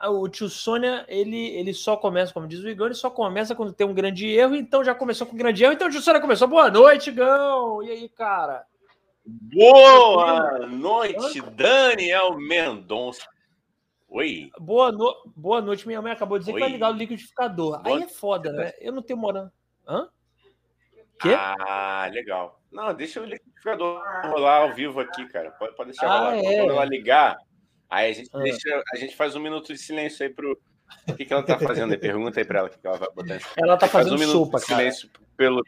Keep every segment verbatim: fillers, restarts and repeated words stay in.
o tio Sônia, ele, ele só começa, como diz o Igão, ele só começa quando tem um grande erro, então já começou com um grande erro, então o tio Sônia começou. Boa noite, Igão! E aí, cara? Boa noite, Daniel Mendonça. Oi. Boa, no... Boa noite, minha mãe acabou de dizer Oi. que vai ligar o liquidificador. Boa... Aí é foda, tá... né? Eu não tenho moral. Hã? Quê? Ah, legal. Não, deixa o liquidificador rolar ao vivo aqui, cara. Pode, pode deixar ah, rolar. É. Quando ela ligar, aí a gente, ah. deixa, a gente faz um minuto de silêncio aí pro... O que, que ela tá fazendo aí? Pergunta aí pra ela o que, que ela vai botar. Ela tá fazendo faz um sopa, minuto de silêncio cara. pelo...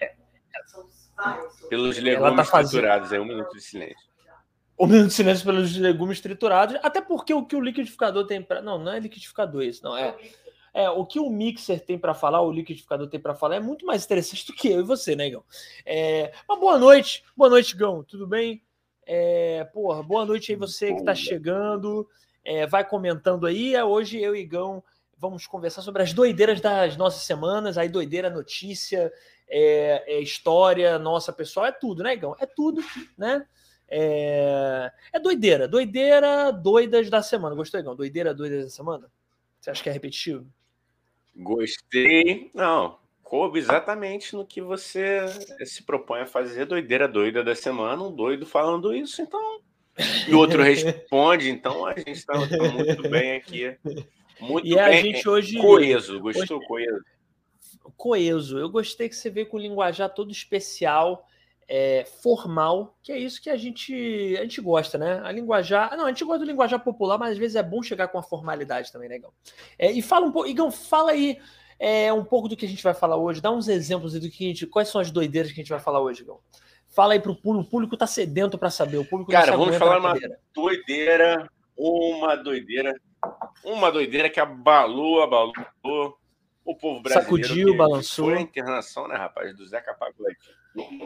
pelos legumes tá fazendo... triturados. Aí um minuto de silêncio. Um minuto de silêncio pelos legumes triturados. Até porque o que o liquidificador tem pra... Não, não é liquidificador isso, não. É... É, o que o mixer tem para falar, o liquidificador tem para falar, é muito mais interessante do que eu e você, né, Igão? É, mas boa noite, boa noite, Igão, tudo bem? É, porra, boa noite aí você que está chegando, é, vai comentando aí. Hoje eu e Igão vamos conversar sobre as doideiras das nossas semanas, aí doideira, notícia, é, é história, nossa, pessoal, é tudo, né, Igão? É tudo, né? É, é doideira, doideira, doidas da semana. Gostou, Igão? Doideira, doidas da semana? Você acha que é repetitivo? Gostei. Não, coube exatamente no que você se propõe a fazer. Doideira doida da semana, um doido falando isso, então... E o outro responde, então a gente está muito bem aqui. Muito e bem. A gente hoje... Coeso, gostou? Hoje... Coeso. Coeso. Eu gostei que você veio com um linguajar todo especial, é, formal, que é isso que a gente, a gente gosta, né? A linguajar... Não, a gente gosta do linguajar popular, mas às vezes é bom chegar com a formalidade também, né, Igão? É, e fala um pouco... Igão, fala aí é, um pouco do que a gente vai falar hoje. Dá uns exemplos do que a gente... Quais são as doideiras que a gente vai falar hoje, Igão? Fala aí pro público. O público tá sedento para saber. O público Cara, vamos falar uma doideira, uma doideira, uma doideira que abalou, abalou o povo brasileiro. Sacudiu, que, balançou. Que foi a internação, né, rapaz, do Zeca Pagodinho.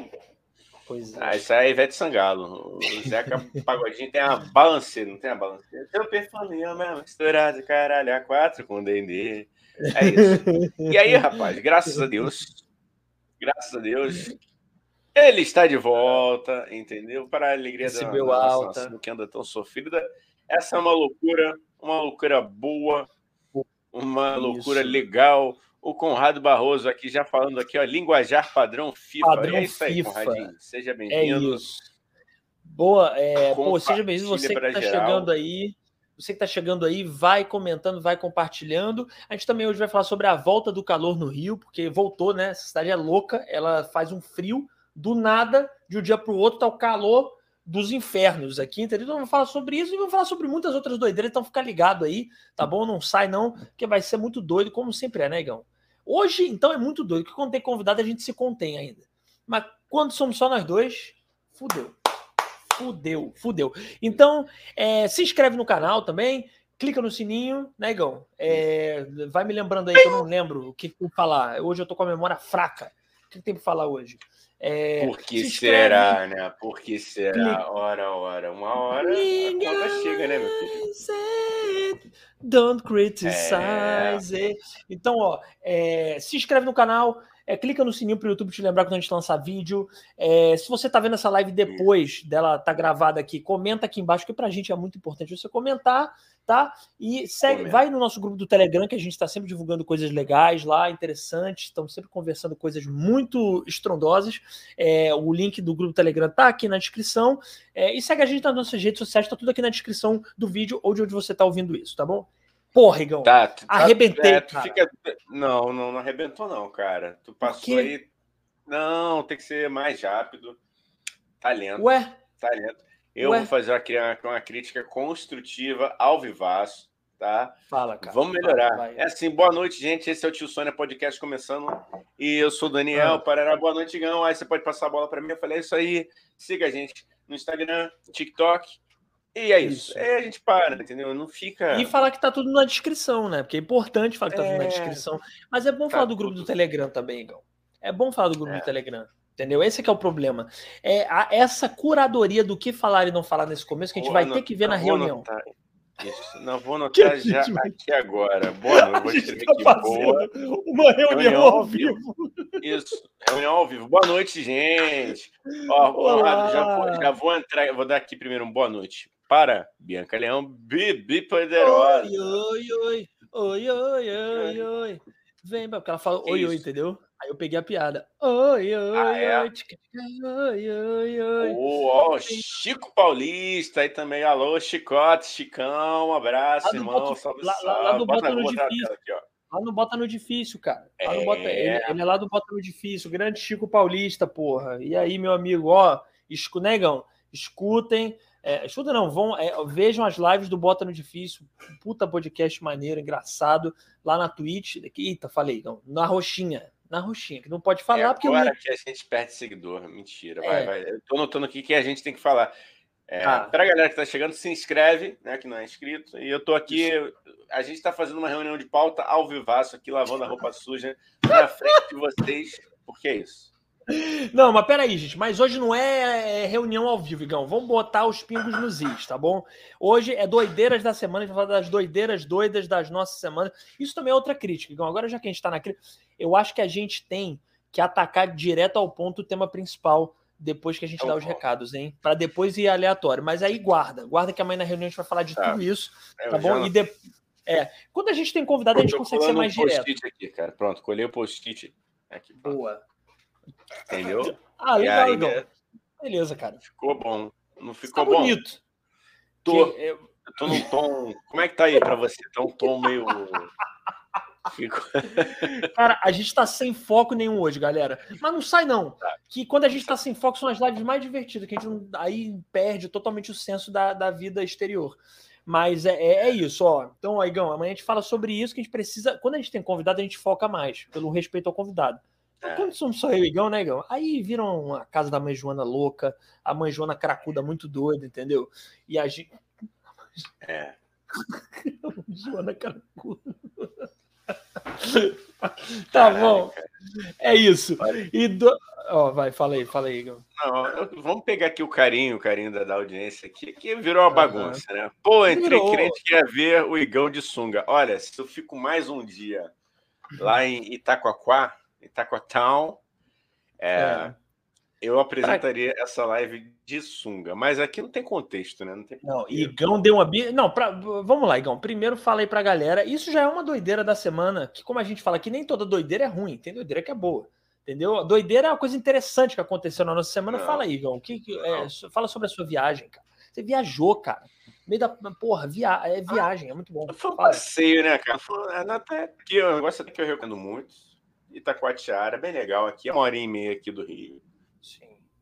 Pois é. Ah, isso aí é Ivete Sangalo. O Zeca Pagodinho tem a balanceira, não tem a balanceira? Seu perfuminho mesmo, misturado, caralho, a quatro com D D. É isso. E aí, rapaz, graças a Deus, graças a Deus, ele está de volta, entendeu? Para a alegria da, da nossa nação que anda tão sofrida. Essa é uma loucura, uma loucura boa, uma isso. loucura legal. O Conrado Barroso aqui já falando aqui, ó, linguajar padrão FIFA. Padrão é isso aí, FIFA. Conradinho. Seja bem-vindo. É isso. Boa, é, pô, seja bem-vindo. Você que está chegando aí, você que está chegando aí, vai comentando, vai compartilhando. A gente também hoje vai falar sobre a volta do calor no Rio, porque voltou, né? Essa cidade é louca, ela faz um frio do nada, de um dia para o outro, tá o calor dos infernos aqui, entendeu? Então vamos falar sobre isso e vamos falar sobre muitas outras doideiras, então fica ligado aí, tá bom? Não sai não, porque vai ser muito doido, como sempre é, né, Igão? Hoje, então, é muito doido, porque quando tem convidado a gente se contém ainda. Mas quando somos só nós dois, fudeu. Fudeu, fudeu. Então, é, se inscreve no canal também, clica no sininho, né, Igão? É, vai me lembrando aí que eu não lembro o que eu falar. Hoje eu tô com a memória fraca. O que tem para falar hoje? É, Por que será, né? Por que será? Clique. Ora, ora, uma hora a conta chega, né, meu filho? Don't criticize é. it. Então, ó, é, se inscreve no canal, é, clica no sininho pro YouTube te lembrar quando a gente lançar vídeo. É, se você tá vendo essa live depois dela tá gravada aqui, comenta aqui embaixo, que pra gente é muito importante você comentar, tá? E segue, vai no nosso grupo do Telegram, que a gente tá sempre divulgando coisas legais lá, interessantes, estamos sempre conversando coisas muito estrondosas. É, o link do grupo do Telegram tá aqui na descrição. É, e segue a gente nas nossas redes sociais, tá tudo aqui na descrição do vídeo ou de onde você tá ouvindo isso, tá bom? Porra, Igão, tá, tu, arrebentei, é, tu fica... Não, não, não arrebentou não, cara. Tu passou aí... Não, tem que ser mais rápido. Talento. Ué? Talento. Eu Ué? vou fazer uma, uma crítica construtiva ao vivaço, tá? Fala, cara. Vamos melhorar. Vai, vai. É assim, boa noite, gente. Esse é o Tio Sônia Podcast começando. E eu sou o Daniel. Ah. Parará, boa noite, Igão. Aí você pode passar a bola para mim. Eu falei, é isso aí. Siga a gente no Instagram, TikTok. E é isso. isso. Aí a gente para, entendeu? Não fica... E falar que tá tudo na descrição, né? Porque é importante falar que tá é... tudo na descrição. Mas é bom tá falar do grupo tudo... do Telegram também, Igão. É bom falar do grupo é. do Telegram. Entendeu? Esse é que é o problema. É a, essa curadoria do que falar e não falar nesse começo que a gente vou vai anotar, ter que ver na reunião. Anotar. Isso. Não, vou anotar que já gente... aqui agora. Boa noite. Vou escrever tá aqui. Boa. Uma reunião, reunião ao vivo. vivo. Isso. Reunião ao vivo. Boa noite, gente. Ó, Conrado, já vou, já vou entrar. Vou dar aqui primeiro um boa noite para Bianca Leão, Bibi Poderosa. Oi, oi, oi. oi, oi, oi, oi. Vem, porque ela fala oi, oi, entendeu? Aí eu peguei a piada. Oi, oi, ah, é? oi, oi, oi, oi. Oh, ó, Chico Paulista aí também. Alô, Chicote, Chicão, um abraço, irmão. Boto, salve, lá, salve. lá do Bota, Bota no botar Difícil. aqui, ó. Lá no Bota no Difícil, cara. Lá no É. Bota, ele, ele é lá do Bota no Difícil. Grande Chico Paulista, porra. E aí, meu amigo, ó, escu, negão, escutem. É, escuta não, vão, é, vejam as lives do Bota no Difícil. Puta podcast maneiro, engraçado. Lá na Twitch. Eita, falei, não, na roxinha. Na roxinha, que não pode falar é porque... agora eu... que a gente perde seguidor. Mentira, é. vai, vai. Eu tô notando aqui que a gente tem que falar. É, ah. Para a galera que tá chegando, se inscreve, né, que não é inscrito. E eu tô aqui, a gente tá fazendo uma reunião de pauta ao vivaço aqui, lavando a roupa suja na frente de vocês. Por que isso? Não, mas peraí, gente. Mas hoje não é reunião ao vivo, Igão. Vamos botar os pingos nos is, tá bom? Hoje é doideiras da semana. A gente vai falar das doideiras doidas das nossas semanas. Isso também é outra crítica, Igão. Agora, já que a gente tá na crítica, eu acho que a gente tem que atacar direto ao ponto o tema principal depois que a gente Então, dá os bom. recados, hein? Para depois ir aleatório. Mas aí guarda. Guarda que amanhã na reunião a gente vai falar de Tá. tudo isso, Eu tá bom? não... E de... é. Quando a gente tem convidado, a gente consegue ser mais um direto. post-it aqui, cara. Pronto, colhei o post-it aqui. Pronto. Boa. Entendeu? Ah, legal, aí, Igão. é... Beleza, cara. Ficou bom. Não ficou tá bom? bonito. Tô. Que... Eu tô num tom... Como é que tá aí pra você? Tá um tom meio... Fico... Cara, a gente tá sem foco nenhum hoje, galera. Mas não sai, não. Que quando a gente tá sem foco, são as lives mais divertidas, que a gente não, aí perde totalmente o senso da, da vida exterior. Mas é, é, é isso, ó. Então, Igão, amanhã a gente fala sobre isso, que a gente precisa... Quando a gente tem convidado, a gente foca mais, pelo respeito ao convidado. Então, quando somos só eu e Igão, né, Igão? Aí viram a casa da mãe Joana louca, a mãe Joana cracuda muito doida, entendeu? E a gente... É. Joana cracuda... Tá bom, é isso. E do... oh, vai, fala aí, fala aí, Igor. Não, eu, vamos pegar aqui o carinho, o carinho da, da audiência aqui, que virou uma bagunça, uhum. né? Pô, entrei virou. Crente que ia ver o Igão de sunga. Olha, se eu fico mais um dia lá em Itacoaquá, Itacoatown, é, é. eu apresentaria pra... essa live de sunga. Mas aqui não tem contexto, né? Não tem não, Igão deu uma... Não, pra... vamos lá, Igão. Primeiro fala aí pra galera. Isso já é uma doideira da semana, que como a gente fala aqui, nem toda doideira é ruim. Tem doideira que é boa. Entendeu? A doideira é uma coisa interessante que aconteceu na nossa semana. Não, fala aí, Igão. Que, que, é, fala sobre a sua viagem, cara. Você viajou, cara. No meio da... Porra, via... é viagem, é muito bom. Foi um passeio, né, cara? Foi... Até aqui, um negócio que eu recomendo muito. Itacoatiara, bem legal aqui. É uma hora e meia aqui do Rio. Sim.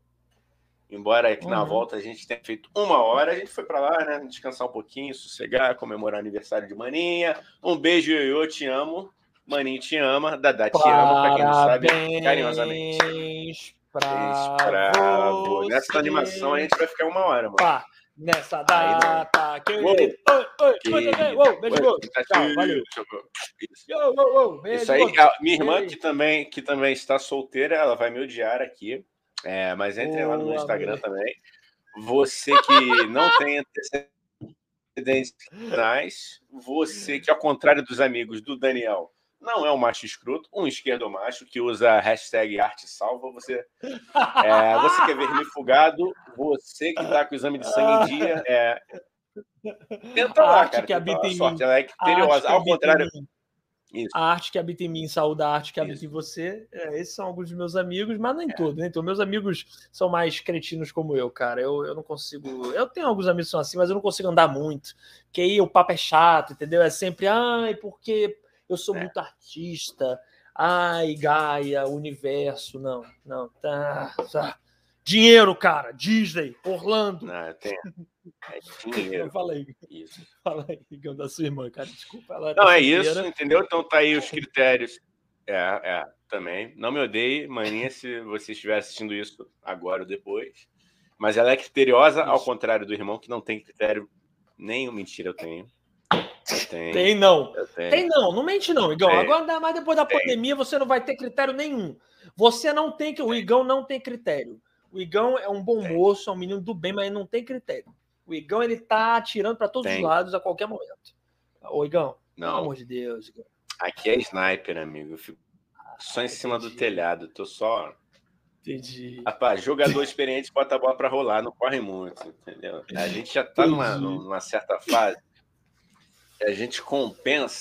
Embora aqui uhum. na volta a gente tenha feito uma hora, a gente foi para lá, né? Descansar um pouquinho, sossegar, comemorar o aniversário de Maninha. Um beijo, Ioiô, te amo. Maninho te ama, Dadá te Parabéns ama, para quem não sabe, carinhosamente. Pra pra você. Nessa animação a gente vai ficar uma hora, mano. Pá, nessa data. Aí, que... Oi, oi, que... oi, beijo, oi, tchau, valeu. Isso, yo, yo, yo, beijo, Isso aí, a minha irmã que também, que também está solteira, ela vai me odiar aqui. É, mas entre lá no meu Instagram amor. também. Você que não tem antecedentes finais, você que, ao contrário dos amigos do Daniel, não é um macho escroto, um esquerdo macho que usa a hashtag arte salva, você, é, você que é vermifugado, você que está com o exame de sangue em dia, é, tenta a lá, arte cara, que habita em sorte, mim. ela é criteriosa, ao contrário... Isso. A arte que habita em mim, saúde a arte que habita Isso. em você. É, esses são alguns dos meus amigos, mas nem é. todos, né? Então, meus amigos são mais cretinos como eu, cara. Eu, eu não consigo. Eu tenho alguns amigos que são assim, mas eu não consigo andar muito. Porque aí o papo é chato, entendeu? É sempre, ai, porque eu sou é. muito artista. Ai, Gaia, universo. Não, não. Tá, tá. Dinheiro, cara. Disney, Orlando. Não, eu tenho. É dinheiro. Fala aí. Isso. Fala aí, da sua irmã, cara. Desculpa. Ela não, é isso, entendeu? Então tá aí os critérios. É, é, também. Não me odeie, maninha, se você estiver assistindo isso agora ou depois. Mas ela é criteriosa, isso. ao contrário do irmão, que não tem critério nenhum. Mentira, eu tenho. Eu tenho. Tem não. Eu tenho. Tem não. Não mente não, Igão. Tem. Agora, ainda mais depois da tem. pandemia, você não vai ter critério nenhum. Você não tem... O Igão não tem critério. O Igão é um bom tem. moço, é um menino do bem, mas ele não tem critério. O Igão, ele tá atirando para todos tem. os lados a qualquer momento. Ô, Igão, não. pelo amor de Deus, Igão. Aqui é sniper, amigo. Eu fico só em cima entendi. do telhado. Tô só... Entendi. Rapaz, jogador experiente bota a bola para rolar, não corre muito, entendeu? A gente já tá numa, numa certa fase. A gente compensa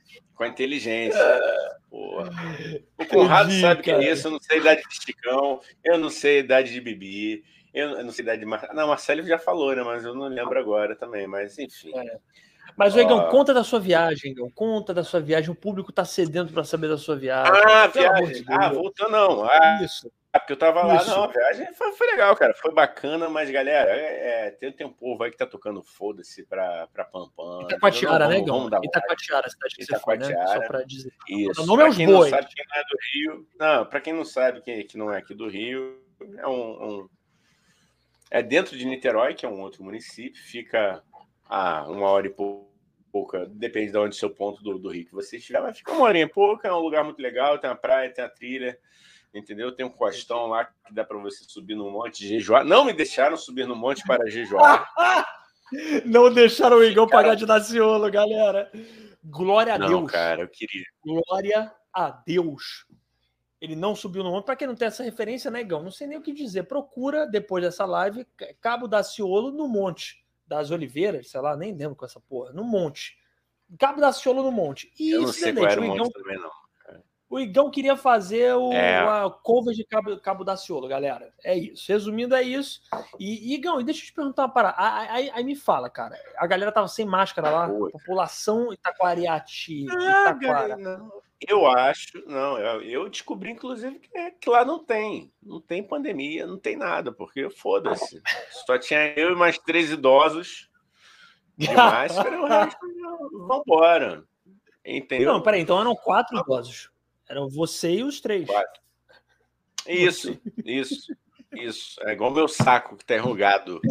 Com a inteligência. Porra. O Conrado Entendi, sabe cara. que é isso. Eu não sei a idade de Chicão, eu não sei a idade de Bibi, eu não sei a idade de Mar... Não, Marcelo já falou, né? Mas eu não lembro agora também. Mas enfim. É. Mas, Ó... Igão, conta da sua viagem, Igão. Conta da sua viagem. O público tá sedento para saber da sua viagem. Ah, viagem. De ah, voltou não. Ah, isso. Porque eu tava lá, Isso. não, a viagem foi, foi legal, cara, foi bacana, mas, galera, é, é, tem, tem um povo aí que tá tocando foda-se pra, pra Pampam. Itacoatiara, né, Igão? Itacoatiara, cidade que você foi, né? Só pra dizer. Isso. O nome é os bois. Não sabe quem não é do Rio, não, pra quem não sabe que, que não é aqui do Rio, é um, um... É dentro de Niterói, que é um outro município, fica a uma hora e pouca, depende de onde seu ponto do, do Rio que você estiver, mas fica uma hora e pouca, é um lugar muito legal, tem a praia, tem a trilha, entendeu? Tem um costão lá que dá para você subir no monte de Jejuá. Não me deixaram subir no monte para Jejuá. Não deixaram o Igão pagar de Daciolo, galera. Glória a não, Deus. Não, cara, eu queria. Glória a Deus. Ele não subiu no monte. Para quem não tem essa referência, né, Igão? Não sei nem o que dizer. Procura, depois dessa live, Cabo Daciolo no monte das Oliveiras, sei lá, nem lembro com essa porra. No monte. Cabo Daciolo no monte. E eu não sei qual era o monte Igão... também, não. O Igão queria fazer o, é. a cover de Cabo, Cabo Daciolo, galera. É isso. Resumindo, é isso. E, Igão, deixa eu te perguntar uma parada. Aí, aí me fala, cara. A galera tava sem máscara lá? Pô. População Itacoariati, ah, Itaquara. Não. Eu acho... Não, eu, eu descobri, inclusive, que, é, que lá não tem. Não tem pandemia, não tem nada. Porque, foda-se. Só tinha eu e mais três idosos de máscara. O resto, vambora. Entendeu? Não, peraí. Então eram quatro ah, idosos. Eram você e os três. Quatro. Isso, você. isso, isso. É igual meu saco que tá enrugado.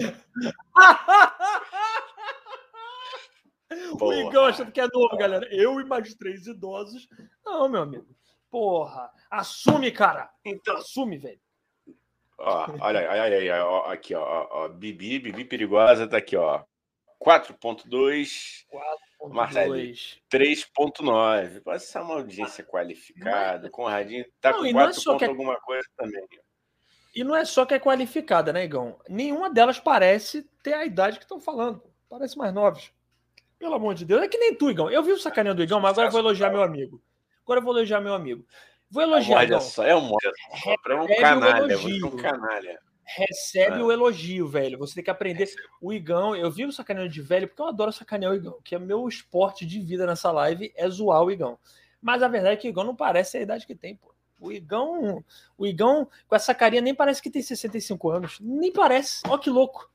O Igão achando que é novo, galera. Eu e mais três idosos. Não, meu amigo. Porra. Assume, cara. Então, assume, velho. Ó, olha, olha aí, ó, aqui, ó, ó. Bibi, Bibi perigosa, tá aqui, ó. quatro ponto dois. Marcelo, três ponto nove. Pode ser uma audiência qualificada. Mas... Conradinho tá não, com quatro pontos é... alguma coisa também. E não é só que é qualificada, né, Igão? Nenhuma delas parece ter a idade que estão falando. Parece mais novos. Pelo amor de Deus. É que nem tu, Igão. Eu vi o sacaneio do Igão, mas agora eu vou elogiar meu amigo. Agora eu vou elogiar meu amigo. Vou elogiar, Igão. Só, é um modo só. Pra um canalha. Você é um canalha. Recebe ah. o elogio, velho. Você tem que aprender. Recebe. O Igão, eu vi o sacaneio de velho, porque eu adoro sacanear o Igão, que é meu esporte de vida nessa live, é zoar o Igão. Mas a verdade é que o Igão não parece a idade que tem, pô. O Igão, o Igão, com essa carinha, nem parece que tem sessenta e cinco anos. Nem parece. Ó, que louco.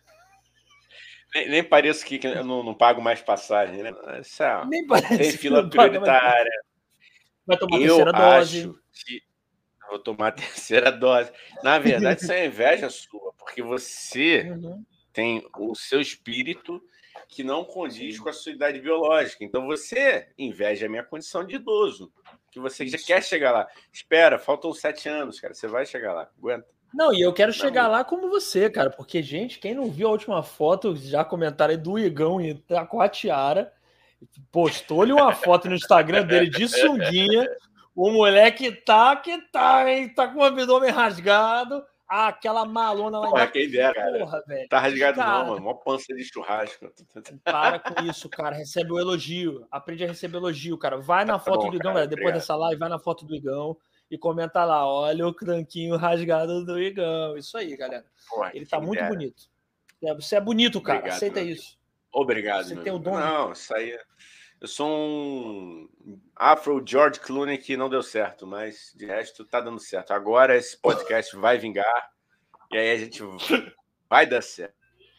Nem, nem parece que eu não, não pago mais passagem, né? Essa, nem parece. Tem fila prioritária. Vai tomar eu terceira dose. Que... Vou tomar a terceira dose. Na verdade, isso é inveja sua, porque você uhum. tem o seu espírito que não condiz com a sua idade biológica. Então, você inveja a minha condição de idoso, que você já quer chegar lá. Espera, faltam sete anos, cara. Você vai chegar lá. Aguenta. Não, e eu quero não, chegar lá como você, cara, porque, gente, quem não viu a última foto, já comentaram aí do Igão em Itacoatiara, postou-lhe uma foto no Instagram dele de sunguinha. O moleque tá que tá, hein? Tá com o abdômen rasgado. Ah, aquela malona lá. Porra, quem dera, cara. Porra, velho. Tá rasgado cara, não, mano. Uma pança de churrasco. Para com isso, cara. Recebe o elogio. Aprende a receber elogio, cara. Vai na foto tá bom, do Igão, cara, velho. Depois dessa live, vai na foto do Igão e comenta lá. Olha o tranquinho rasgado do Igão. Isso aí, galera. Porra, ele tá muito dera. bonito. Você é bonito, cara. Obrigado, Aceita isso. Obrigado. Você tem o dom. Não, isso aí... Eu sou um Afro George Clooney que não deu certo, mas de resto tá dando certo. Agora esse podcast vai vingar e aí a gente vai dar certo.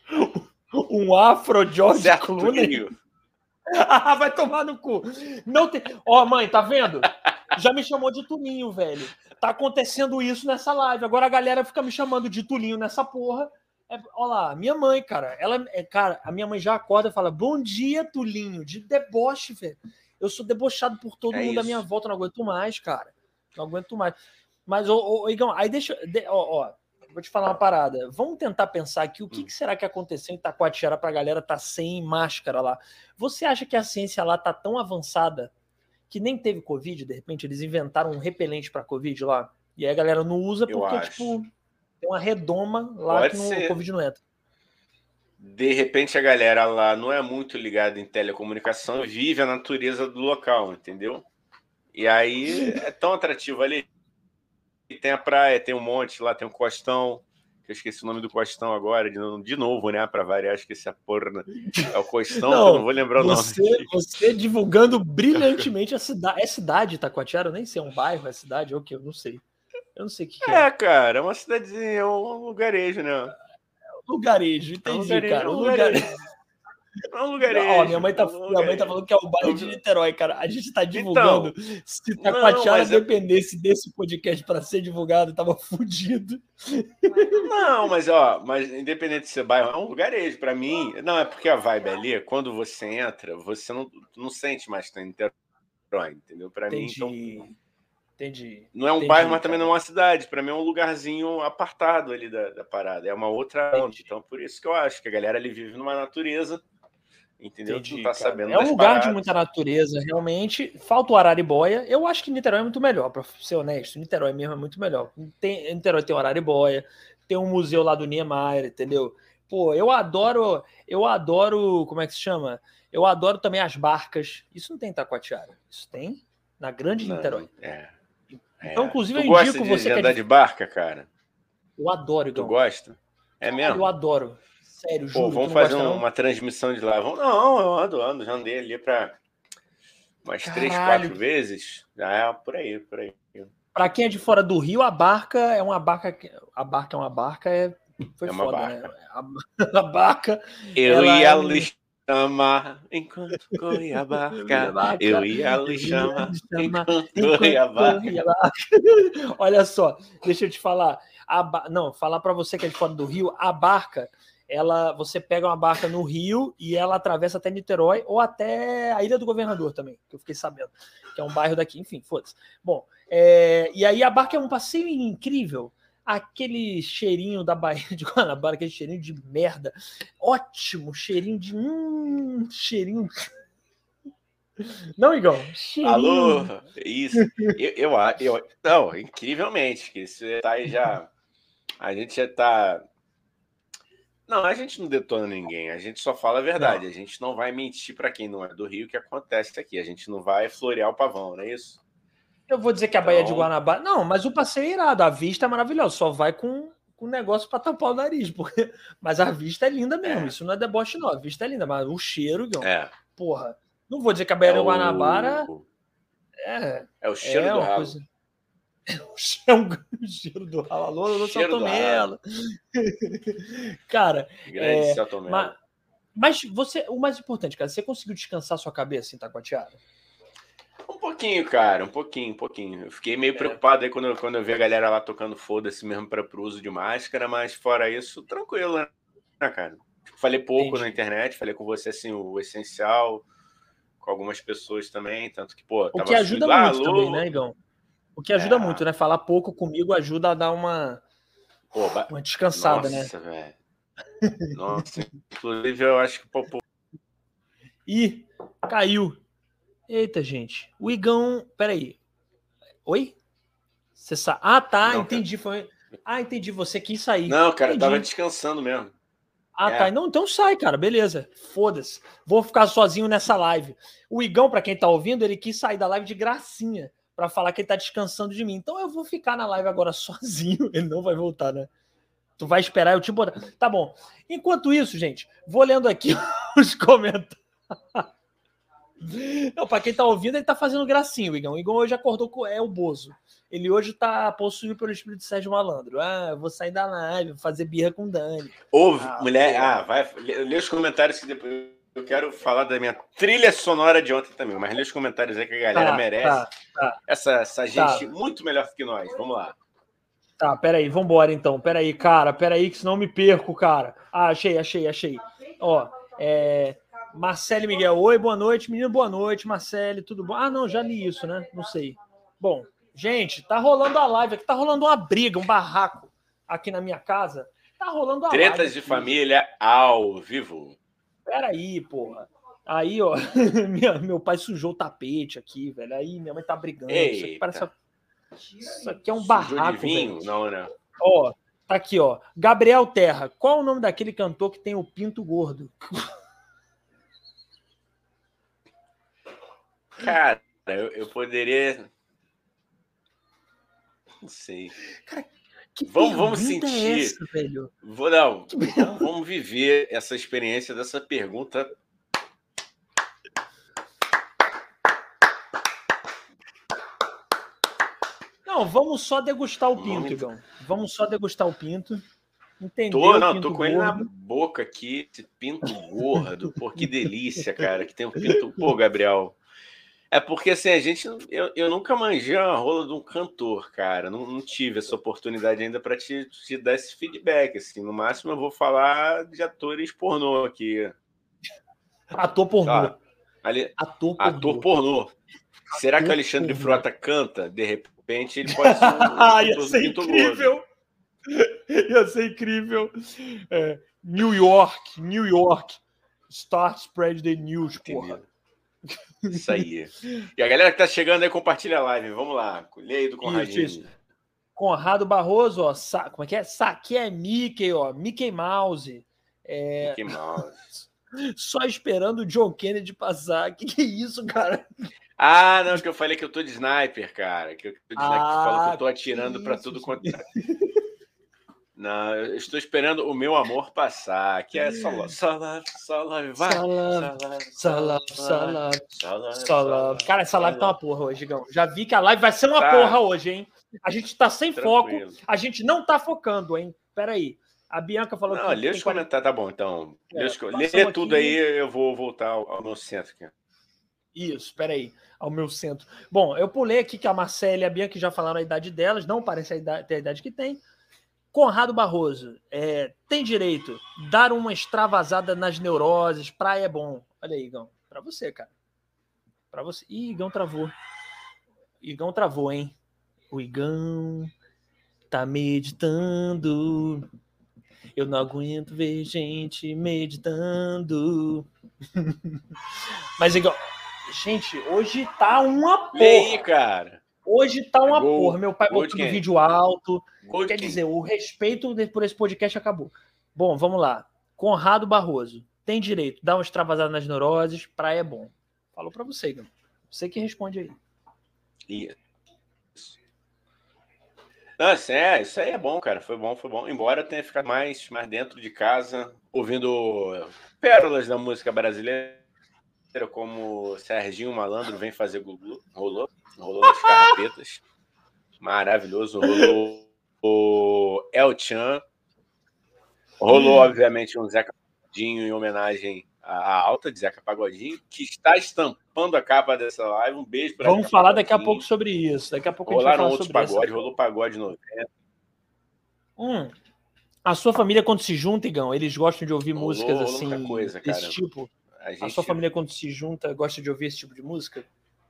Um Afro George certo, Clooney? Ah, vai tomar no cu. Não tem... Ó, mãe, tá vendo? Já me chamou de Tulinho, velho. Tá acontecendo isso nessa live. Agora a galera fica me chamando de Tulinho nessa porra. É, olha lá, minha mãe, cara, ela é, cara, a minha mãe já acorda e fala, bom dia, Tulinho, de deboche, velho. Eu sou debochado por todo é mundo à minha volta, não aguento mais, cara. Não aguento mais. Mas, ô, ô Igão, aí deixa, de, ó, ó, vou te falar uma parada. Vamos tentar pensar aqui o que, hum. que será que aconteceu em Itacoatiara pra galera tá sem máscara lá. Você acha que a ciência lá tá tão avançada que nem teve Covid, de repente eles inventaram um repelente pra Covid lá? E aí a galera não usa porque, tipo... Tem uma redoma lá Pode que no, o Covid não entra. de repente a galera lá não é muito ligada em telecomunicação, vive a natureza do local, entendeu? E aí é tão atrativo ali. Tem a praia, tem um monte lá, tem um costão, que eu esqueci o nome do costão agora, de, de novo, né? Para variar, esqueci a porra. Né? É o costão, não, que eu não vou lembrar você, o nome. Você divulgando brilhantemente a cidade. É cidade, Taquatiara? Eu nem sei, é um bairro, é cidade, é o que? Eu não sei. Eu não sei o que, que é. É, cara, é uma cidadezinha, é um lugarejo, né? Lugarejo, entendi, é um lugarejo, cara. É um lugarejo. É um lugarejo. Ó, minha mãe tá, é um minha mãe tá falando que é o bairro de Niterói, cara. A gente tá divulgando. Então, se Taquatiara dependesse é... desse podcast para ser divulgado, tava fudido. Não, mas ó, mas independente de ser bairro, é um lugarejo. Para mim, não, é porque a vibe ali, quando você entra, você não, não sente mais que tá em Niterói, entendeu? Para mim, então. Entendi. Não é um Entendi, bairro, mas cara. também não é uma cidade. Para mim é um lugarzinho apartado ali da, da parada. É uma outra onda. Então, por isso que eu acho que a galera ali vive numa natureza. Entendeu? Entendi, não tá cara. sabendo é um lugar paradas. de muita natureza, realmente. Falta o Araribóia. Eu acho que Niterói é muito melhor, para ser honesto. Niterói mesmo é muito melhor. Tem, Niterói tem o Araribóia, tem um museu lá do Niemeyer, entendeu? Pô, eu adoro, eu adoro, como é que se chama? Eu adoro também as barcas. Isso não tem em Taquatiara. Isso tem na Grande não, Niterói. É. Então, inclusive, tu eu indico gosta de, você de que andar é de... de barca, cara? Eu adoro, Igão. Tu gosta? É mesmo? Eu adoro. Sério, juro. Pô, vamos fazer um, uma transmissão de lá. Vamos... Não, eu ando, ando. Já andei ali para umas Caralho. três, quatro vezes. Já é por aí, por aí. Para quem é de fora do Rio, a barca é uma barca. A barca é uma barca, é. Foi é uma foda, barca. Né? A, a barca. Eu ia é um... lhe chamar enquanto corria a barca. Eu ia lhe chamar enquanto corria a barca. Olha só, deixa eu te falar. A ba... Não, falar para você que é de fora do Rio, a barca. Ela, você pega uma barca no Rio e ela atravessa até Niterói ou até a Ilha do Governador também, que eu fiquei sabendo, que é um bairro daqui, enfim, foda-se. Bom, é, e aí a barca é um passeio incrível, aquele cheirinho da Baía de Guanabara, aquele cheirinho de merda, ótimo, cheirinho de... Hum, cheirinho... Não, Igão? Cheirinho... Alô? Isso, eu, eu, eu... Não, incrivelmente, que você tá aí já... A gente já tá... Não, a gente não detona ninguém, a gente só fala a verdade. Não. A gente não vai mentir para quem não é do Rio o que acontece aqui. A gente não vai florear o pavão, não é isso? Eu vou dizer que a então... Baía de Guanabara... Não, mas o passeio é irado, a vista é maravilhosa, só vai com o negócio para tampar o nariz. Porque... Mas a vista é linda mesmo, é. Isso não é deboche não, a vista é linda, mas o cheiro, Guilherme, é. Porra, não vou dizer que a Baía é de Guanabara... O... É, é o cheiro é do ralo. Coisa... É um cheiro do ralo. Alô, alô, Saltomelo. Cara, grande é, Saltomelo. Mas, mas você, o mais importante, cara, você conseguiu descansar sua cabeça em Taquatiara? Um pouquinho, cara, um pouquinho, um pouquinho. Eu fiquei meio é. preocupado aí quando eu, quando eu vi a galera lá tocando foda-se mesmo para o uso de máscara, mas fora isso, tranquilo, né, cara? Falei pouco Entendi. na internet, falei com você assim, o essencial, com algumas pessoas também, tanto que, pô, o tava que ajuda subindo, muito alô? também, né, Igão? O que ajuda é. muito, né? Falar pouco comigo ajuda a dar uma, pô, ba... uma descansada, Nossa, né? velho. Nossa, inclusive eu acho que... Pô, pô... Ih, caiu. Eita, gente. O Igão... Peraí. Oi? Você sa... Ah, tá. Não, entendi. Foi... Ah, entendi. Você quis sair. Não, cara, entendi. eu tava descansando mesmo. Ah, é. tá. Não, então sai, cara. Beleza. Foda-se. Vou ficar sozinho nessa live. O Igão, pra quem tá ouvindo, ele quis sair da live de gracinha. Pra falar que ele tá descansando de mim. Então eu vou ficar na live agora sozinho. Ele não vai voltar, né? Tu vai esperar eu te botar. Tá bom. Enquanto isso, gente, vou lendo aqui os comentários. Não, pra quem tá ouvindo, ele tá fazendo gracinha, o Igão. O Igão hoje acordou com é o Bozo. Ele hoje tá possuído pelo espírito de Sérgio Malandro. Ah, eu vou sair da live, vou fazer birra com o Dani. Ouve, ah, mulher. Pô. Ah, vai. Lê os comentários que depois. Eu quero falar da minha trilha sonora de ontem também, mas lê os comentários aí que a galera tá, merece. Tá, tá. Essa, essa gente tá. muito melhor que nós. Vamos lá. Tá, peraí, vambora então. Peraí, cara, peraí, que senão eu me perco, cara. Ah, achei, achei, achei. Ó, é... Marcele Miguel, oi, boa noite, menino, boa noite, Marcele, tudo bom? Ah, não, já li isso, né? Não sei. Bom, gente, tá rolando a live aqui, tá rolando uma briga, um barraco aqui na minha casa. Tá rolando a Tretas live. Tretas de família ao vivo. Peraí, porra. Aí, ó, minha, meu pai sujou o tapete aqui, velho. Aí minha mãe tá brigando. Isso aqui parece. Isso aqui é um Sujou barraco, de vinho? velho. Não, né? Ó, Tá aqui, ó. Gabriel Terra. Qual o nome daquele cantor que tem o pinto gordo? Cara, eu, eu poderia... Não sei. Cara, que vamos, vamos sentir... É essa, velho? Vou, não, vamos, vamos viver essa experiência dessa pergunta... Não, vamos só degustar o pinto, Igão. Vamos só degustar o pinto. Entender tô, o não, pinto tô com gordo. ele na boca aqui, esse pinto gordo. Pô, que delícia, cara. Que tem um pinto... Pô, Gabriel. É porque, assim, a gente... Eu, eu nunca manjei a rola de um cantor, cara. Não, não tive essa oportunidade ainda para te, te dar esse feedback, assim. No máximo, eu vou falar de atores pornô aqui. Ator pornô. Tá. Ali... Ator pornô. Ator pornô. Será Ator que o Alexandre pornô. Frota canta? De repente, ele pode ser um cantor Ia ser incrível. Gordo. Ia ser incrível. É, New York, New York. Start spread the news, porra. Isso aí. E a galera que tá chegando aí, compartilha a live. Vamos lá. Lê aí do Conradinho. Isso, isso. Conrado Barroso, ó. Sa... Como é que é? Aqui é Mickey, ó. Mickey Mouse. É... Mickey Mouse. Só esperando o John Kennedy passar. Que que é isso, cara? Ah, não, que eu falei que eu tô de sniper, cara. Que eu tô de sniper, ah, que tu falou que eu tô atirando para tudo quanto. Não, eu estou esperando o meu amor passar. Que é só love, só love, só love, vai. Só love, só love, só love, só love. Cara, essa live tá uma porra hoje, Gão. Já vi que a live vai ser uma tá. porra hoje, hein? A gente tá sem Tranquilo. foco, a gente não tá focando, hein? Pera aí. A Bianca falou não, que... Não, lê os comentários, tá bom, então. É, lê lê tudo aqui. Aí, eu vou voltar ao, ao meu centro aqui. Isso, peraí, ao meu centro. Bom, eu pulei aqui que a Marcela e a Bianca já falaram a idade delas, não parece a idade, ter a idade que tem. Conrado Barroso, é, tem direito, dar uma extravasada nas neuroses, praia é bom. Olha aí, Igão, pra você, cara. Pra você. Ih, Igão travou. Igão travou, hein? O Igão tá meditando. Eu não aguento ver gente meditando. Mas, Igão, gente, hoje tá uma porra. E aí, cara? Hoje tá uma Gol. porra. Meu pai Gol botou no vídeo alto. Gol Quer dizer, o respeito por esse podcast acabou. Bom, vamos lá. Conrado Barroso. Tem direito. Dá uma extravasada nas neuroses. Praia é bom. Falou pra você, Igão. Você que responde aí. Isso. Nossa, é, isso aí é bom, cara. Foi bom, foi bom. Embora eu tenha ficado mais, mais dentro de casa, ouvindo pérolas da música brasileira, como Serginho Malandro vem fazer Gugu. Rolou. Rolou nas carrapetas. Maravilhoso. Rolou o El Chan. Rolou, obviamente, um Zeca Pagodinho em homenagem à alta de Zeca Pagodinho, que está estampando a capa dessa live. Um beijo para Vamos falar Pagodinho. Daqui a pouco sobre isso. Daqui a pouco Rolaram a gente outros vai falar sobre pagodes, rolou pagode noventa. Hum. A sua família, quando se junta, Igão, eles gostam de ouvir rolou, músicas rolou assim, coisa, desse cara. tipo? A, gente... a sua família, quando se junta, gosta de ouvir esse tipo de música?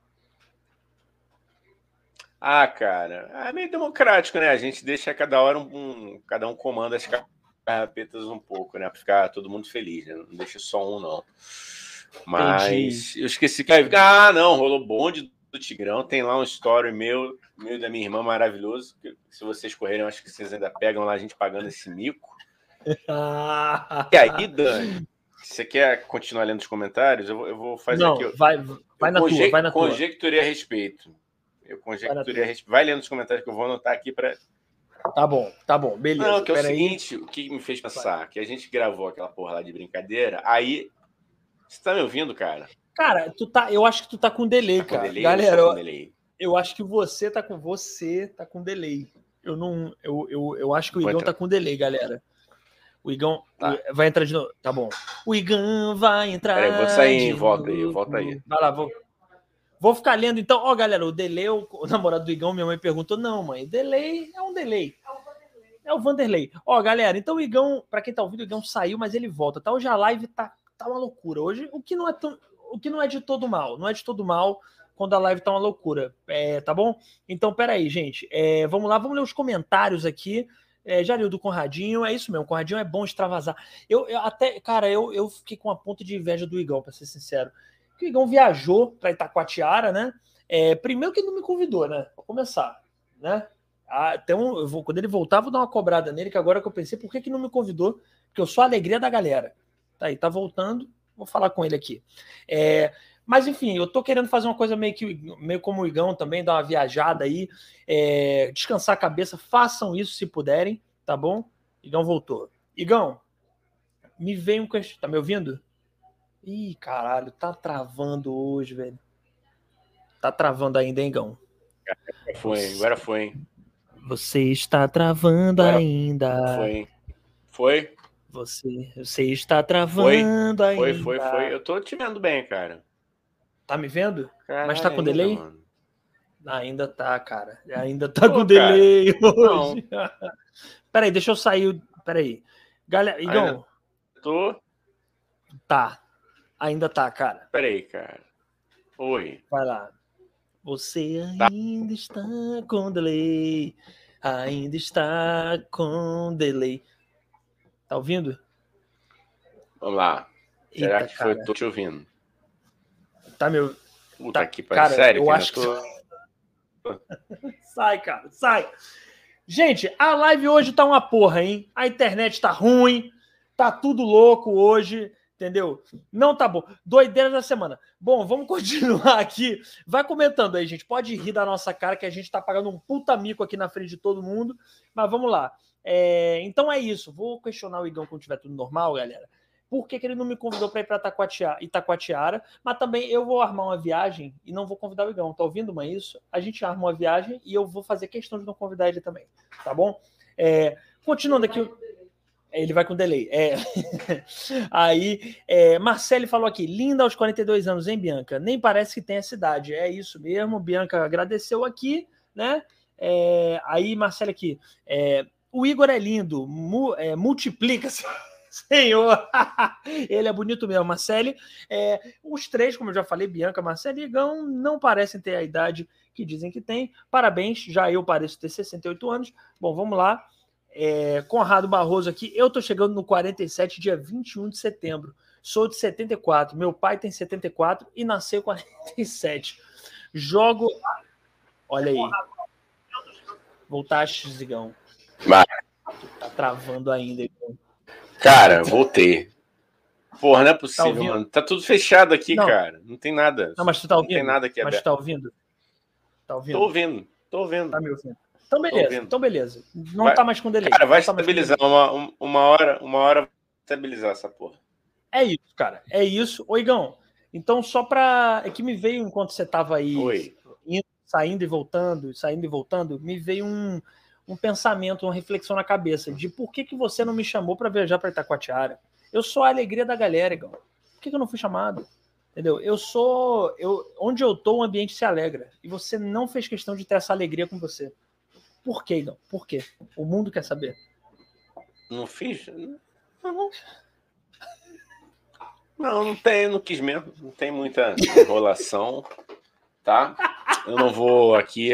Ah, cara, é meio democrático, né? A gente deixa cada hora um, um cada um comanda as carrapetas um pouco, né? Pra ficar todo mundo feliz, né? Não deixa só um, não. Mas Entendi. Eu esqueci que... Ah, não, rolou bonde do Tigrão. Tem lá um story meu, meu e da minha irmã maravilhoso. Que, se vocês correrem, acho que vocês ainda pegam lá a gente pagando esse mico. E aí, Dani, se você quer continuar lendo os comentários, eu vou, eu vou fazer não, aqui. Vai, vai na tua, vai na tua. Conjecturei a respeito. Eu conjecturei a respeito. Vai lendo os comentários que eu vou anotar aqui para. Tá bom, tá bom, beleza. Não, que é o Pera seguinte, aí. o que me fez pensar, vai. Que a gente gravou aquela porra lá de brincadeira, aí. Você tá me ouvindo, cara? Cara, tu tá, eu acho que tu tá com delay, tá com cara. Delay, Galera, eu, com delay? eu acho que você tá com você tá com delay. Eu não, eu, eu, eu acho que o Igão tá com delay, galera. O Igão tá. vai entrar de novo. Tá bom. O Igão vai entrar. Peraí, vou sair, hein? Volta aí, volta aí. Vai lá, vou. Vou ficar lendo, então. Ó, galera, o delay, o, o namorado do Igão, minha mãe perguntou. Não, mãe, delay é um delay. É o Vanderlei. É o Vanderlei. Ó, galera, então o Igão, pra quem tá ouvindo, o Igão saiu, mas ele volta, tá? Hoje a live tá, tá uma loucura. Hoje, o que não é tão, o que não é de todo mal. Não é de todo mal quando a live tá uma loucura. É, tá bom? Então, peraí, gente. É, vamos lá, vamos ler os comentários aqui. É, já li o do Conradinho, é isso mesmo. O Conradinho é bom extravasar. Eu, eu até, cara, eu, eu fiquei com uma ponta de inveja do Igão, pra ser sincero. O Igão viajou para Itacoatiara, né? É, primeiro que ele não me convidou, né? Para começar, né? Até um, eu vou, quando ele voltar, vou dar uma cobrada nele, que agora que eu pensei, por que, que não me convidou? Porque eu sou a alegria da galera. Tá aí, tá voltando, vou falar com ele aqui. É, mas, enfim, eu tô querendo fazer uma coisa meio, que, meio como o Igão também, dar uma viajada aí, é, descansar a cabeça, façam isso se puderem, tá bom? Igão voltou. Igão, me veio um question... Tá me ouvindo? Ih, caralho, tá travando hoje, velho. Tá travando ainda, hein, Igão? Foi, agora foi, hein? Você está travando agora ainda. Foi, hein? Foi? Você, você está travando foi, ainda. Foi, foi, foi. Eu tô te vendo bem, cara. Tá me vendo? Caralho, mas tá com ainda, delay? Mano. Ainda tá, cara. Ainda tá Pô, com delay cara, hoje. Peraí, deixa eu sair. Peraí. Galera, Igão. Ainda tô? Tá. Ainda tá, cara. Peraí, cara. Oi. Vai lá. Você Tá. ainda está com delay. Ainda está com delay. Tá ouvindo? Vamos lá. Será Eita, que cara. foi? Tô te ouvindo. Tá meu. Puta tá... que pariu. Sério, eu que acho tô... que. Sai, cara, sai. Gente, a live hoje tá uma porra, hein? A internet tá ruim, tá tudo louco hoje, entendeu? Não tá bom. Doideira da semana. Bom, vamos continuar aqui. Vai comentando aí, gente. Pode rir da nossa cara, que a gente tá pagando um puta mico aqui na frente de todo mundo. Mas vamos lá. É... Então é isso. Vou questionar o Igão quando tiver tudo normal, galera. Por que, que ele não me convidou para ir para Itacoatiara? Mas também eu vou armar uma viagem e não vou convidar o Igão. Tá ouvindo, mas isso? A gente arma uma viagem e eu vou fazer questão de não convidar ele também. Tá bom? É, continuando aqui. Ele vai com delay. É. Aí, é, Marcele falou aqui, linda aos quarenta e dois anos, hein, Bianca? Nem parece que tem essa idade. É isso mesmo. Bianca agradeceu aqui, né? É, aí, Marcele aqui, é, o Igor é lindo, mu, é, multiplica-se. Senhor, ele é bonito mesmo, Marcele. É, os três, como eu já falei, Bianca, Marcele e Igão, não parecem ter a idade que dizem que tem. Parabéns, já eu pareço ter sessenta e oito anos. Bom, vamos lá. É, Conrado Barroso aqui. Eu tô chegando no quarenta e sete, dia vinte e um de setembro. Sou de setenta e quatro. Meu pai tem setenta e quatro e nasceu em quarenta e sete. Jogo. Olha aí. Voltaste, Zigão. Vai. Tá travando ainda, Igão. Cara, voltei. Porra, não é possível, tá mano. Tá tudo fechado aqui, não. Cara. Não tem nada. Não, mas tu tá ouvindo? Não tem nada aqui mas aberto. tu tá ouvindo? Tá ouvindo? Tô ouvindo. Tô ouvindo. Tá me ouvindo? Então, beleza. Então, beleza. Não vai, tá mais com delay. Cara, vai tá estabilizar. Uma, uma hora, uma hora vai estabilizar essa porra. É isso, cara. É isso. Ô, Igão, então só pra... É que me veio, enquanto você tava aí Oi. indo, saindo e voltando, saindo e voltando, me veio um... um pensamento, uma reflexão na cabeça de por que, que você não me chamou para viajar para Itacoatiara. Eu sou a alegria da galera, Igão. Por que, que eu não fui chamado? Entendeu? Eu sou... Eu, onde eu tô, o ambiente se alegra. E você não fez questão de ter essa alegria com você. Por quê, Igão? Por quê? O mundo quer saber. Não fiz? Não, não, não tem, não quis mesmo. Não tem muita enrolação, tá? Eu não vou aqui...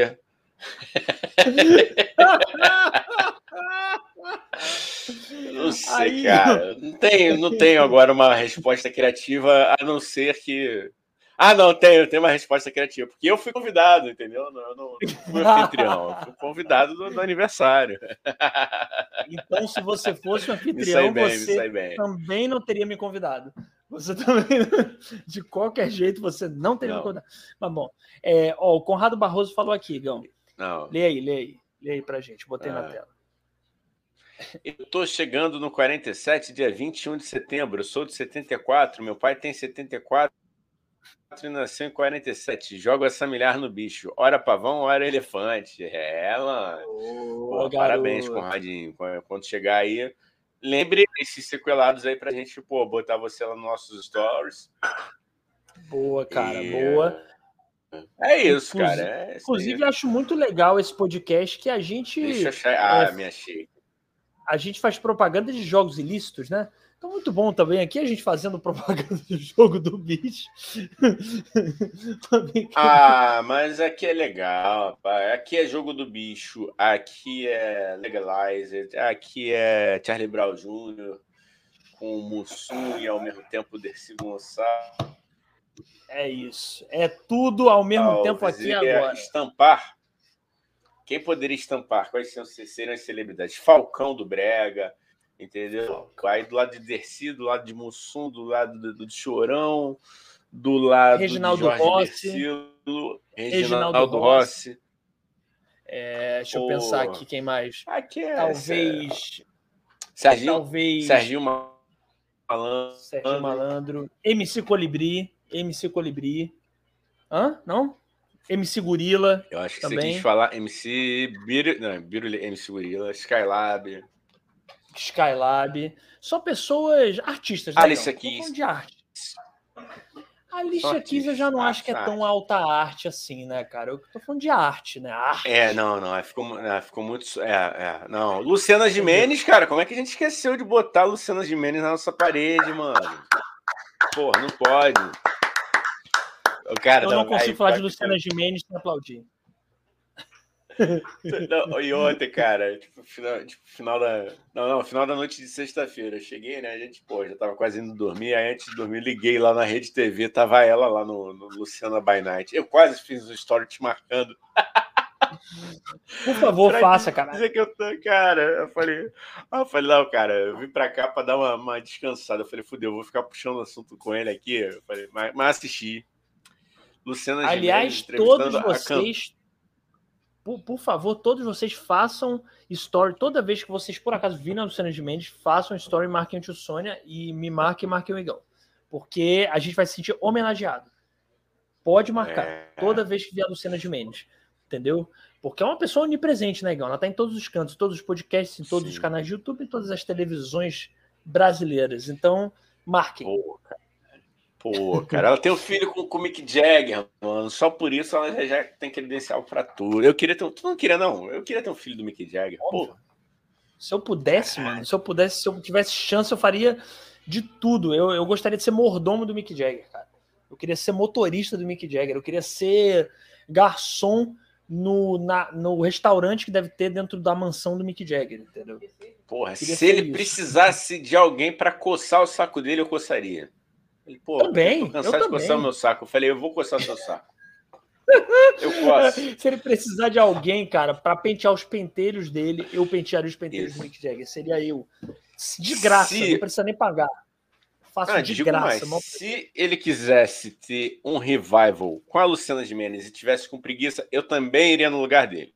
Não sei, aí, cara. Não tenho, não tenho agora uma resposta criativa, a não ser que... Ah, não, tenho, tenho uma resposta criativa. Porque eu fui convidado, entendeu? Eu não, eu não fui anfitrião, eu fui convidado do, do aniversário. Então, se você fosse um anfitrião, bem, você também não teria me convidado. Você também, de qualquer jeito, você não teria não. me convidado. Mas bom, é, ó, o Conrado Barroso falou aqui, Gão. Não. Lê aí, lê aí. Lê aí pra gente, botei ah. na tela. Eu tô chegando no quarenta e sete, dia vinte e um de setembro. Eu sou de setenta e quatro, meu pai tem setenta e quatro e nasceu em quarenta e sete. Jogo essa milhar no bicho. Ora pavão, ora elefante. É, mano. Oh, Pô, parabéns, Conradinho. Quando chegar aí, lembre esses sequelados aí pra gente, pô, botar você lá nos nossos stories. Boa, cara, e... boa. É isso, inclusive, cara. É isso inclusive, acho muito legal esse podcast que a gente... Deixa eu achar... Ah, é, minha chique. A gente faz propaganda de jogos ilícitos, né? Então, muito bom também aqui a gente fazendo propaganda do jogo do bicho. Ah, mas aqui é legal, rapaz. Aqui é jogo do bicho, aqui é Legalized, aqui é Charlie Brown Júnior com o Mussum e ao mesmo tempo o Dercy Gonçalves. É isso. É tudo ao mesmo ah, tempo aqui agora. Estampar Quem poderia estampar? Quais seriam as celebridades? Falcão do Brega, entendeu? Aí do lado de Dercy, do lado de Mussum, do lado do, do Chorão, do lado Reginaldo de Jorge Rossi, Versilo, Reginaldo, Reginaldo Rossi. Rossi. É, deixa eu Pô, pensar aqui quem mais. Aqui é, talvez. Serginho, talvez. Serginho Malandro. Serginho Malandro. M C Colibri. M C Colibri. Hã? Não? M C Gorila. Eu acho que também. você quis falar M C Biru, não, Biru, M C Gorila, Skylab. Skylab. Só pessoas artistas, né? Alicia Keys. de arte. A Alicia Keys eu já não acho que é tão alta arte assim, né, cara? Eu tô falando de arte, né? Arte. É, não, não. Ficou, é, ficou muito. É, é, não. Luciana Gimenez, cara, como é que a gente esqueceu de botar Luciana Gimenez na nossa parede, mano? Porra, não pode. O cara, eu não, não consigo aí, falar de Luciana que... Gimenez sem aplaudir. Não, e ontem, cara, tipo, final, tipo, final da. Não, não, final da noite de sexta-feira. Eu cheguei, né? A gente, pô, já tava quase indo dormir. Aí antes de dormir, liguei lá na Rede T V, tava ela lá no, no Luciana by Night. Eu quase fiz um story te marcando. Por favor, pra faça, cara. Dizer que eu tô, cara, eu falei, ah, eu falei, não, cara, eu vim pra cá pra dar uma, uma descansada. Eu falei, fudeu, eu vou ficar puxando o assunto com ele aqui. Eu falei, mas, mas assisti. Luciana Aliás, Gimenez, todos vocês. Por, por favor, todos vocês façam story. Toda vez que vocês, por acaso, virem a Luciana Gimenez, façam story, marquem o Tio Sônia e me marquem e marquem o Igão. Porque a gente vai se sentir homenageado. Pode marcar. É. Toda vez que vier a Luciana Gimenez. Entendeu? Porque é uma pessoa onipresente, né, Igão? Ela tá em todos os cantos, todos os podcasts, em todos Sim. os canais de YouTube, em todas as televisões brasileiras. Então, marquem. Pô, cara. Pô, cara, ela tem um filho com o Mick Jagger, mano. Só por isso ela já, já tem credencial pra tudo. Eu queria ter um... Tu não queria, não? Eu queria ter um filho do Mick Jagger. Pô. Se eu pudesse, mano, se eu pudesse, se eu tivesse chance, eu faria de tudo. Eu, eu gostaria de ser mordomo do Mick Jagger, cara. Eu queria ser motorista do Mick Jagger. Eu queria ser garçom no, na, no restaurante que deve ter dentro da mansão do Mick Jagger, entendeu? Porra, se ele isso. precisasse de alguém pra coçar o saco dele, eu coçaria. Ele, pô, também, eu tô cansado eu de também. coçar o meu saco. Eu falei, eu vou coçar seu saco. Eu posso. Se ele precisar de alguém, cara, para pentear os penteiros dele, eu pentearia os penteiros Isso. do Mick Jagger. Seria eu. De graça, se... não precisa nem pagar. Faço ah, de graça. Mais, se ele quisesse ter um revival com a Luciana Gimenez e tivesse com preguiça, eu também iria no lugar dele.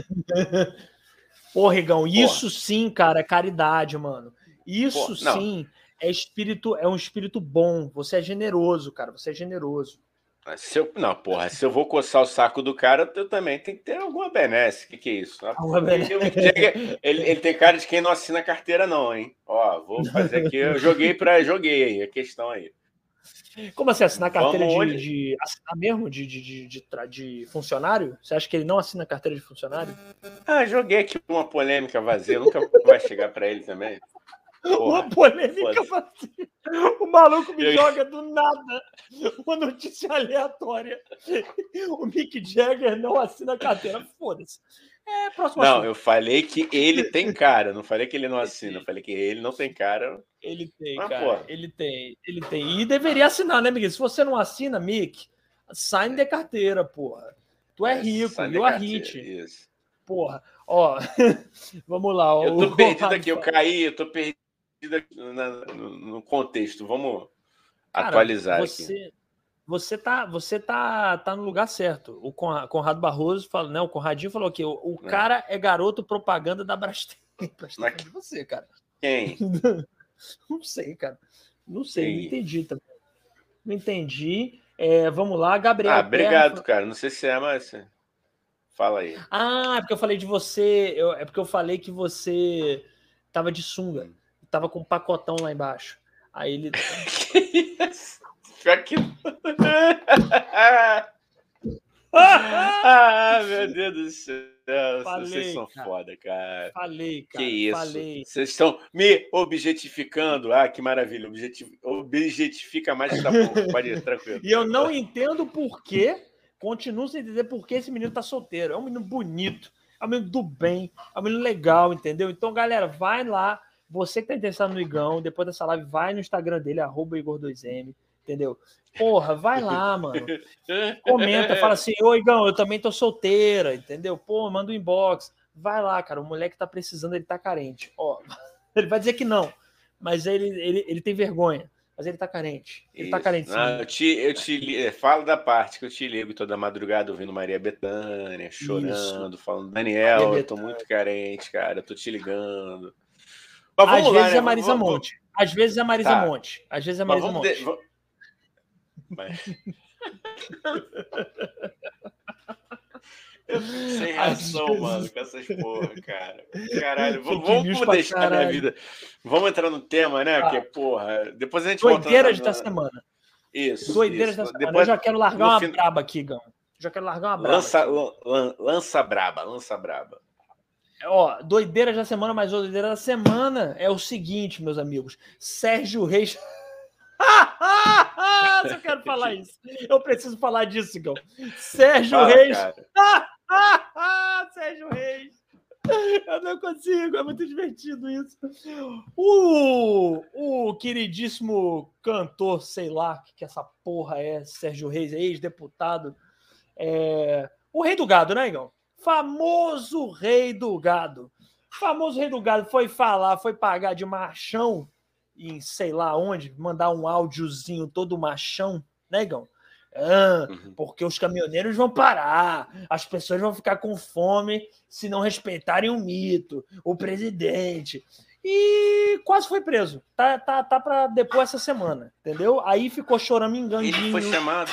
Ô, Rigão, isso sim, cara, é caridade, mano. Isso Porra, sim é espírito, é um espírito bom. Você é generoso, cara. Você é generoso. Se eu, não, porra, se eu vou coçar o saco do cara, eu também tenho que ter alguma benesse. O que, que é isso? Ele, ele, ele tem cara de quem não assina carteira, não, hein? Ó, vou fazer aqui. Eu joguei para joguei aí, a questão aí. Como assim, assinar carteira de, de. Assinar mesmo? De, de, de, de, de funcionário? Você acha que ele não assina carteira de funcionário? Ah, joguei aqui uma polêmica vazia, nunca vai chegar para ele também. Porra, uma polêmica vazia. O maluco me eu... joga do nada uma notícia aleatória. O Mick Jagger não assina carteira. Foda-se. É, próximo Não, assunto. Eu falei que ele tem cara. Não falei que ele não assina. Eu falei que ele não tem cara. Ele tem, Mas, cara. Porra. Ele tem. Ele tem. E deveria assinar, né, Mick? Se você não assina, Mick, sign de carteira, porra. Tu é, é rico. E o Hit. Isso. Porra. Ó, vamos lá. Eu tô o... perdido aqui. Eu caí. Eu tô perdido. No contexto, vamos Cara, atualizar você, aqui. Você tá, você tá, tá no lugar certo. O Conrado Barroso falou, né? O Conradinho falou que o, o é. cara é garoto propaganda da Brastemp. Brastemp de você, cara. Quem? Não sei, cara. Não sei, Quem? não entendi também. Não entendi. É, vamos lá, Gabriel. Ah, obrigado, Terra... cara. Não sei se é, mas fala aí. Ah, é porque eu falei de você. Eu, é porque eu falei que você tava de sunga. Tava com um pacotão lá embaixo. Aí ele. Que isso? Que... ah, meu Deus do céu. Falei, Vocês são cara. foda, cara. Falei, cara. Que isso? Falei. Vocês estão me objetificando. Ah, que maravilha. Objetif... Objetifica mais que tá pouco. Pode ir, tranquilo. E eu não entendo por quê. Continuo sem entender por que esse menino tá solteiro. É um menino bonito. É um menino do bem. É um menino legal, entendeu? Então, galera, vai lá. Você que tá interessado no Igão, depois dessa live, vai no Instagram dele, arroba Igor dois M. entendeu? Porra, vai lá, mano. Comenta, fala assim, ô Igão, eu também tô solteira, entendeu? Pô, manda um inbox. Vai lá, cara, o moleque tá precisando, ele tá carente. Ó, ele vai dizer que não, mas ele, ele, ele tem vergonha, mas ele tá carente. Ele Isso. tá carente, sim. Não, eu te, eu te falo da parte que eu te ligo toda madrugada ouvindo Maria Bethânia, chorando, Isso. falando, Daniel, eu tô muito carente, cara, eu tô te ligando. Mas vamos Às lá, vezes né? é Marisa vamos, Monte. Vamos... Às vezes é Marisa tá. Monte. Às vezes é Marisa Mas Monte. De... Mas... Eu fico sem reação, vezes... mano, com essas porra, cara. Caralho, vamos, vamos deixar caralho. minha vida. Vamos entrar no tema, né? Ah. Que porra. Depois a gente volta. Doideiras da semana. Isso. Doideiras isso. da semana. Depois... Eu já quero largar uma fim... braba aqui, Gão. Já quero largar uma braba. Lança, lan, lança braba, lança braba. Ó, doideiras da semana, mas doideira da semana é o seguinte, meus amigos. Sérgio Reis. Eu quero falar isso. Eu preciso falar disso, Gão. Sérgio Fala, Reis. Sérgio Reis. Eu não consigo, é muito divertido isso. O, o queridíssimo cantor, sei lá o que essa porra é, Sérgio Reis, ex-deputado. É... O Rei do Gado, né, Igão? Famoso Rei do Gado. Famoso Rei do Gado foi falar, foi pagar de machão em sei lá onde, mandar um áudiozinho todo machão, né, Igão? Ah, uhum. Porque os caminhoneiros vão parar, as pessoas vão ficar com fome se não respeitarem o mito, o presidente. E quase foi preso. Tá, tá, tá para depor essa semana, entendeu? Aí ficou choramingandinho. Ele foi chamado.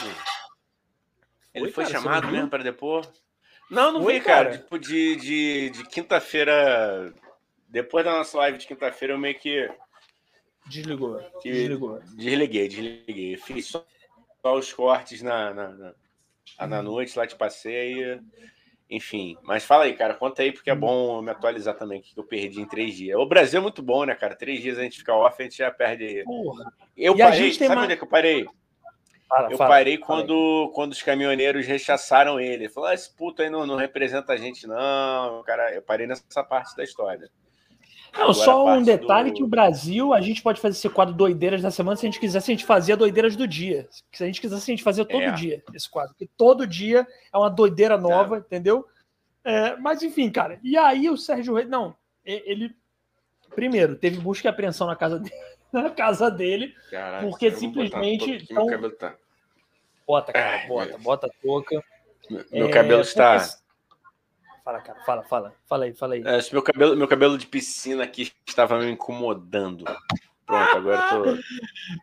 Ele foi, foi cara, chamado mesmo para depor? Não, não foi, vi, cara. cara. Tipo, de, de, de quinta-feira. Depois da nossa live de quinta-feira, eu meio que. Desligou. Que, Desliguou. Desliguei, desliguei. Fiz só. Só os cortes na, na, na, na noite, lá te passei, enfim. Mas fala aí, cara, conta aí, porque é bom me atualizar também, o que eu perdi em três dias. O Brasil é muito bom, né, cara? Três dias a gente fica off, a gente já perde aí. Porra. Eu e parei, sabe mais... onde é que eu parei? Fala, eu fala, parei fala quando, quando os caminhoneiros rechaçaram ele. Falou, ah, esse puto aí não, não representa a gente, não. Cara, eu parei nessa parte da história. Não, Agora, só um detalhe do... que o Brasil, a gente pode fazer esse quadro Doideiras da Semana, se a gente quisesse, a gente fazia Doideiras do Dia. Se a gente quisesse, a gente fazia todo é. dia esse quadro. Porque todo dia é uma doideira nova, é. entendeu? É, mas enfim, cara. E aí o Sérgio Reis... Não, ele... Primeiro, teve busca e apreensão na casa dele, na casa dele Caraca, porque simplesmente... Tão... Meu cabelo tá... Bota, cara, Ai, bota, meu... bota a touca. Meu é, cabelo está... Porque... Fala, cara, fala, fala. Fala aí, fala aí. É, meu, cabelo, meu cabelo de piscina aqui estava me incomodando. Pronto, agora eu tô...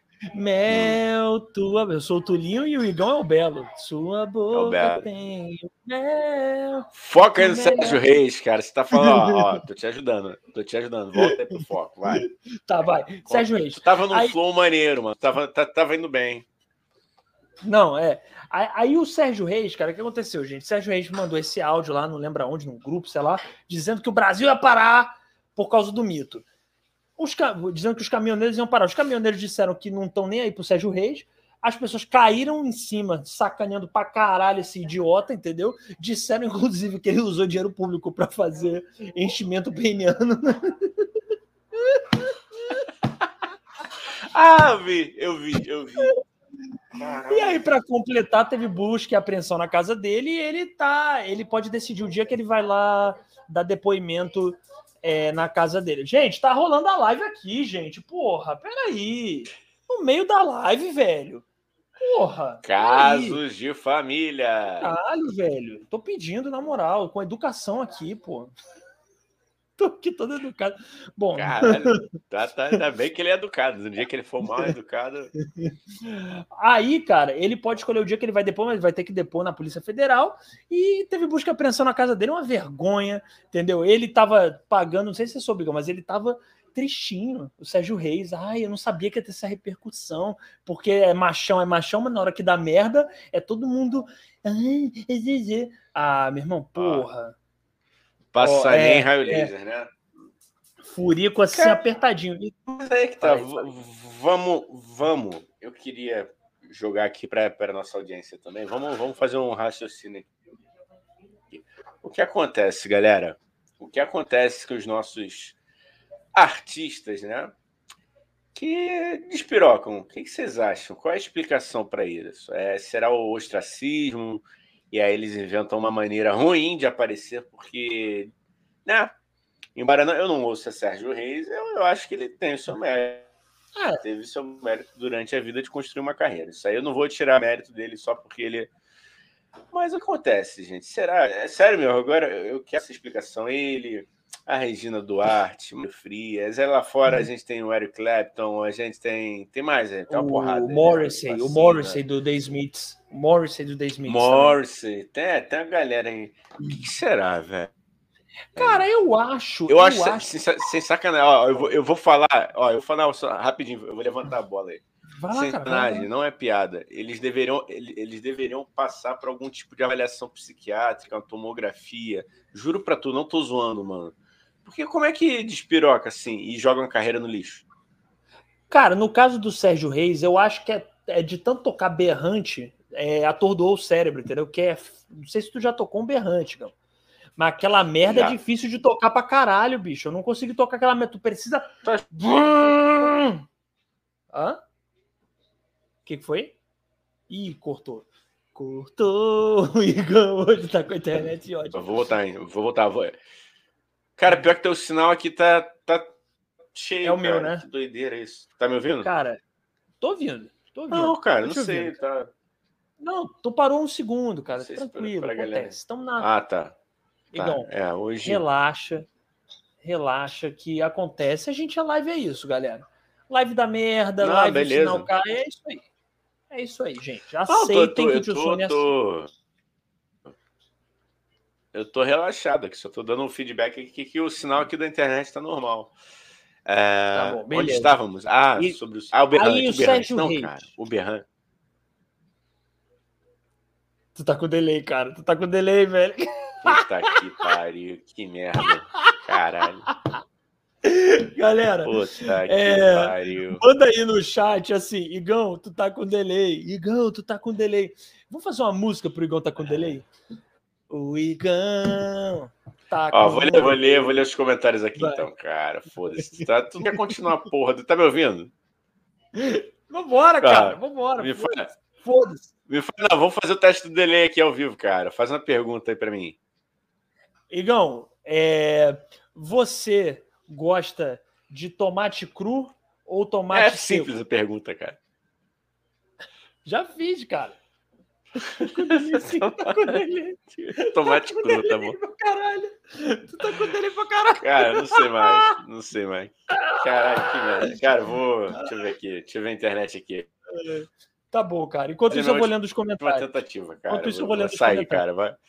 Mel, hum. tua... Eu sou o Tulinho e o Igão é o Belo. Sua boca é Belo. Tem mel. Foca aí no mel. Sérgio Reis, cara. Você tá falando, ó, ó, tô te ajudando. Tô te ajudando. Volta aí pro foco, vai. Tá, vai. Conta. Sérgio Reis. Tu tava num aí... flow maneiro, mano. Tava, tava indo bem. Não, é. Aí, aí o Sérgio Reis, cara, o que aconteceu, gente? O Sérgio Reis mandou esse áudio lá, não lembro onde, num grupo, sei lá, dizendo que o Brasil ia parar por causa do mito. Os, dizendo que os caminhoneiros iam parar. Os caminhoneiros disseram que não estão nem aí pro Sérgio Reis. As pessoas caíram em cima, sacaneando pra caralho esse idiota, entendeu? Disseram, inclusive, que ele usou dinheiro público pra fazer enchimento peniano. Ah, eu vi, eu vi, eu vi. Caramba. E aí, para completar, teve busca e apreensão na casa dele e ele tá. Ele pode decidir o dia que ele vai lá dar depoimento é, na casa dele. Gente, tá rolando a live aqui, gente. Porra, peraí. No meio da live, velho. Porra. Casos de família. Caralho, velho. Tô pedindo, na moral, com educação aqui, pô. Tô aqui todo educado. Bom. Caralho, tá, tá, ainda bem que ele é educado. No dia que ele for mal educado. Aí, cara, ele pode escolher o dia que ele vai depor, mas vai ter que depor na Polícia Federal. E teve busca e apreensão na casa dele, uma vergonha, entendeu? Ele tava pagando, não sei se você soube, mas ele tava tristinho, o Sérgio Reis. Ai, eu não sabia que ia ter essa repercussão, porque é machão, é machão, mas na hora que dá merda, é todo mundo. Ai, ah, meu irmão, porra. Ah. Passa oh, é, nem raio laser, é. né? Furico assim, cara, apertadinho. Mas aí que tá. Vai, vai. Vamos, vamos. Eu queria jogar aqui para a nossa audiência também. Vamos, vamos fazer um raciocínio aqui. O que acontece, galera? O que acontece com os nossos artistas, né? que despirocam. O que vocês acham? Qual é a explicação para isso? É, será o ostracismo? E aí eles inventam uma maneira ruim de aparecer, porque, né? Embora não, eu não ouça Sérgio Reis, eu, eu acho que ele tem o seu mérito. Ah, teve seu mérito durante a vida de construir uma carreira. Isso aí eu não vou tirar mérito dele só porque ele... Mas acontece, gente. Será? É sério, meu. Agora eu quero essa explicação. Ele, a Regina Duarte, muito Frias. Aí lá fora a gente tem o Eric Clapton, a gente tem. Tem mais, é, tem uma o porrada. Morrissey, né? O Morrissey do The Smiths. O Morrissey do The Smiths. Morrissey, tem, tem a galera aí. O que, que será, velho? Cara, eu acho. Eu, eu acho, acho... Sem, sem sacanagem. Ó, eu, vou, eu vou falar, ó, eu vou falar só, rapidinho, eu vou levantar a bola aí. Vai lá, cara, Sacanagem, não é piada. Eles deveriam, eles deveriam passar por algum tipo de avaliação psiquiátrica, uma tomografia. Juro pra tu, não tô zoando, mano. Porque como é que despiroca assim e joga uma carreira no lixo? Cara, no caso do Sérgio Reis, eu acho que é, é de tanto tocar berrante, é, atordoou o cérebro, entendeu? Que é, não sei se tu já tocou um berrante, cara. Mas aquela merda já. É difícil de tocar pra caralho, bicho. Eu não consigo tocar aquela merda. Tu precisa. Tá. Hã? O que, que foi? Ih, cortou. Cortou. O Igão hoje tá com a internet ótima. Eu vou voltar, hein? Vou voltar. Vou... Cara, pior que teu sinal aqui tá, tá cheio. É o meu, cara. né? Que doideira isso. Tá me ouvindo? Cara, tô ouvindo. Tô ouvindo. Não, cara, tô não sei. ouvindo. Tá... Não, tu parou um segundo, cara. Se Tranquilo, pra, pra acontece. Estamos na. Ah, tá. Igão, tá. É, hoje... relaxa. Relaxa que acontece. A gente, a live é isso, galera. Live da merda, não, live beleza. do sinal cai. É isso aí. É isso aí, gente. Aceitem não, tô, tô, que o tio Sônia eu tô... Eu tô relaxado aqui, só tô dando um feedback aqui que o sinal aqui da internet tá normal. É... Tá bom, beleza. Onde estávamos? Ah, e... sobre o... Ah, o Berrante. Aí o, o Berrante. Sérgio Não, Reis. cara, o Berrante. Tu tá com delay, cara. Tu tá com delay, velho. Puta que pariu, que merda. Caralho. Galera, Puta que é... pariu. Manda aí no chat assim, Igão, tu tá com delay. Igão, tu tá com delay. Vamos fazer uma música pro Igão tá com delay? O Igão tá Ó, com vou ler, delay. vou ler, vou ler os comentários aqui. Vai. Então, cara. Foda-se. Tá, tu quer continuar a porra? Tu tá me ouvindo? Vambora, cara. Vambora. Me foda-se. Foda-se. Me fala, não, vamos fazer o teste do delay aqui ao vivo, cara. Faz uma pergunta aí pra mim. Igão, é... você gosta de tomate cru ou tomate É seco? simples a pergunta, cara. Já fiz, cara. Tá com delay. Tomate tá cru, tá bom. Caralho. Tu tá com delay pra caralho. Cara, não sei mais. Não sei mais. Caralho, que merda. Cara, vou... Deixa eu ver aqui. Deixa eu ver a internet aqui. Tá bom, cara. Enquanto Olha, isso, eu vou lendo os comentários. Uma tentativa, cara. Enquanto isso, eu vou, vou lendo vou os sair, comentários. cara. Vai.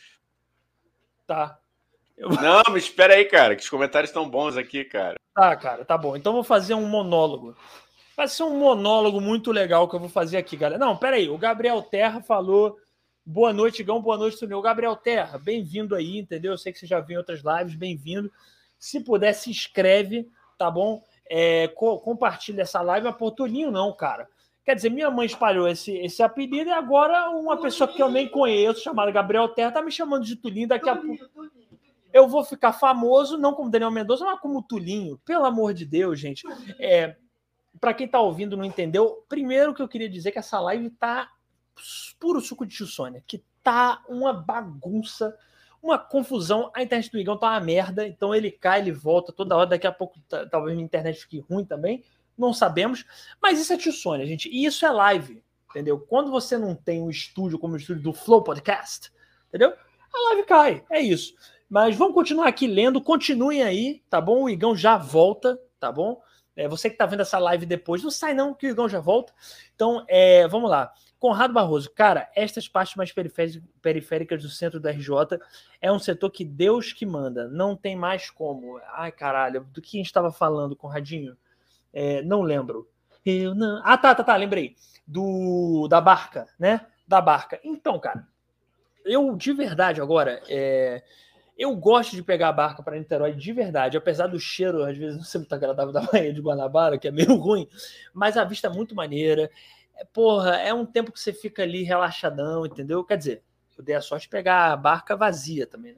Tá. Eu... Não, mas espera aí, cara, que os comentários estão bons aqui, cara. Tá, cara, tá bom. Então eu vou fazer um monólogo. Vai ser um monólogo muito legal que eu vou fazer aqui, galera. Não, pera aí. O Gabriel Terra falou... Boa noite, Igão. Boa noite, Tunil. Gabriel Terra, bem-vindo aí, entendeu? Eu sei que você já viu em outras lives, bem-vindo. Se puder, se inscreve, tá bom? É, co compartilha essa live. Mas, pô, Tulinho não, cara. Quer dizer, minha mãe espalhou esse, esse apelido e agora uma pessoa que eu nem conheço, chamada Gabriel Terra, tá me chamando de Tulinho. Daqui a pouco eu vou ficar famoso, não como Daniel Mendonça, mas como Tulinho. Pelo amor de Deus, gente. É, para quem tá ouvindo e não entendeu, primeiro que eu queria dizer que essa live tá puro suco de tio Sônia, que tá uma bagunça, uma confusão. A internet do Igão tá uma merda, então ele cai, ele volta toda hora. Daqui a pouco talvez a internet fique ruim também, não sabemos. Mas isso é tio Sônia, gente, e isso é live, entendeu? Quando você não tem um estúdio como o estúdio do Flow Podcast, entendeu? A live cai, é isso. Mas vamos continuar aqui lendo, continuem aí, tá bom? O Igão já volta, tá bom? É, você que tá vendo essa live depois, não sai não, que o Igão já volta. Então, é, vamos lá. Conrado Barroso, cara, estas partes mais periféricas do centro do R J é um setor que Deus que manda, não tem mais como. Ai, caralho, do que a gente estava falando, Conradinho? É, não lembro. Eu não... Ah, tá, tá, tá, lembrei. Do, da barca, né? Da barca. Então, cara, eu de verdade agora, é... eu gosto de pegar a barca para Niterói de verdade, apesar do cheiro, às vezes, não ser muito agradável da Baía de Guanabara, que é meio ruim, mas a vista é muito maneira. Porra, é um tempo que você fica ali relaxadão, entendeu? Quer dizer, eu dei a sorte de pegar a barca vazia também, né?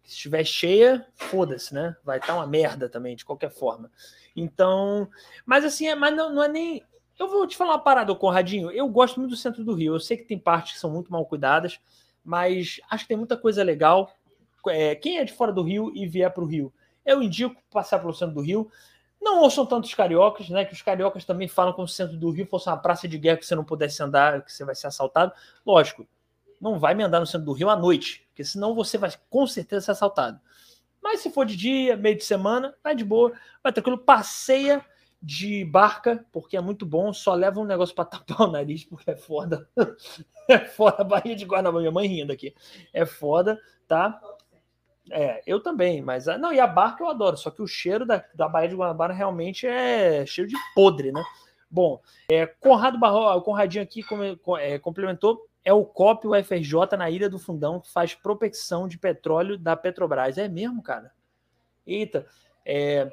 Se estiver cheia, foda-se, né? Vai estar uma merda também, de qualquer forma. Então, mas assim, é, mas não, não é nem... Eu vou te falar uma parada, Conradinho. Eu gosto muito do centro do Rio. Eu sei que tem partes que são muito mal cuidadas, mas acho que tem muita coisa legal. É, quem é de fora do Rio e vier para o Rio, eu indico passar pelo centro do Rio. Não ouçam tantos cariocas, né? Que os cariocas também falam como se o centro do Rio fosse uma praça de guerra que você não pudesse andar, que você vai ser assaltado. Lógico, não vai me andar no centro do Rio à noite, porque senão você vai com certeza ser assaltado. Mas se for de dia, meio de semana, vai de boa, vai tranquilo, passeia de barca, porque é muito bom, só leva um negócio para tapar o nariz, porque é foda. É foda, a Baía de Guanabara, minha mãe rindo aqui. É foda, tá? É, eu também, mas... Não, e a barca eu adoro, só que o cheiro da, da Baía de Guanabara realmente é cheiro de podre, né? Bom, é, Conrado Barro, o Conradinho aqui é, complementou, é o C O P U F R J na Ilha do Fundão, que faz prospecção de petróleo da Petrobras. É mesmo, cara? Eita, é...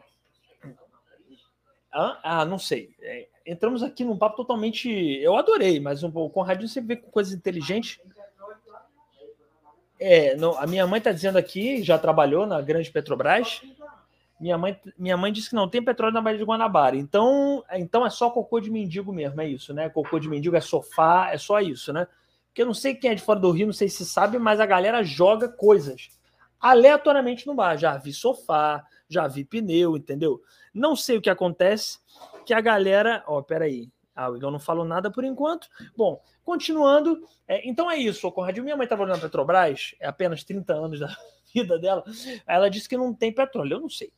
Ah, não sei. É, entramos aqui num papo totalmente... Eu adorei, mas um, o Conradinho sempre vê com coisas inteligentes. É, não, a minha mãe está dizendo aqui, já trabalhou na grande Petrobras. Minha mãe, minha mãe disse que não tem petróleo na Baía de Guanabara. Então, então é só cocô de mendigo mesmo, é isso, né? Cocô de mendigo é sofá, é só isso, né? Porque eu não sei quem é de fora do Rio, não sei se sabe, mas a galera joga coisas aleatoriamente no bar. Já vi sofá, já vi pneu, entendeu? Não sei o que acontece, que a galera... Ó, peraí. Ah, o Igor não falou nada por enquanto. Bom, continuando. É, então é isso, Conradinho. Minha mãe estava na Petrobras, é apenas trinta anos da vida dela. Ela disse que não tem petróleo. Eu não sei.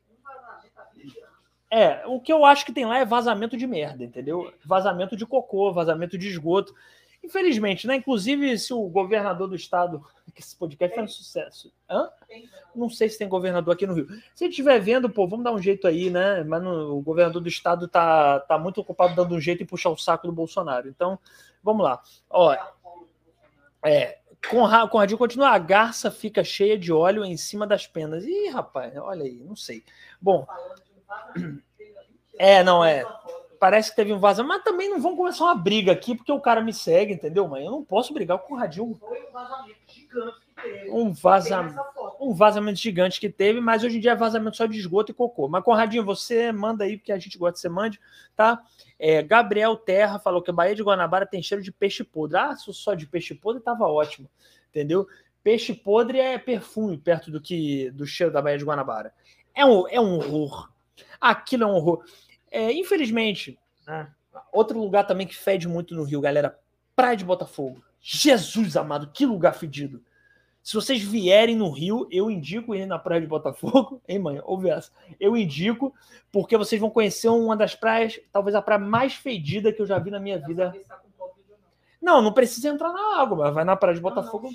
É, o que eu acho que tem lá é vazamento de merda, entendeu? Vazamento de cocô, vazamento de esgoto. Infelizmente, né? Inclusive, se o governador do estado, que esse podcast foi um sucesso. Hã? Não sei se tem governador aqui no Rio. Se ele estiver vendo, pô, vamos dar um jeito aí, né? Mas no, o governador do estado tá, tá muito ocupado dando um jeito em puxar o saco do Bolsonaro. Então, vamos lá. Ó, é, Conradinho continua, a garça fica cheia de óleo em cima das penas. Ih, rapaz, olha aí, não sei. Bom, é, não é. Parece que teve um vazamento, mas também não vão começar uma briga aqui, porque o cara me segue, entendeu, mãe? Eu não posso brigar com o Conradinho. Foi um vazamento gigante que teve. Um, vaza... um vazamento gigante que teve, mas hoje em dia é vazamento só de esgoto e cocô. Mas, Conradinho, você manda aí, porque a gente gosta que você mande, tá? É, Gabriel Terra falou que a Baía de Guanabara tem cheiro de peixe podre. Ah, se só de peixe podre tava ótimo, entendeu? Peixe podre é perfume perto do que do cheiro da Baía de Guanabara. É um, é um horror. Aquilo é um horror. É, infelizmente, né, outro lugar também que fede muito no Rio, galera, Praia de Botafogo. Jesus amado, que lugar fedido. Se vocês vierem no Rio, eu indico ir na Praia de Botafogo. Hein, mãe? Ouve essa. Eu indico, porque vocês vão conhecer uma das praias, talvez a praia mais fedida que eu já vi na minha vida. Não, não precisa entrar na água, mas vai na Praia de Botafogo.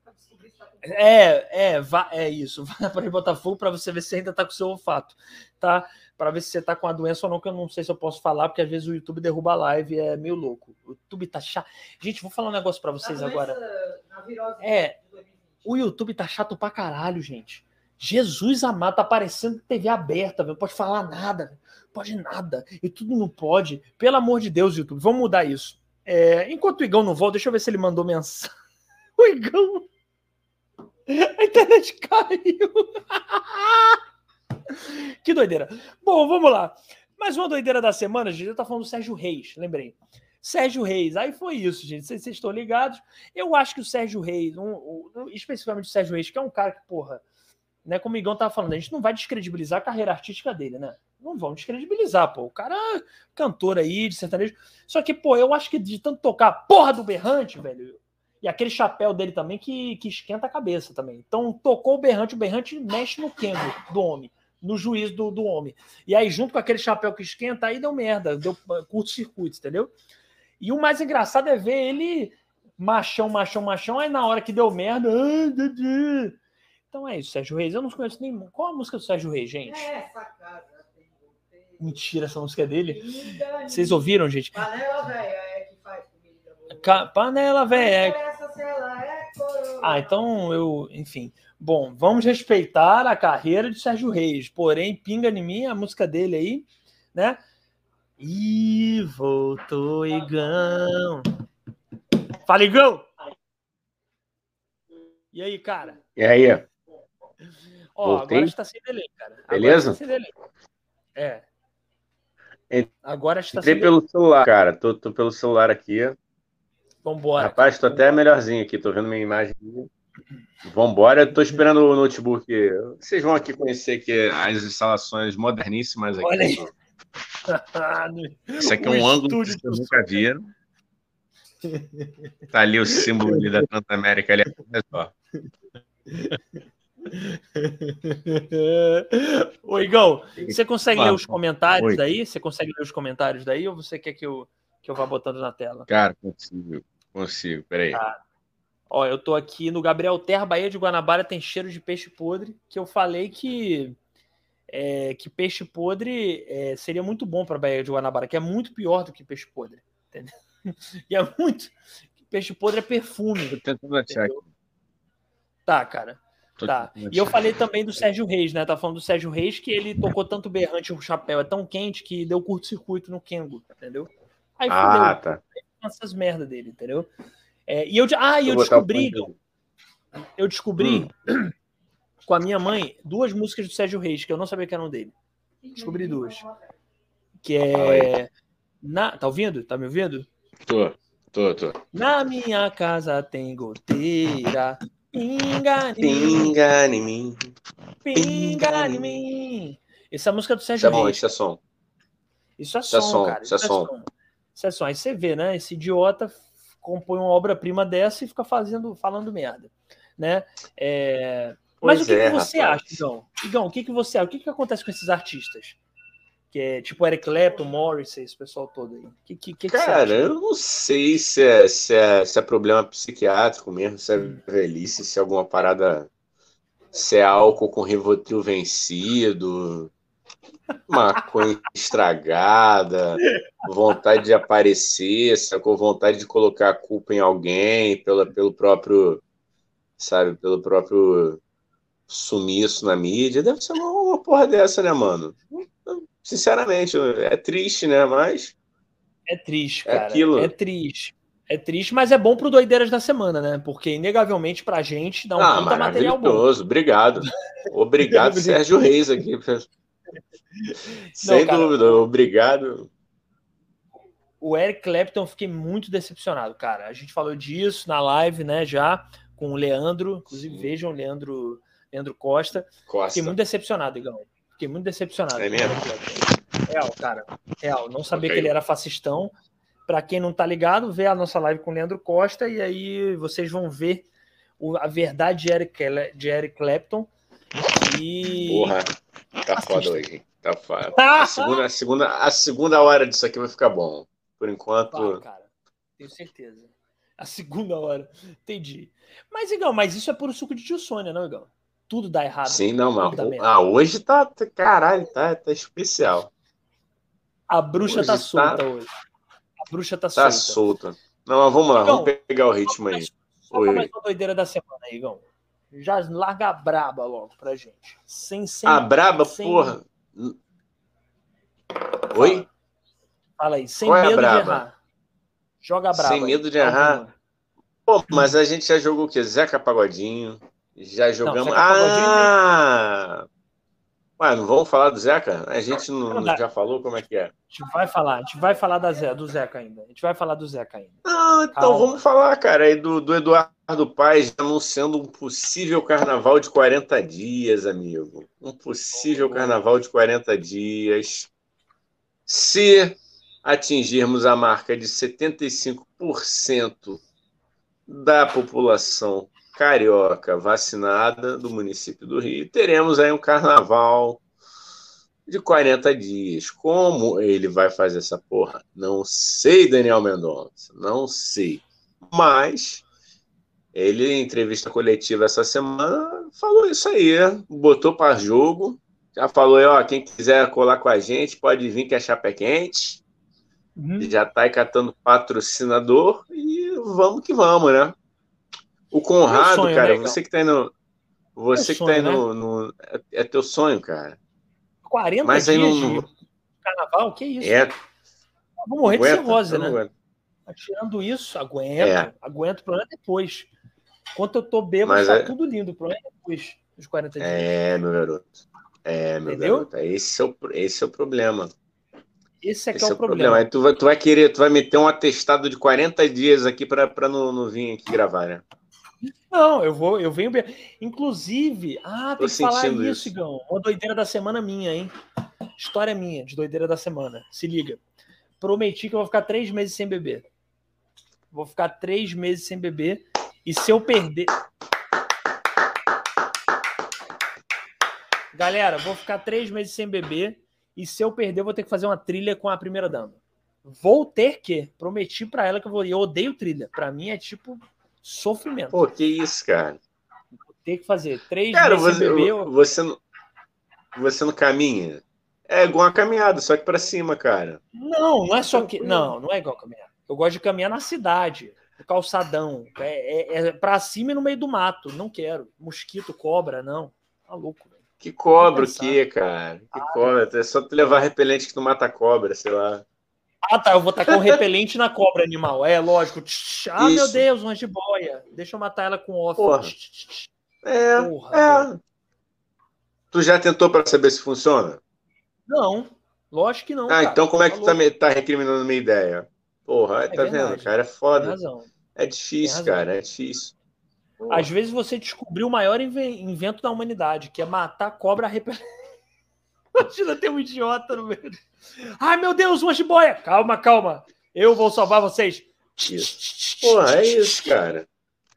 É, é, vá, é isso. Vai na Praia de Botafogo para você ver se ainda tá com o seu olfato, tá? Para ver se você tá com a doença ou não, que eu não sei se eu posso falar, porque às vezes o YouTube derruba a live e é meio louco. O YouTube tá chato. Gente, vou falar um negócio para vocês agora. É, o YouTube tá chato pra caralho, gente. Jesus amado, tá parecendo T V aberta, não pode falar nada, pode nada, e tudo não pode. Pelo amor de Deus, YouTube, vamos mudar isso. É, enquanto o Igão não volta, deixa eu ver se ele mandou mensagem. O Igão... A internet caiu. Que doideira. Bom, vamos lá. Mais uma doideira da semana, gente. Eu tô falando do Sérgio Reis, lembrei. Sérgio Reis, aí foi isso, gente. Vocês, vocês estão ligados? Eu acho que o Sérgio Reis, um, um, especificamente o Sérgio Reis, que é um cara que, porra, né, como o Igão tava falando, a gente não vai descredibilizar a carreira artística dele, né? Não vão descredibilizar, pô. O cara é cantor aí, de sertanejo. Só que, pô, eu acho que de tanto tocar a porra do berrante, velho. E aquele chapéu dele também que, que esquenta a cabeça também. Então, tocou o berrante, o berrante mexe no quengo do homem, no juízo do, do homem. E aí, junto com aquele chapéu que esquenta, aí deu merda, deu curto-circuito, entendeu? E o mais engraçado é ver ele machão, machão, machão, aí na hora que deu merda... Então é isso, Sérgio Reis. Eu não conheço nenhum. Qual a música do Sérgio Reis, gente? É essa casa. Mentira, essa música é dele. Vocês ouviram, gente? Panela velha é que faz comida. Panela velha. Ah, então eu, enfim. Bom, vamos respeitar a carreira de Sérgio Reis. Porém, pinga em mim a música dele aí, né? E voltou, Igão. Fala, Igão! E aí, cara? E aí? Ó, agora está sem delay, cara. Beleza? Agora está sem delay. É. Agora está Entrei sem pelo delay. celular, cara. Tô, tô pelo celular aqui. Vambora. Rapaz, cara. tô até melhorzinho aqui. Tô vendo minha imagem. Vambora. Tô esperando o notebook. Vocês vão aqui conhecer aqui as instalações moderníssimas aqui. Olha aí. Isso aqui é um ângulo que vocês nunca viram. Tá ali o símbolo ali da Transamérica ali. Olha só. Ô, Igão, você consegue ler os comentários Oi. daí? Você consegue ler os comentários daí ou você quer que eu, que eu vá botando na tela? Cara, consigo. Consigo, peraí. Tá. Ó, eu tô aqui no Gabriel Terra, Baía de Guanabara tem cheiro de peixe podre, que eu falei que, é, que peixe podre é, seria muito bom para Baía de Guanabara, que é muito pior do que peixe podre, entendeu? E é muito... Peixe podre é perfume. Tô tentando achar aqui. Tá, cara. Tá. E eu falei também do Sérgio Reis, né? Tá falando do Sérgio Reis que ele tocou tanto berrante, o chapéu é tão quente que deu curto-circuito no Kengo, entendeu? Aí ah, fudeu. tá. Aí essas merdas dele, entendeu? É, e eu, ah, e eu descobri, eu descobri hum. com a minha mãe duas músicas do Sérgio Reis que eu não sabia que eram dele. Descobri duas. Que é... Na... Tá ouvindo? Tá me ouvindo? Tô, tô, tô. Na minha casa tem goteira... Pinga em Pinga em mim. Pinga em mim. Essa é a música do Sérgio Reis. Isso é bom, Reis. isso é som. Isso é isso som, é som, cara. Isso é som. som. Isso é som. Aí você vê, né? Esse idiota compõe uma obra-prima dessa e fica fazendo, falando merda, né? É... Mas o que, é, que você rapaz. acha, Igão? Igão, o que, que você acha? O que, que acontece com esses artistas? Que é tipo Eric Clapton, Morrissey, esse pessoal todo aí. Que, que, que Cara, que eu não sei se é, se, é, se é problema psiquiátrico mesmo, se é velhice, se é alguma parada, se é álcool com Rivotril vencido, maconha estragada, vontade de aparecer, sacou? Vontade de colocar a culpa em alguém pela, pelo próprio, sabe, pelo próprio sumiço na mídia. Deve ser uma, uma porra dessa, né, mano? Sinceramente, é triste, né? Mas. É triste, é cara. Aquilo. É triste. É triste, mas é bom pro Doideiras da Semana, né? Porque, inegavelmente, pra gente dá um ah, puta material bom. Maravilhoso, obrigado. Obrigado, Sérgio Reis aqui. Sem Não, cara, dúvida, o... obrigado. O Eric Clapton, eu fiquei muito decepcionado, cara. A gente falou disso na live, né, já, com o Leandro. Inclusive, Sim. vejam o Leandro, Leandro Costa. Costa. Fiquei muito decepcionado, Igão. Fiquei muito decepcionado. É mesmo? Real, cara. Real. Não sabia okay. que ele era fascistão. Para quem não tá ligado, vê a nossa live com o Leandro Costa e aí vocês vão ver o, a verdade de Eric, de Eric Clapton. E... Porra, tá Assista. foda hoje. Tá foda. A segunda, a, segunda, a segunda hora disso aqui vai ficar bom. Por enquanto... Vai, cara. Tenho certeza. A segunda hora. Entendi. Mas, Igão, mas isso é puro suco de tio Sônia, não, Igão? Tudo dá errado. Sim, não, mas ah, hoje tá, caralho, tá, tá especial. A bruxa hoje tá solta tá... hoje. A bruxa tá, tá solta. solta. Não, mas vamos lá, Igão, vamos pegar o ritmo aí. Só pra mais uma doideira da semana aí, Igão. Já larga a braba logo pra gente. Sem, sem, a braba, sem... porra. Oi? Fala aí, sem Qual é medo a de errar. Joga a braba. Sem medo de errar. Pô, mas a gente já jogou o quê? Zeca Pagodinho. Já jogamos. Não, ah! Ué, não vamos falar do Zeca? A gente não, não já falou como é que é? A gente vai falar, a gente vai falar da Zé, do Zeca ainda. A gente vai falar do Zeca ainda. Ah, então Calma. vamos falar, cara, aí do, do Eduardo Paes anunciando um possível carnaval de quarenta dias, amigo. Um possível oh. carnaval de quarenta dias. Se atingirmos a marca de setenta e cinco por cento da população carioca vacinada do município do Rio, teremos aí um carnaval de quarenta dias. Como ele vai fazer essa porra? Não sei, Daniel Mendonça, não sei. Mas ele, em entrevista coletiva essa semana, falou isso aí, botou para jogo, já falou aí, ó, quem quiser colar com a gente pode vir que a chapa é quente, uhum. já tá aí catando patrocinador e vamos que vamos, né? O Conrado, sonho, cara, né, você que tá aí no. Você que sonho, tá aí no, né? no. É teu sonho, cara. quarenta Mas dias aí no, de carnaval? Que isso? É. Vou morrer aguenta, de cirrose, né? Aguenta. Tirando isso, aguento. É. Aguento o problema depois. Enquanto eu tô bêbado, tá é... tudo lindo. O problema é depois. nos quarenta dias. É, meu garoto. É, meu Entendeu? garoto. Esse é o, esse é o problema. Esse é que Esse é o é o problema. problema. Aí tu vai, tu vai querer, tu vai meter um atestado de quarenta dias aqui pra, pra não, não vir aqui gravar, né? Não, eu vou, eu venho. Inclusive, ah, Tô tem que falar sentindo isso, isso. Igão. Uma doideira da semana minha, hein? História minha, de doideira da semana. Se liga. Prometi que eu vou ficar três meses sem beber. Vou ficar três meses sem beber. E se eu perder. Galera, vou ficar três meses sem beber. E se eu perder, eu vou ter que fazer uma trilha com a primeira dama. Vou ter que. Prometi pra ela que eu vou. Eu odeio trilha. Pra mim é tipo sofrimento. Pô, que isso, cara. Vou ter que fazer três Cara, meses você, sem beber. Eu... você, não, você não caminha? É igual uma caminhada, só que pra cima, cara. Não, não é só que. Não, não é igual caminhar. Eu gosto de caminhar na cidade, no calçadão. É, é, é pra cima e no meio do mato. Não quero. Mosquito, cobra, não. Tá louco, velho. Que cobra o quê, cara? Que ah, cobra? É só tu levar repelente que tu mata a cobra, sei lá. Ah, tá. Eu vou tacar um repelente na cobra animal. É, lógico. Ah, isso. Meu Deus, uma jiboia. Deixa eu matar ela com off. Porra. É, Porra, é. Velho. Tu já tentou pra saber se funciona? Não. Lógico que não, Ah, cara. então como é que tu tá, tá recriminando minha ideia? Porra, é, tá verdade. Vendo, cara? É foda. Tem razão. É difícil, cara. É difícil. Porra. Às vezes você descobriu o maior invento da humanidade, que é matar cobra repelente. Imagina ter um idiota no meio. Ai, meu Deus, uma jiboia. Calma, calma. Eu vou salvar vocês. Isso. Porra, é isso, cara.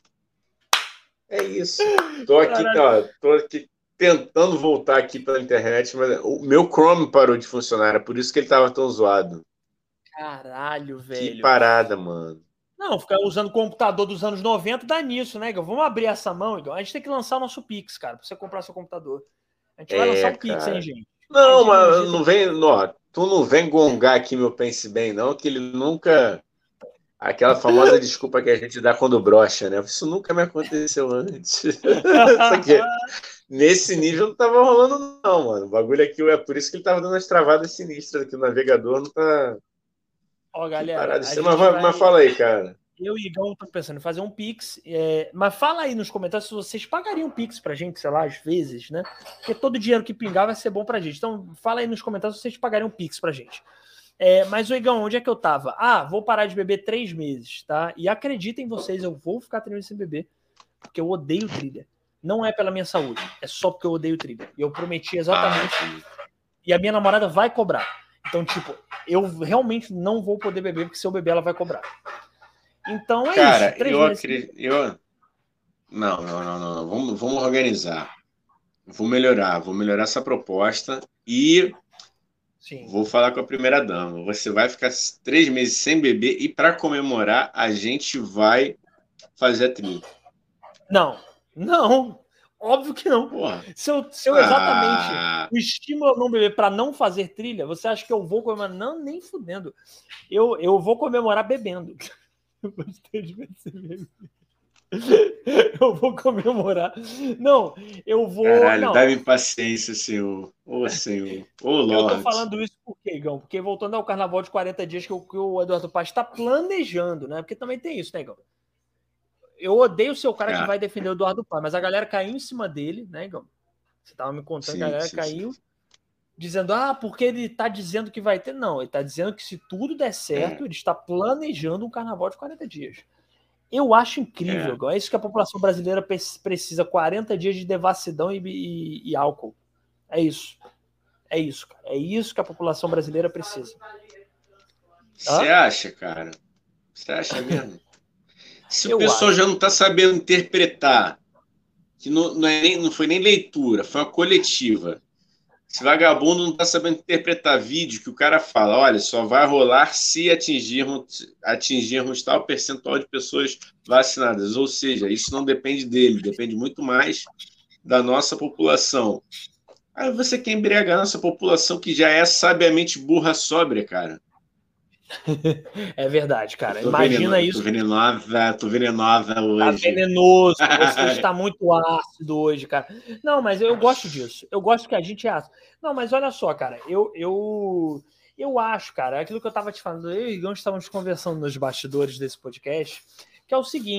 É isso. Tô aqui, ó, tô aqui tentando voltar aqui pela internet, mas o meu Chrome parou de funcionar. É por isso que ele tava tão zoado. Caralho, velho. Que parada, mano. Não, ficar usando o computador dos anos noventa dá nisso, né, Igor? Vamos abrir essa mão, Igor. A gente tem que lançar o nosso Pix, cara, pra você comprar seu computador. A gente vai é, lançar o Pix, cara. Hein, gente? Não, mas não vem, não, tu não vem gongar aqui meu Pense Bem, não, que ele nunca... Aquela famosa desculpa que a gente dá quando brocha, né? Isso nunca me aconteceu antes. Só que nesse nível não tava rolando, não, mano. O bagulho aqui é por isso que ele tava dando as travadas sinistras, que o navegador não tá... Ó, galera, mas, vai... mas fala aí, cara. Eu e Igão estamos pensando em fazer um Pix, é... mas fala aí nos comentários se vocês pagariam um Pix pra gente, sei lá, às vezes, né? Porque todo dinheiro que pingar vai ser bom pra gente. Então, fala aí nos comentários se vocês pagariam um Pix pra gente. É... Mas, o Igão, onde é que eu tava? Ah, vou parar de beber três meses, tá? E acreditem vocês, eu vou ficar três meses sem beber, porque eu odeio trilha. Não é pela minha saúde, é só porque eu odeio trilha. E eu prometi exatamente isso. E a minha namorada vai cobrar. Então, tipo, eu realmente não vou poder beber, porque se eu beber, ela vai cobrar. Então, é Cara, isso. Três eu meses... acredito... Eu... Não, não, não, não. Vamos, vamos organizar. Vou melhorar. Vou melhorar essa proposta e Sim. vou falar com a primeira dama. Você vai ficar três meses sem beber e, para comemorar, a gente vai fazer a trilha. Não, não. Óbvio que não. Porra. Se eu, se eu exatamente ah. o estímulo a não beber para não fazer trilha, você acha que eu vou comemorar? Não, nem fudendo. Eu, eu vou comemorar bebendo. Eu gostei de beber. Eu vou comemorar. Não, eu vou. Caralho, dá-me paciência, senhor. Ô, senhor. Ô, Lorde. Eu tô falando isso por quê, Igão? Porque voltando ao carnaval de quarenta dias que o, que o Eduardo Paz está planejando, né? Porque também tem isso, né, Igão? Eu odeio ser o cara é. que vai defender o Eduardo Paz, mas a galera caiu em cima dele, né, Igão? Você tava me contando, sim, a galera sim, caiu sim. dizendo, ah, porque ele tá dizendo que vai ter. Não, ele tá dizendo que se tudo der certo, é. ele está planejando um carnaval de quarenta dias. Eu acho incrível, é, é isso que a população brasileira precisa, quarenta dias de devassidão e, e, e álcool. É isso. É isso, cara. É isso que a população brasileira precisa. Você acha, cara? Você acha mesmo? Se o pessoal já não está sabendo interpretar, que não, não, é nem, não foi nem leitura, foi uma coletiva. Esse vagabundo não está sabendo interpretar vídeo que o cara fala, olha, só vai rolar se atingirmos, atingirmos tal percentual de pessoas vacinadas. Ou seja, isso não depende dele, depende muito mais da nossa população. Aí você quer embriagar a nossa população que já é sabiamente burra sóbria, cara. É verdade, cara. Imagina veneno, isso. Tô venenosa, tô venenosa hoje. Tá venenoso, você está muito ácido hoje, cara. Não, mas eu gosto disso. Eu gosto que a gente é ácido. Não, mas olha só, cara, eu eu, eu acho, cara, aquilo que eu tava te falando, eu e o Igão estávamos conversando nos bastidores desse podcast, que é o seguinte,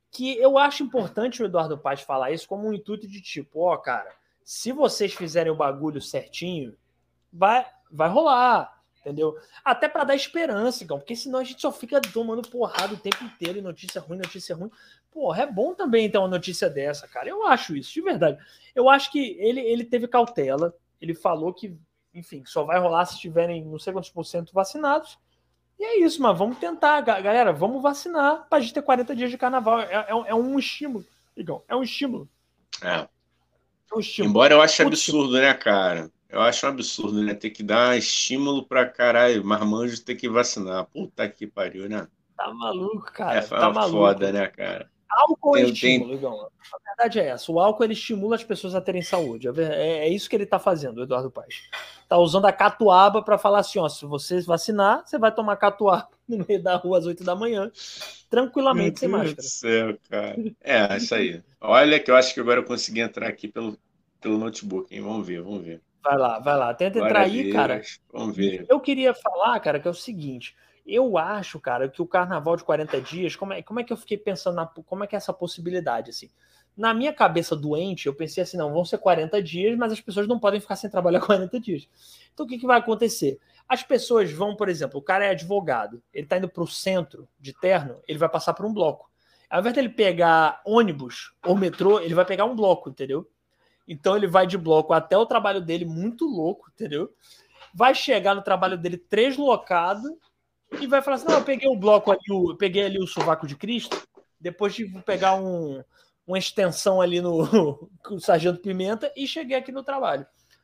que eu acho importante o Eduardo Paes falar isso como um intuito de tipo, ó, cara, se vocês fizerem o bagulho certinho, vai, vai rolar, entendeu? Até para dar esperança, então, porque senão a gente só fica tomando porrada o tempo inteiro e notícia ruim, notícia ruim. Porra, é bom também ter uma notícia dessa, cara. Eu acho isso, de verdade. Eu acho que ele, ele teve cautela, ele falou que, enfim, só vai rolar se tiverem não sei quantos por cento vacinados. E é isso, mas vamos tentar, galera, vamos vacinar pra gente ter quarenta dias de carnaval. É, é, é um estímulo, Igão, é um estímulo. É. É um estímulo. Embora eu ache absurdo, né, cara? Eu acho um absurdo, né? Ter que dar estímulo pra caralho, marmanjo ter que vacinar. Puta que pariu, né? Tá maluco, cara. É tá maluco. Foda, né, cara? Álcool tem, é estímulo, tem... Igão. A verdade é essa. O álcool ele estimula as pessoas a terem saúde. É, é isso que ele tá fazendo, o Eduardo Paes. Tá usando a catuaba para falar assim, ó, se você vacinar, você vai tomar catuaba no meio da rua às oito da manhã, tranquilamente, sem máscara. Meu Deus do céu, cara. É, isso aí. Olha que eu acho que agora eu consegui entrar aqui pelo, pelo notebook, hein? Vamos ver, vamos ver. Vai lá, vai lá. Tenta Glória entrar aí, cara. Vamos ver. Eu queria falar, cara, que é o seguinte. Eu acho, cara, que o carnaval de quarenta dias, como é, como é que eu fiquei pensando, na, como é que é essa possibilidade, assim? Na minha cabeça doente, eu pensei assim, não, vão ser quarenta dias, mas as pessoas não podem ficar sem trabalhar quarenta dias. Então o que, que vai acontecer? As pessoas vão, por exemplo, o cara é advogado, ele tá indo pro centro de terno, ele vai passar por um bloco. Ao invés dele pegar ônibus ou metrô, ele vai pegar um bloco, entendeu? Então ele vai de bloco até o trabalho dele, muito louco, entendeu? Vai chegar no trabalho dele translocado e vai falar assim, não, eu peguei o bloco ali, eu peguei ali o sovaco de Cristo, depois de pegar um, uma extensão ali no, no Sargento Pimenta e cheguei aqui no trabalho.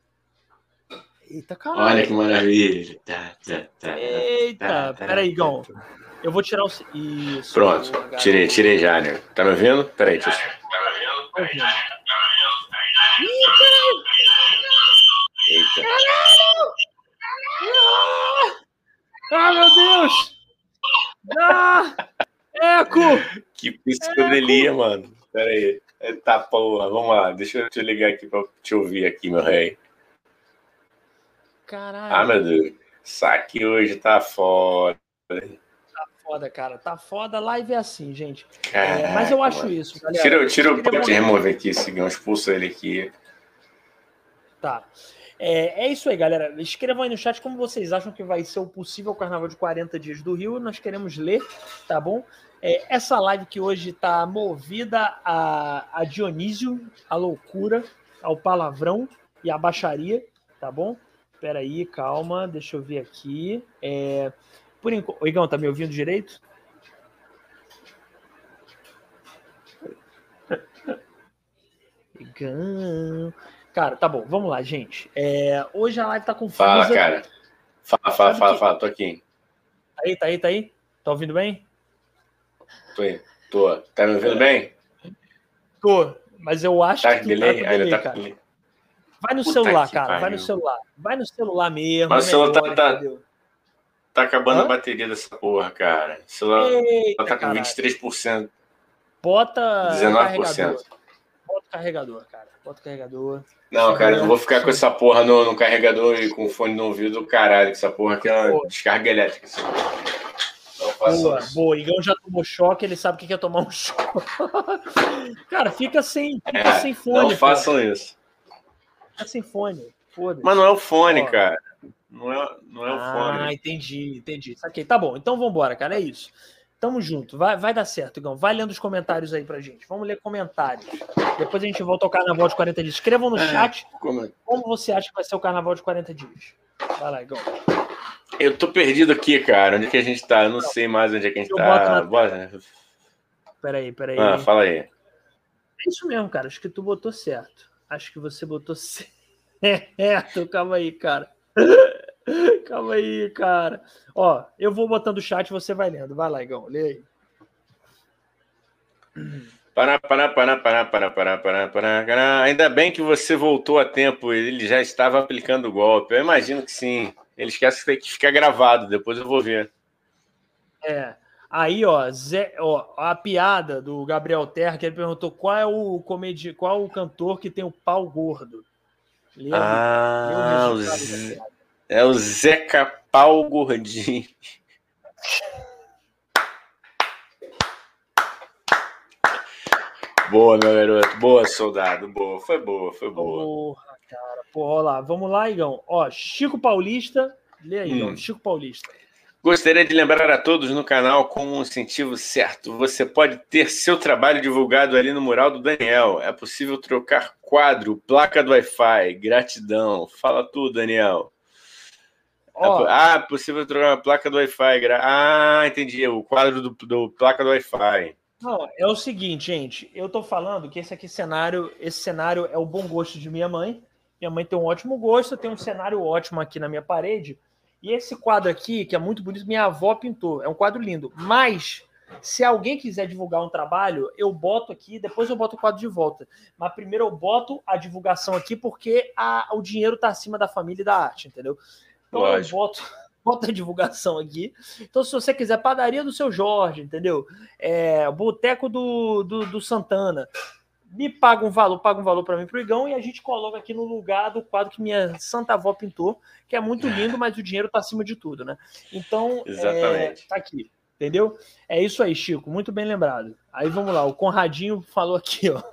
Eita, caralho. Olha que maravilha. Tá, tá, tá, Eita, tá, tá, peraí, Igão. Eu vou tirar o... Isso. Pronto, boa, tirei, tirei já, né? Tá me ouvindo? Peraí, deixa eu... Tá me ouvindo? Eita. Ah, meu Deus! Ah! Eco! Que psicodelia, mano. Pera aí. Eita porra, vamos lá. Deixa eu te ligar aqui pra te ouvir aqui, meu rei. Caralho. Ah, meu Deus. Saque hoje tá foda. Tá foda, cara. Tá foda. Live é assim, gente. Caraca, é, mas eu acho mano. isso, galera. Tira, tira o pode remover aqui, Sigão. Expulsa ele aqui. Tá. É, é isso aí, galera. Escrevam aí no chat como vocês acham que vai ser o possível carnaval de quarenta dias do Rio. Nós queremos ler, tá bom? É, essa live que hoje tá movida a, a Dionísio, a loucura, ao palavrão e à baixaria, tá bom? Espera aí, calma, deixa eu ver aqui. É, por enquanto... O Igão, tá me ouvindo direito? Igão... Cara, tá bom, vamos lá, gente. É, hoje a live tá confusa. Fala, cara. Fala, fala, fala, que... fala, tô aqui. Tá aí, tá aí, tá aí? Tá ouvindo bem? Tô aí, tô. Tá me ouvindo bem? Tô, mas eu acho tá que tu delay? tá com delay, tá cara. Com... Vai no Puta celular, cara, pariu. vai no celular. Vai no celular mesmo. Mas o celular tá, tá, tá acabando Hã? a bateria dessa porra, cara. O celular Eita, tá com caralho. vinte e três por cento. Bota dezenove por cento. carregador. Bota o carregador, cara. Bota o carregador. Não, cara, eu não vou ficar com essa porra no, no carregador e com o fone no ouvido do caralho, que essa porra aqui é uma descarga elétrica. Assim. Boa, boa. Igão já tomou choque, ele sabe o que é tomar um choque. Cara, fica sem, fica é, sem fone. Não façam isso. Fica sem fone. Foda-se. Mas não é o fone, Ó. cara. Não é, não é o ah, fone. Ah, entendi, entendi. Saquei. Tá bom, então vambora, cara. É isso. Tamo junto. Vai, vai dar certo, Igão. Vai lendo os comentários aí pra gente. Vamos ler comentários. Depois a gente volta ao carnaval de quarenta dias. Escrevam no chat é, como... como você acha que vai ser o carnaval de quarenta dias. Vai lá, Igão. Eu tô perdido aqui, cara. Onde é que a gente tá? Eu não sei mais onde é que a gente Eu tá. Na... Bora. Peraí, peraí. Ah, fala aí. É isso mesmo, cara. Acho que tu botou certo. Acho que você botou certo. Calma aí, cara. Calma aí, cara. Ó, eu vou botando o chat e você vai lendo. Vai lá, Igão. Lê aí. Pará, pará, pará, pará, pará, pará, pará, pará. Ainda bem que você voltou a tempo. Ele já estava aplicando o golpe. Eu imagino que sim. Ele esquece que tem que ficar gravado. Depois eu vou ver. É. Aí, ó, Zé, ó, a piada do Gabriel Terra, que ele perguntou qual é o comedi... qual é o cantor que tem o pau gordo. Lê ah, o Zé... é o Zeca Pau Gordinho. Boa, meu garoto. Boa, soldado. Boa. Foi boa, foi boa. Porra, cara. Porra, lá. Vamos lá, Igão. Ó, Chico Paulista. Lê aí, Igão. Hum. Chico Paulista. Gostaria de lembrar a todos no canal como um incentivo certo. Você pode ter seu trabalho divulgado ali no mural do Daniel. É possível trocar quadro, placa do Wi-Fi. Gratidão. Fala tudo, Daniel. Ó, ah, possível trocar a placa do Wi-Fi. Ah, entendi. O quadro do, do placa do Wi-Fi. Não, é o seguinte, gente. Eu tô falando que esse aqui cenário, esse cenário é o bom gosto de minha mãe. Minha mãe tem um ótimo gosto, tem um cenário ótimo aqui na minha parede. E esse quadro aqui, que é muito bonito, minha avó pintou. É um quadro lindo. Mas, se alguém quiser divulgar um trabalho, eu boto aqui, depois eu boto o quadro de volta. Mas primeiro eu boto a divulgação aqui, porque a, o dinheiro tá acima da família e da arte, entendeu? Então Lógico. eu boto, boto a divulgação aqui. Então, se você quiser, padaria do seu Jorge, entendeu? É, boteco do, do, do Santana. Me paga um valor, paga um valor para mim pro Igão e a gente coloca aqui no lugar do quadro que minha santa avó pintou, que é muito lindo, mas o dinheiro tá acima de tudo, né? Então, Exatamente. É, tá aqui, entendeu? É isso aí, Chico, muito bem lembrado. Aí vamos lá, o Conradinho falou aqui, ó.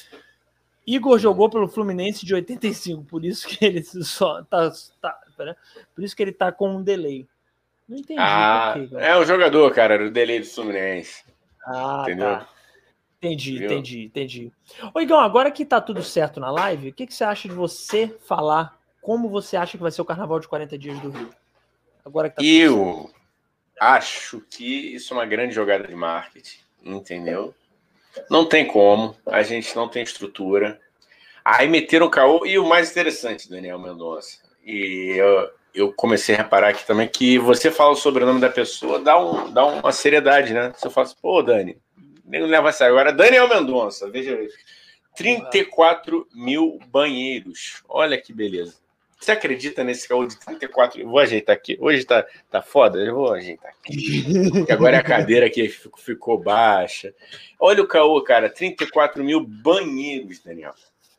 Igor jogou pelo Fluminense de oitenta e cinco, por isso que ele só tá, tá por isso que ele tá com um delay. Não entendi. Ah, por quê, é o jogador, cara, o delay do Fluminense. Ah, entendeu? Tá. Entendi, Viu? entendi, entendi. Ô, Igão, agora que tá tudo certo na live, o que, que você acha de você falar como você acha que vai ser o Carnaval de quarenta dias do Rio? Agora que tá Eu tudo certo. acho que isso é uma grande jogada de marketing, entendeu? Não tem como, a gente não tem estrutura. Aí meteram o caô, e o mais interessante, Daniel Mendonça, e eu, eu comecei a reparar aqui também que você fala o sobrenome da pessoa, dá, um, dá uma seriedade, né? Você fala assim, pô, Dani, nem leva a sério. Agora, Daniel Mendonça, veja aí. trinta e quatro mil banheiros. Olha que beleza. Você acredita nesse caô de trinta e quatro? Eu vou ajeitar aqui. Hoje tá, tá foda? Eu vou ajeitar aqui. Porque agora é a cadeira aqui ficou, ficou baixa. Olha o caô, cara. trinta e quatro mil banheiros, Daniel.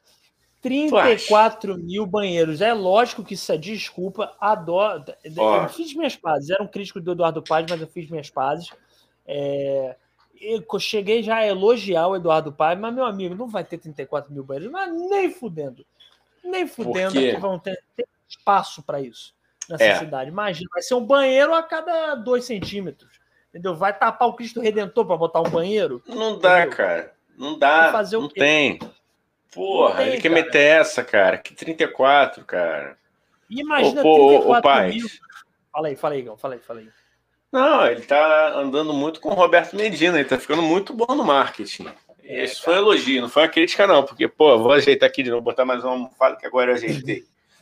trinta e quatro mil banheiros. É lógico que isso é desculpa. Adoro. Ó. Eu fiz minhas pazes. Era um crítico do Eduardo Paz, mas eu fiz minhas pazes. É... Eu cheguei já a elogiar o Eduardo Paz, mas, meu amigo, não vai ter trinta e quatro mil banheiros. Mas nem fudendo. Nem fudendo que vão ter, ter espaço para isso nessa é. cidade. Imagina, vai ser um banheiro a cada dois centímetros. Entendeu? Vai tapar o Cristo Redentor para botar um banheiro? Não dá, entendeu? Cara. Não dá. Fazer não o quê? Tem. Porra, não tem, ele quer cara. meter essa, cara. Que trinta e quatro, cara. Imagina ô, pô, trinta e quatro mil. Fala aí, fala aí, Igão. Fala aí, fala aí. Não, ele tá andando muito com o Roberto Medina, ele tá ficando muito bom no marketing. É, Isso cara. Foi um elogio, não foi uma crítica, não, porque, pô, vou ajeitar aqui de novo, botar mais uma almofada que agora eu ajeitei.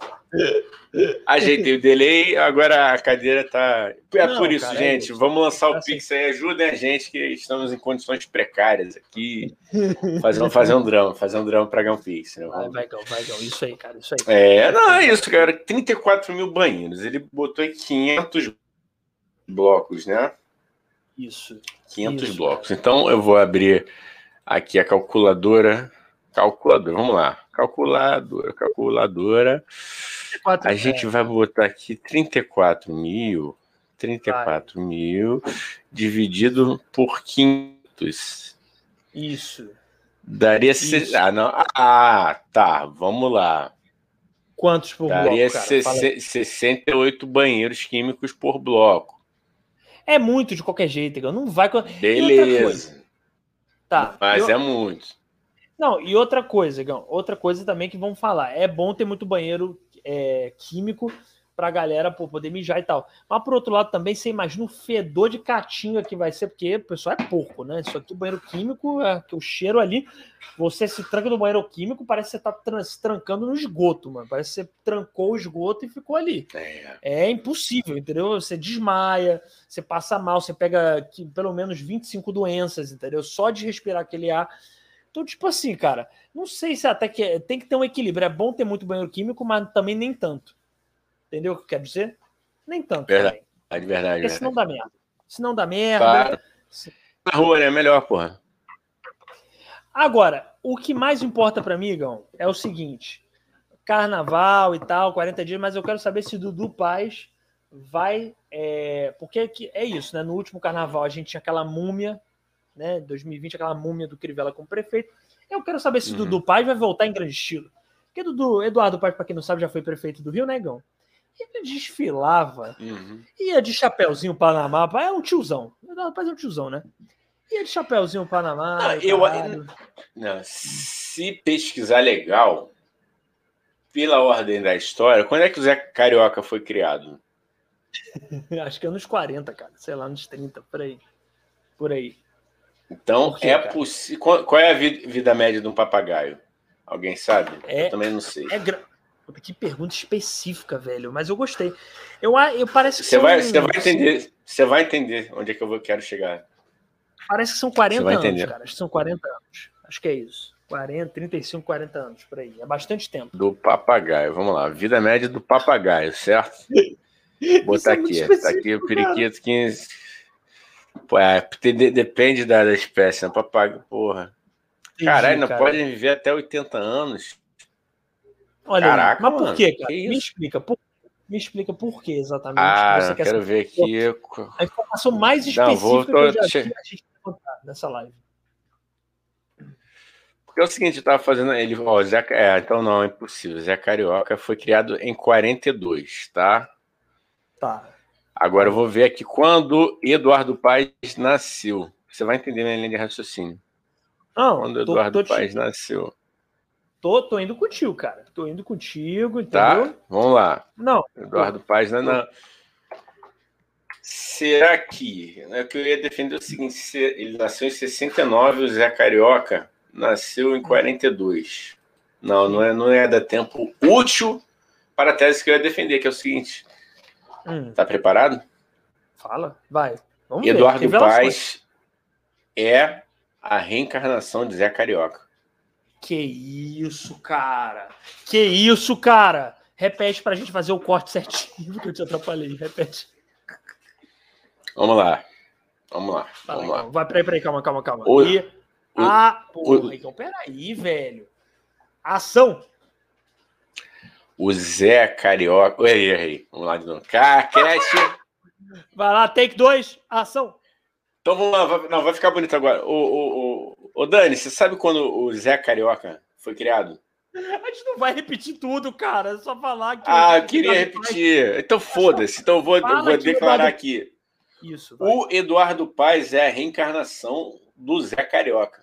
Ajeitei o delay, agora a cadeira tá. É não, por isso, cara, gente, é isso. Vamos lançar o assim. Pix aí, ajudem a gente, que estamos em condições precárias aqui. Fazer, fazer um drama, fazer um drama pra ganhar um Pix. Né? Vai, vai, vai, vai, isso aí, cara, isso aí. É, não, é isso, cara. trinta e quatro mil banheiros, ele botou aí quinhentos blocos, né? Isso. quinhentos isso, blocos. cara. Então eu vou abrir aqui a calculadora. Calculadora, vamos lá. Calculadora, calculadora. A gente é. vai botar aqui trinta e quatro mil. trinta e quatro vai. mil dividido por quinhentos. Isso. Daria. Isso. Se... Ah, não. Ah, tá. Vamos lá. Quantos por Daria bloco, cara? Daria sessenta e oito banheiros químicos por bloco. É muito de qualquer jeito, Igor. Não vai. Beleza. Tá. Mas eu... é muito. Não, e outra coisa, Igor. Outra coisa também que vamos falar. É bom ter muito banheiro é, químico pra galera pô, poder mijar e tal. Mas, por outro lado, também você imagina o fedor de caatinga que vai ser, porque o pessoal é porco, né? Isso aqui, banheiro químico, é, que o cheiro ali, você se tranca no banheiro químico, parece que você tá tran- se trancando no esgoto, mano. Parece que você trancou o esgoto e ficou ali. É, é impossível, entendeu? Você desmaia, você passa mal, você pega aqui, pelo menos vinte e cinco doenças, entendeu? Só de respirar aquele ar. Então, tipo assim, cara, não sei se até que é, tem que ter um equilíbrio. É bom ter muito banheiro químico, mas também nem tanto. Entendeu o que eu quero dizer? Nem tanto verdade, também. Verdade, Porque verdade. senão dá merda. Senão dá merda. Claro. Na rua, né? Melhor, porra. Agora, o que mais importa pra mim, Igão, é o seguinte. Carnaval e tal, quarenta dias, mas eu quero saber se Dudu Paz vai... É, porque é isso, né? No último carnaval a gente tinha aquela múmia, né? dois mil e vinte, aquela múmia do Crivella como prefeito. Eu quero saber se o Uhum. Dudu Paz vai voltar em grande estilo. Porque Dudu, Eduardo Paz, para quem não sabe, já foi prefeito do Rio, né, Gão? Ele desfilava, Uhum. ia de chapéuzinho Panamá, é um tiozão. Eduardo Paz é um tiozão, né? Ia de chapéuzinho Panamá. Não, eu, não, se pesquisar legal, pela ordem da história, quando é que o Zé Carioca foi criado? Acho que anos quarenta, cara. Sei lá, anos trinta, por aí. Por aí. Então, Por quê, é cara? possível. Qual, qual é a vida, vida média de um papagaio? Alguém sabe? É, eu também não sei. É gra... Que pergunta específica, velho. Mas eu gostei. Eu, eu parece que você são... vai, você vai entender. Você vai entender onde é que eu vou, quero chegar. Parece que são quarenta anos, cara. Acho que são quarenta anos. Acho que é isso. quarenta, trinta e cinco, quarenta anos, por aí. É bastante tempo. Do papagaio. Vamos lá. Vida média do papagaio, certo? Vou botar é aqui. Tá aqui o periquito quinze. Pô, é, depende da, da espécie. Né? Papagaio, porra. Entendi, caralho, não cara. Podem viver até oitenta anos. Olha Caraca, aí. Mas por quê, cara? Que Me explica. Por... Me explica por que exatamente. Ah, você não, quer quero ver aqui. A informação mais específica não, vou, tô... que eu já vi a gente contar nessa live. Porque é o seguinte, eu tava fazendo ele, ó, Zé, é, então não, é impossível. Zé Carioca foi criado em quarenta e dois, tá? Tá. Agora eu vou ver aqui quando Eduardo Paes nasceu. Você vai entender minha linha de raciocínio. Não, quando Eduardo tô, tô Paes te... nasceu. Tô, tô indo contigo, cara. Tô indo contigo, entendeu? Tá, vamos lá. Não. Eduardo Paes não, não. Será que... É que eu ia defender o seguinte, ele nasceu em sessenta e nove, o Zé Carioca nasceu em quarenta e dois. Não, não é, não é dar tempo útil para a tese que eu ia defender, que é o seguinte. Hum. Tá preparado? Fala, vai. Vamos Eduardo ver. Paes é a reencarnação de Zé Carioca. Que isso, cara. Que isso, cara. Repete pra gente fazer o corte certinho que eu te atrapalhei. Repete. Vamos lá. Vamos lá. Fala, vamos lá. Vai, peraí, peraí, calma, calma, calma. O, e... o, ah, porra, o, então peraí, velho. Ação. O Zé Carioca. Eu errei, errei. Vamos lá de novo. Caquete. Vai lá, take dois, ação. Então vamos lá, vai, não, vai ficar bonito agora. Ô, ô, ô, ô, Dani, você sabe quando o Zé Carioca foi criado? A gente não vai repetir tudo, cara. É só falar que. Ah, eu queria repetir. Paes... Então foda-se. Então eu vou, eu vou declarar Eduardo... aqui. Isso. Vai. O Eduardo Paes é a reencarnação do Zé Carioca.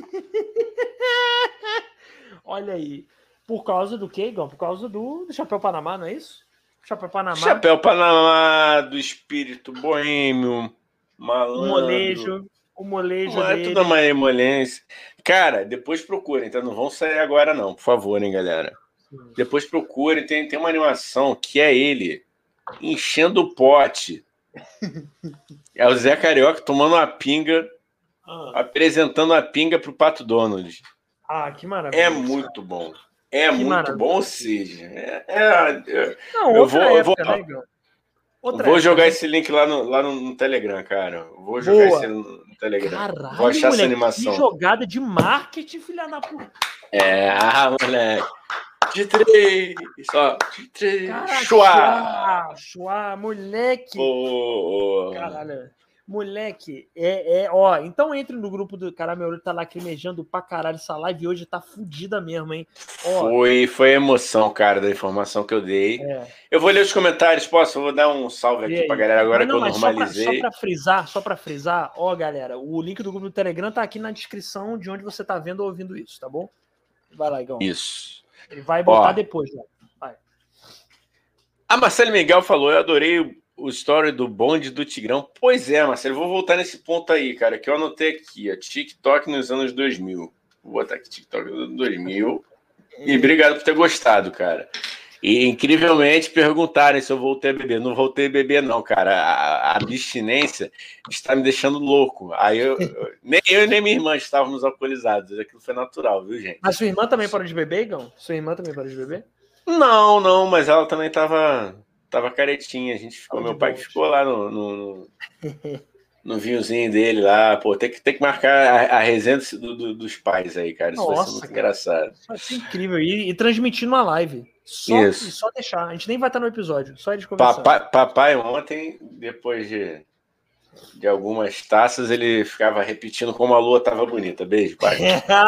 Olha aí. Por causa do quê, Igor? Por causa do, do Chapéu Panamá, não é isso? Chapéu Panamá. Chapéu Panamá, do espírito boêmio, malandro. O molejo. O molejo é dele. Tudo uma emolência. Cara, depois procurem, tá? Não vão sair agora não, por favor, hein, galera. Sim. Depois procurem, tem, tem uma animação que é ele enchendo o pote. É o Zé Carioca tomando uma pinga, ah. apresentando a pinga pro Pato Donald. Ah, que maravilha. É muito bom. É que muito maravilha. bom, ou seja, é, é, é, Não, eu vou, época, eu vou, né, Outra vou época, jogar né? esse link lá no, lá no, no Telegram, cara. Vou jogar Boa. esse no, no Telegram. Caralho, vou achar moleque, essa animação. Que jogada de marketing, filha da puta. É, ah, moleque. De três, só. De três. Cara, Chua! Chua, moleque. Oh, oh. Caralho. Moleque, é, é, ó, então entre no grupo do cara, meu olho tá lacrimejando pra caralho, essa live hoje tá fudida mesmo, hein? Ó, foi, foi emoção, cara, da informação que eu dei. É. Eu vou ler os comentários, posso? Eu vou dar um salve aqui pra galera agora não, não, que eu normalizei. Só pra, só pra frisar, só pra frisar, ó, galera, o link do grupo do Telegram tá aqui na descrição de onde você tá vendo ou ouvindo isso, tá bom? Vai lá, Igão. Isso. Ele vai botar ó, depois, né? Vai. A Marcelo Miguel falou, eu adorei o O story do bonde do Tigrão. Pois é, Marcelo, vou voltar nesse ponto aí, cara, que eu anotei aqui, ó, TikTok nos anos dois mil. Vou botar aqui TikTok nos anos dois mil. E obrigado por ter gostado, cara. E, incrivelmente, perguntarem se eu voltei a beber. Não voltei a beber, não, cara. A, a abstinência está me deixando louco. Aí eu, eu, nem eu nem minha irmã estávamos alcoolizados. Aquilo foi natural, viu, gente? Mas sua irmã também parou de beber, Igão? Sua irmã também parou de beber? Não, não, mas ela também estava... Tava caretinha, a gente ficou. Oh, meu pai que ficou lá no, no, no, no vinhozinho dele lá. Pô, tem que, tem que marcar a, a resenha do, do, dos pais aí, cara. Isso Nossa, vai ser muito cara. engraçado. Isso vai ser incrível. E, e transmitindo uma live. Só, Isso. só deixar. A gente nem vai estar no episódio, só eles conversando. Papai, papai ontem, depois de de algumas taças, ele ficava repetindo como a lua estava bonita. Beijo, pai.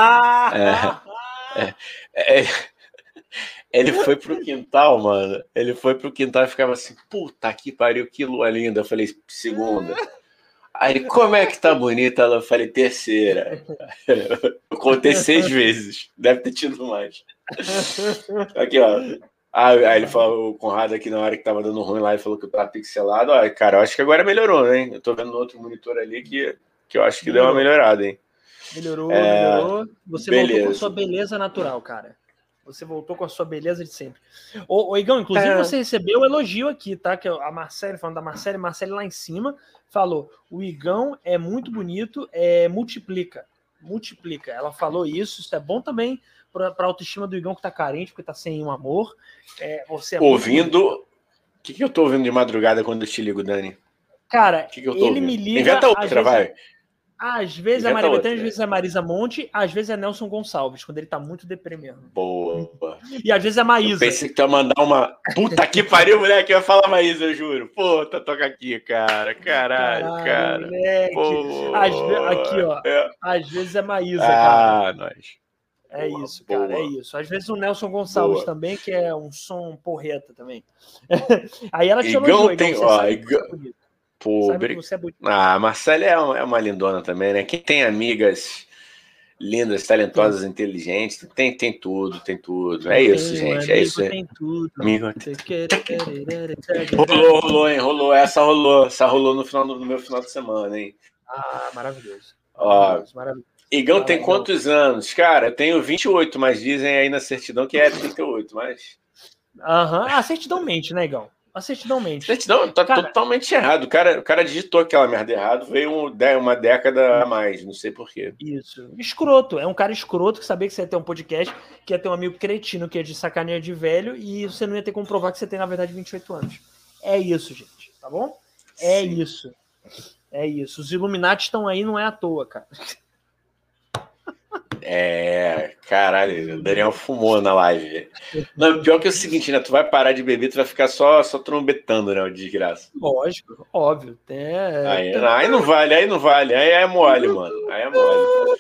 é, é, é, ele foi pro quintal, mano. Ele foi pro quintal e ficava assim, puta que pariu, que lua linda. Eu falei, segunda. Aí ele, como é que tá bonita? Eu falei, terceira. Eu contei seis vezes. Deve ter tido mais. Aqui, ó. Aí ele falou, o Conrado aqui na hora que tava dando ruim lá, ele falou que eu tava pixelado. Olha, cara, eu acho que agora melhorou, hein? Eu tô vendo no outro monitor ali que, que eu acho que melhorou. Deu uma melhorada, hein? Melhorou, é... melhorou. Você beleza. Voltou com a sua beleza natural, cara. Você voltou com a sua beleza de sempre. Ô, ô Igão, inclusive é. Você recebeu um elogio aqui, tá? Que a Marcele, falando da Marcele, Marcele lá em cima, falou, o Igão é muito bonito, é, multiplica. Multiplica. Ela falou isso, isso é bom também para a autoestima do Igão que tá carente, porque tá sem um amor. É, você é ouvindo... O que, que eu tô ouvindo de madrugada quando eu te ligo, Dani? Cara, que que eu tô ele ouvindo? me liga... Inventa outra, vezes... vai. Às vezes é Maria Bethânia, às vezes é Marisa Monte, às vezes é Nelson Gonçalves, quando ele tá muito deprimido. Boa. E às vezes é Maísa. Eu pensei que tu ia mandar uma... Puta que pariu, moleque, eu ia falar Maísa, eu juro. Puta, toca aqui, cara. Caralho, Caralho cara. Moleque. Às ve... Aqui, ó. É. Às vezes é Maísa, ah, cara. Ah, nós. É boa, isso, cara, boa. é isso. Às vezes o Nelson Gonçalves boa. Também, que é um som porreta também. Aí ela te elogiou, tem... Igão, ó, você Igão... bonito. Pobre. Você é bonito. Ah, a Marcela é uma, é uma lindona também, né? Quem tem amigas lindas, talentosas, tem. inteligentes, tem, tem tudo, tem tudo. É tem isso, gente. Um é isso. Tem tudo. Amigo. rolou, rolou, hein? Rolou. Essa rolou. Essa rolou no, final, no meu final de semana, hein? Ah, maravilhoso. Ó, maravilhoso. Igão tem quantos anos? Cara, eu tenho vinte e oito, mas dizem aí na certidão que é trinta e oito, mas... Aham, uhum. A certidão mente, né, Igão? A certidão mente. Certidão tá cara, totalmente errado. O cara, o cara digitou aquela merda errado, veio um, uma década a mais, não sei porquê. Isso. Escroto. É um cara escroto que sabia que você ia ter um podcast, que ia ter um amigo cretino que ia de sacaneia de velho e você não ia ter como provar que você tem, na verdade, vinte e oito anos. É isso, gente. Tá bom? É Sim. isso. É isso. Os Illuminati estão aí, não é à toa, cara. É, caralho, o Daniel fumou na live. Não, pior que é o seguinte, né? Tu vai parar de beber, tu vai ficar só, só trombetando, né? O desgraça. Lógico, óbvio. É... Aí, não, aí não vale, aí não vale. Aí é mole, mano. Aí é mole.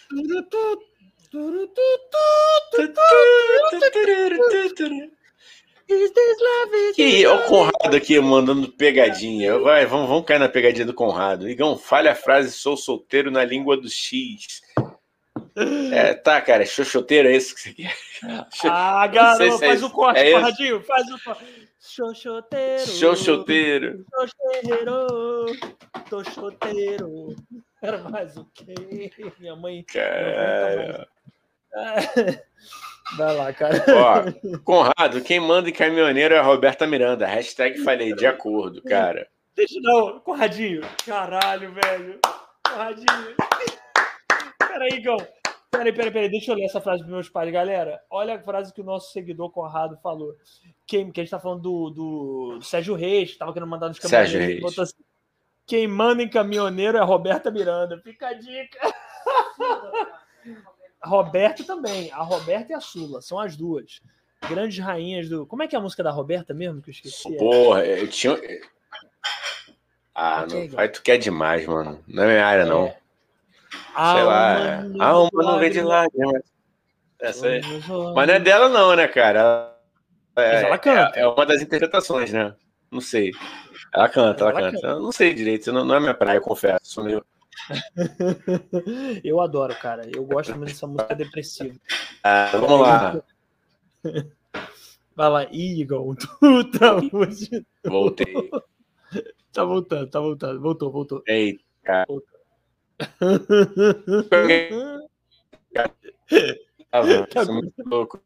Que é o Conrado aqui mandando pegadinha. Vai, vamos, vamos cair na pegadinha do Conrado. Igão, fale a frase sou solteiro na língua do X. É, tá, cara, xoxoteiro é isso que você quer? Ah, garoto, se é faz o corte, é Conradinho, faz o corte. Xoxoteiro. Xoxoteiro. Xoxoteiro. Xoxoteiro. Era mais o quê? Minha mãe. Cara. Vai lá, cara. Ó, Conrado, quem manda em caminhoneiro é a Roberta Miranda. Hashtag falei, de acordo, cara. Deixa não, Conradinho. Caralho, velho. Conradinho. Peraí, Igão. Peraí, peraí, peraí. Deixa eu ler essa frase dos meus pais, galera. Olha a frase que o nosso seguidor Conrado falou. Quem, que a gente tá falando do, do, do Sérgio Reis, que tava querendo mandar nos caminhoneiros. Sérgio Reis. Botou assim, quem manda em caminhoneiro é a Roberta Miranda. Fica a dica. A Roberta também. A Roberta e a Sula. São as duas. Grandes rainhas do... Como é que é a música da Roberta mesmo? Que eu esqueci. Porra, eu tinha... Ah, okay, não. Vai, tu quer demais, mano. Não é minha área, é. não. Sei lá. Ah, uma nuvem de lágrimas. Essa aí. Mas não é dela, não, né, cara? É, ela canta. É, é uma das interpretações, né? Não sei. Ela canta, ela, ela canta. canta. Eu não sei direito, não, não é minha praia, eu confesso. Sou meio... Eu adoro, cara. Eu gosto muito dessa música depressiva. Ah, vamos lá. Vai lá, Igor. Tu tá Voltei. Tá voltando, tá voltando. Voltou, voltou. Eita, cara. Voltou. Tá bom, tá com... muito louco.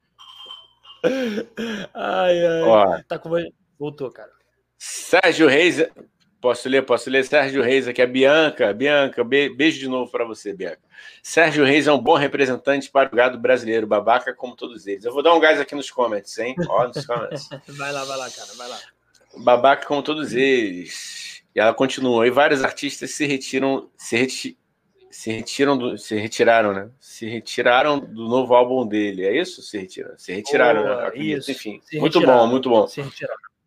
Ai, ai. Ó, tá com... Voltou, cara. Sérgio Reis. Posso ler? Posso ler? Sérgio Reis aqui. A Bianca. Bianca, be... beijo de novo para você, Bianca. Sérgio Reis é um bom representante para o gado brasileiro, babaca como todos eles. Eu vou dar um gás aqui nos comments, hein? Ó, nos comments. Vai lá, vai lá, cara. Vai lá. Babaca como todos eles. E ela continua. E vários artistas se retiram, se, reti, se retiram, do, se retiraram, né? Se retiraram do novo álbum dele. É isso? Se retiraram. Se retiraram, Boa, né? Isso. Enfim, se muito bom, muito bom. Se retiraram.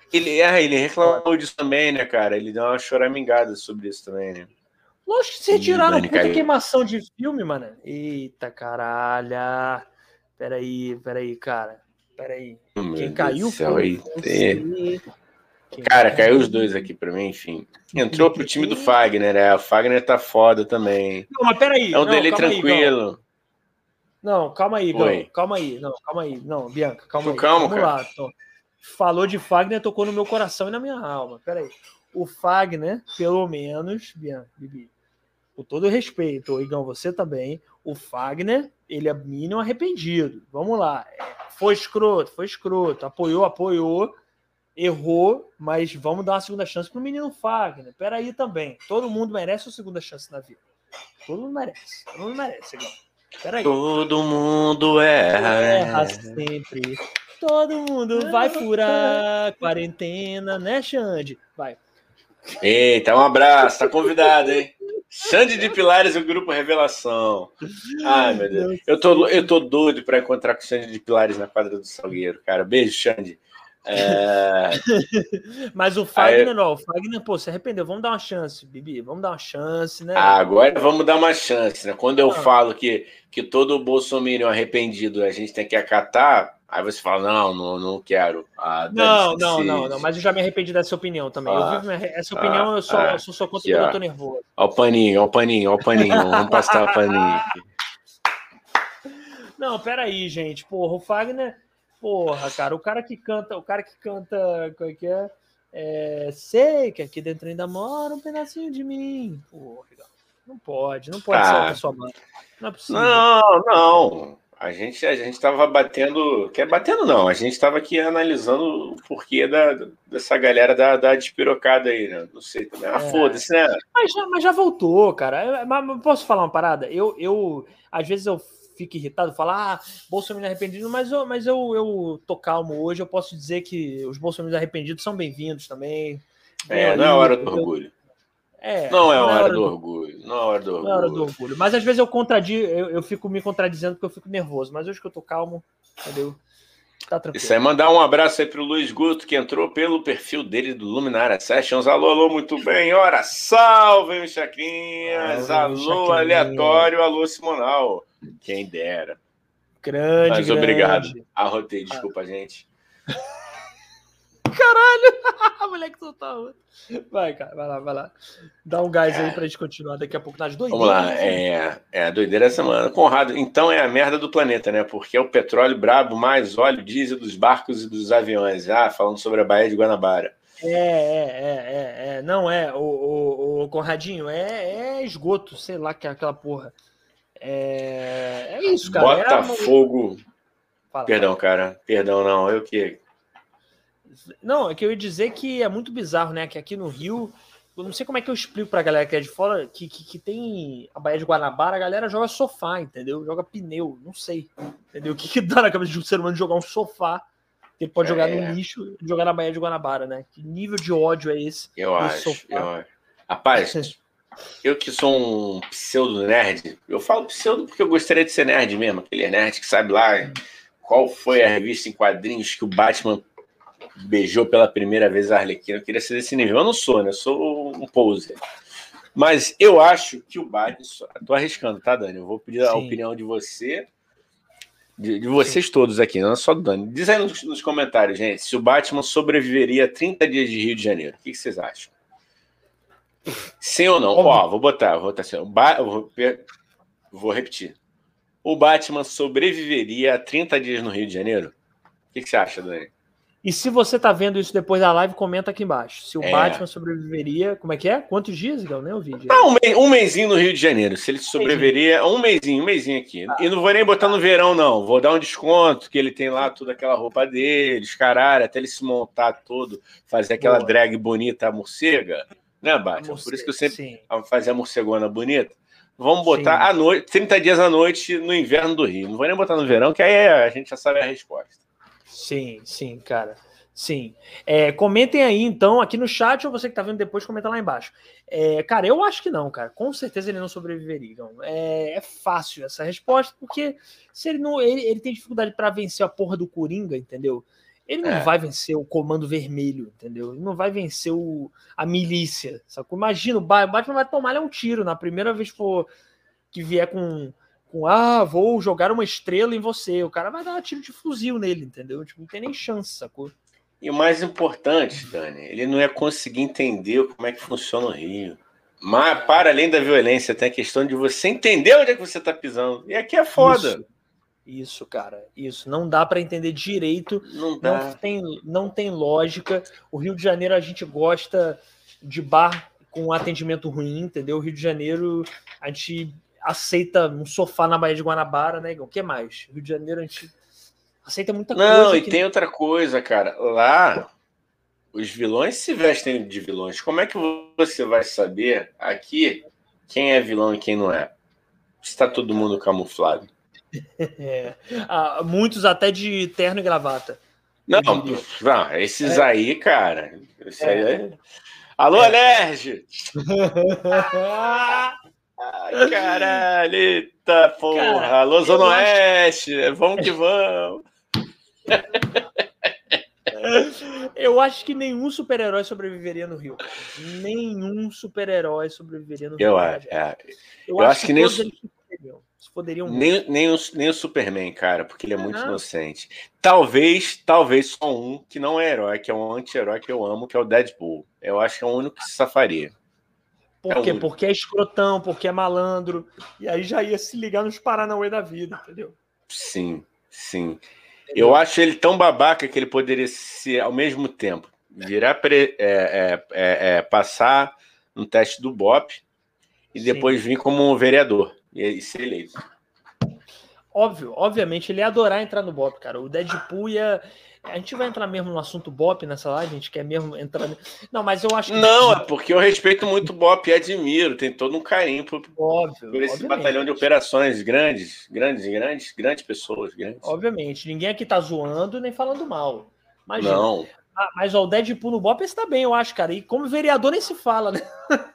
Ele, ah, ele reclamou disso também, né, cara? Ele deu uma choramingada sobre isso também, né? Lógico que se retiraram puta caiu. Queimação de filme, mano. Eita, caralho. Peraí, peraí, cara. Peraí. Oh, Quem caiu céu, foi aí. você. Cara, caiu os dois aqui pra mim, enfim. Entrou pro time do Fagner, né? O Fagner tá foda também. Não, mas peraí. É um não, dele tranquilo. Aí, não, calma aí, Gão. Calma aí. Não, calma aí. Não, Bianca, calma aí. Calma, Vamos cara. lá. Então, falou de Fagner, tocou no meu coração e na minha alma. Peraí. O Fagner, pelo menos, Bianca, Bibi, com todo respeito, Igão, você também, o Fagner, ele é mínimo arrependido. Vamos lá. Foi escroto, foi escroto. Apoiou, apoiou. Errou, mas vamos dar uma segunda chance pro menino Fagner. Peraí também. Todo mundo merece uma segunda chance na vida. Todo mundo merece. Todo mundo merece, Igão. Peraí. Todo mundo erra. Erra sempre. Todo mundo vai furar quarentena, né, Xande? Vai. Eita, um abraço. Tá convidado, hein? Xande de Pilares, o grupo Revelação. Ai, meu Deus. Eu tô, eu tô doido pra encontrar com o Xande de Pilares na quadra do Salgueiro, cara. Beijo, Xande. É... Mas o Fagner, Aí... não, o Fagner, pô, se arrependeu. Vamos dar uma chance, Bibi. Vamos dar uma chance, né? Ah, agora vamos dar uma chance, né? Quando eu ah. falo que, que todo bolsominion arrependido a gente tem que acatar, aí você fala, não, não, não quero. Ah, não, não, não, não, mas eu já me arrependi dessa opinião também. Ah, eu vivo minha... Essa opinião, ah, eu, só, ah, eu só sou contra quando eu tô nervoso. Ó o paninho, ó o paninho, ó o paninho. Vamos passar o paninho aqui. Não, peraí, gente. Porra, o Fagner... Porra, cara, o cara que canta, o cara que canta, como é que é? É, sei que aqui dentro ainda mora um pedacinho de mim. Porra, não pode, não pode ah, ser uma pessoa má. Não é possível. Não, não. A gente a gente estava batendo, quer batendo não, a gente estava aqui analisando o porquê da, dessa galera da, da despirocada aí, né? Não sei também. Ah, é. Foda-se, né? Mas já, mas já voltou, cara. Mas posso falar uma parada? Eu, eu às vezes eu fico irritado, falar, ah, Bolsonaro arrependido, mas, eu, mas eu, eu tô calmo hoje, eu posso dizer que os Bolsonaros arrependidos são bem-vindos também. É, não é hora do orgulho. É, não é não hora, hora do, do orgulho. Não é hora do orgulho. Não é hora do orgulho. Mas às vezes eu contradigo, eu, eu fico me contradizendo porque eu fico nervoso, mas hoje que eu tô calmo, entendeu? Tá tranquilo. Isso aí, mandar um abraço aí pro Luiz Guto, que entrou pelo perfil dele do Luminária Sessions. Alô, alô, muito bem. Ora, salve, Chacrinhas. Alô, alô aleatório, alô, Simonal. Quem dera. Grande, Mas grande. Obrigado. Arrotei, desculpa, ah. gente. Caralho! Moleque total. Vai, cara, vai lá, vai lá. Dá um gás é. aí pra gente continuar daqui a pouco nas doideiras. Vamos lá, é, é a doideira essa semana. Conrado, então é a merda do planeta, né? Porque é o petróleo brabo, mais óleo, diesel dos barcos e dos aviões. Ah, falando sobre a Baía de Guanabara. É, é, é, é, é. Não é, o, o, o Conradinho, é, é esgoto, sei lá que é aquela porra. É, é isso, cara. Botafogo. É uma... Perdão, cara. Perdão, não. Eu que. Não, é que eu ia dizer que é muito bizarro, né? Que aqui no Rio, eu não sei como é que eu explico pra galera que é de fora, que, que, que tem a Baía de Guanabara, a galera joga sofá, entendeu? Joga pneu, não sei. Entendeu? O que, que dá na cabeça de um ser humano jogar um sofá? Que ele pode jogar é. no lixo e jogar na Baía de Guanabara, né? Que nível de ódio é esse? Eu acho. Sofá? Eu acho. Rapaz. Eu que sou um pseudo-nerd, eu falo pseudo porque eu gostaria de ser nerd mesmo, aquele nerd que sabe lá qual foi a revista em quadrinhos que o Batman beijou pela primeira vez a Arlequina. Eu queria ser desse nível. Eu não sou, né? Eu sou um poser. Mas eu acho que o Batman... Tô arriscando, tá, Dani? Eu vou pedir Sim. a opinião de você, de, de vocês Sim. todos aqui, não é só do Dani. Diz aí nos, nos comentários, gente, se o Batman sobreviveria a trinta dias de Rio de Janeiro. O que, que vocês acham? Sim ou não? Ó, vou botar, vou botar assim. Ba... Vou... vou repetir. O Batman sobreviveria a trinta dias no Rio de Janeiro? O que, que você acha, Dani? E se você tá vendo isso depois da live, comenta aqui embaixo. Se o é. Batman sobreviveria... Como é que é? Quantos dias, Igão? Nem ouvi. Ah, um, me... um mêsinho no Rio de Janeiro. Se ele sobreviveria... Um mêsinho, um mêsinho aqui. Ah. E não vou nem botar no verão, não. Vou dar um desconto, que ele tem lá toda aquela roupa dele, caralho, até ele se montar todo, fazer aquela Boa. drag bonita, a morcega... Né, Batman? Por isso que eu sempre Sim. fazia a morcegona bonita. Vamos botar à noite, trinta dias à noite no inverno do Rio. Não vou nem botar no verão, que aí a gente já sabe a resposta. Sim, sim, cara. Sim. É, comentem aí, então, aqui no chat, ou você que tá vendo depois, comenta lá embaixo. É, cara, eu acho que não, cara. Com certeza ele não sobreviveria. É, é fácil essa resposta, porque se ele não. Ele, ele tem dificuldade para vencer a porra do Coringa, entendeu? Ele não é. vai vencer o Comando Vermelho, entendeu? Ele não vai vencer o, a milícia, sacou? Imagina, o Batman vai tomar um tiro na primeira vez que, for, que vier com, com, ah, vou jogar uma estrela em você. O cara vai dar um tiro de fuzil nele, entendeu? Tipo, não tem nem chance, sacou? E o mais importante, Dani, ele não ia conseguir entender como é que funciona o Rio. Mas, para além da violência, tem a questão de você entender onde é que você tá pisando. E aqui é foda. Isso. Isso, cara, isso. Não dá para entender direito, não, dá. não, tem, não tem lógica. O Rio de Janeiro, a gente gosta de bar com atendimento ruim, entendeu? O Rio de Janeiro, a gente aceita um sofá na Baía de Guanabara, né? O que mais? Rio de Janeiro, a gente aceita muita não, coisa. Não, e que... tem outra coisa, cara. Lá, os vilões se vestem de vilões. Como é que você vai saber aqui quem é vilão e quem não é? Está todo mundo camuflado. É. Ah, muitos até de terno e gravata. Não, não esses é. aí, cara. Esse é. Aí é... Alô, é. Alerge! Ai, caralho, eita porra! Cara, alô, Zona Oeste! Acho... Vamos que vamos! Eu acho que nenhum super-herói sobreviveria no Rio. Nenhum super-herói sobreviveria no Rio. Eu, é, eu, eu acho, acho que, que nem os... poderiam nem, nem, o, nem o Superman, cara, porque ele é muito ah, inocente. Talvez, talvez só um que não é herói, que é um anti-herói que eu amo, que é o Deadpool. Eu acho que é o único que se safaria. Por é quê? Um... Porque é escrotão, porque é malandro. E aí já ia se ligar nos Paranauê da vida, entendeu? Sim, sim. Entendeu? Eu acho ele tão babaca que ele poderia ser, ao mesmo tempo, virar pre... é, é, é, é, passar no teste do B O P e sim. depois vir como um vereador. E ser eleito. Óbvio, obviamente, ele ia adorar entrar no B O P, cara. O Deadpool ia... A gente vai entrar mesmo no assunto B O P nessa live, a gente quer mesmo entrar... Não, mas eu acho que... Não, é porque eu respeito muito o B O P e admiro, tem todo um carinho por, óbvio, por esse obviamente. batalhão de operações grandes, grandes, grandes, grandes pessoas, grandes. Obviamente, ninguém aqui tá zoando nem falando mal. Imagina. Não. Ah, mas ó, o Deadpool no B O P está bem, eu acho, cara. E como vereador nem se fala, né?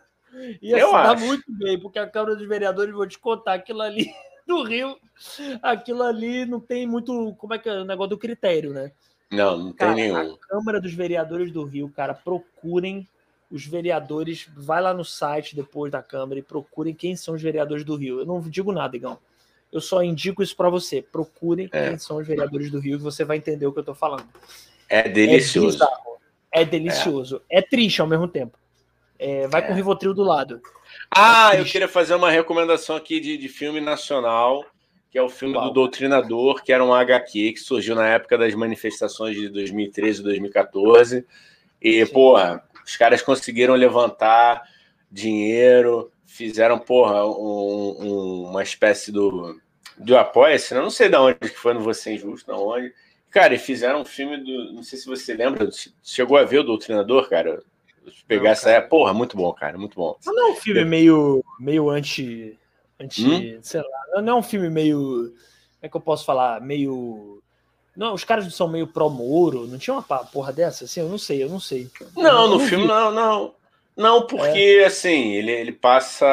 Ia eu se dar acho. muito bem, porque a Câmara dos Vereadores, vou te contar, aquilo ali do Rio, aquilo ali não tem muito, como é que é o negócio do critério, né? Não, não cara, tem nenhum. A Câmara dos Vereadores do Rio, cara, procurem os vereadores, vai lá no site depois da Câmara e procurem quem são os vereadores do Rio. Eu não digo nada, Igão. Eu só indico isso para você. Procurem é. quem são os vereadores do Rio, que você vai entender o que eu tô falando. É delicioso. É, é delicioso. É. é triste ao mesmo tempo. É, vai é. com o Rivotril do lado. Ah, é eu queria fazer uma recomendação aqui de, de filme nacional, que é o filme Uau. do Doutrinador, que era um H Q que surgiu na época das manifestações de dois mil e treze e dois mil e quatorze. E, Sim. porra, os caras conseguiram levantar dinheiro, fizeram, porra, um, um, uma espécie do, do Apoia-se, não sei de onde que foi, não vou ser injusto, de onde. Cara, e fizeram um filme do... Não sei se você lembra, chegou a ver o Doutrinador, cara? Pegar não, essa cara. É, porra, muito bom, cara, muito bom. Não é um filme Eu... meio, meio anti, anti hum? sei lá, não é um filme meio, como é que eu posso falar, meio, não, os caras são meio pró-Moro, não tinha uma porra dessa, assim, eu não sei, eu não sei. Não, eu no não filme vi. não, não, não, porque, é. assim, ele, ele passa,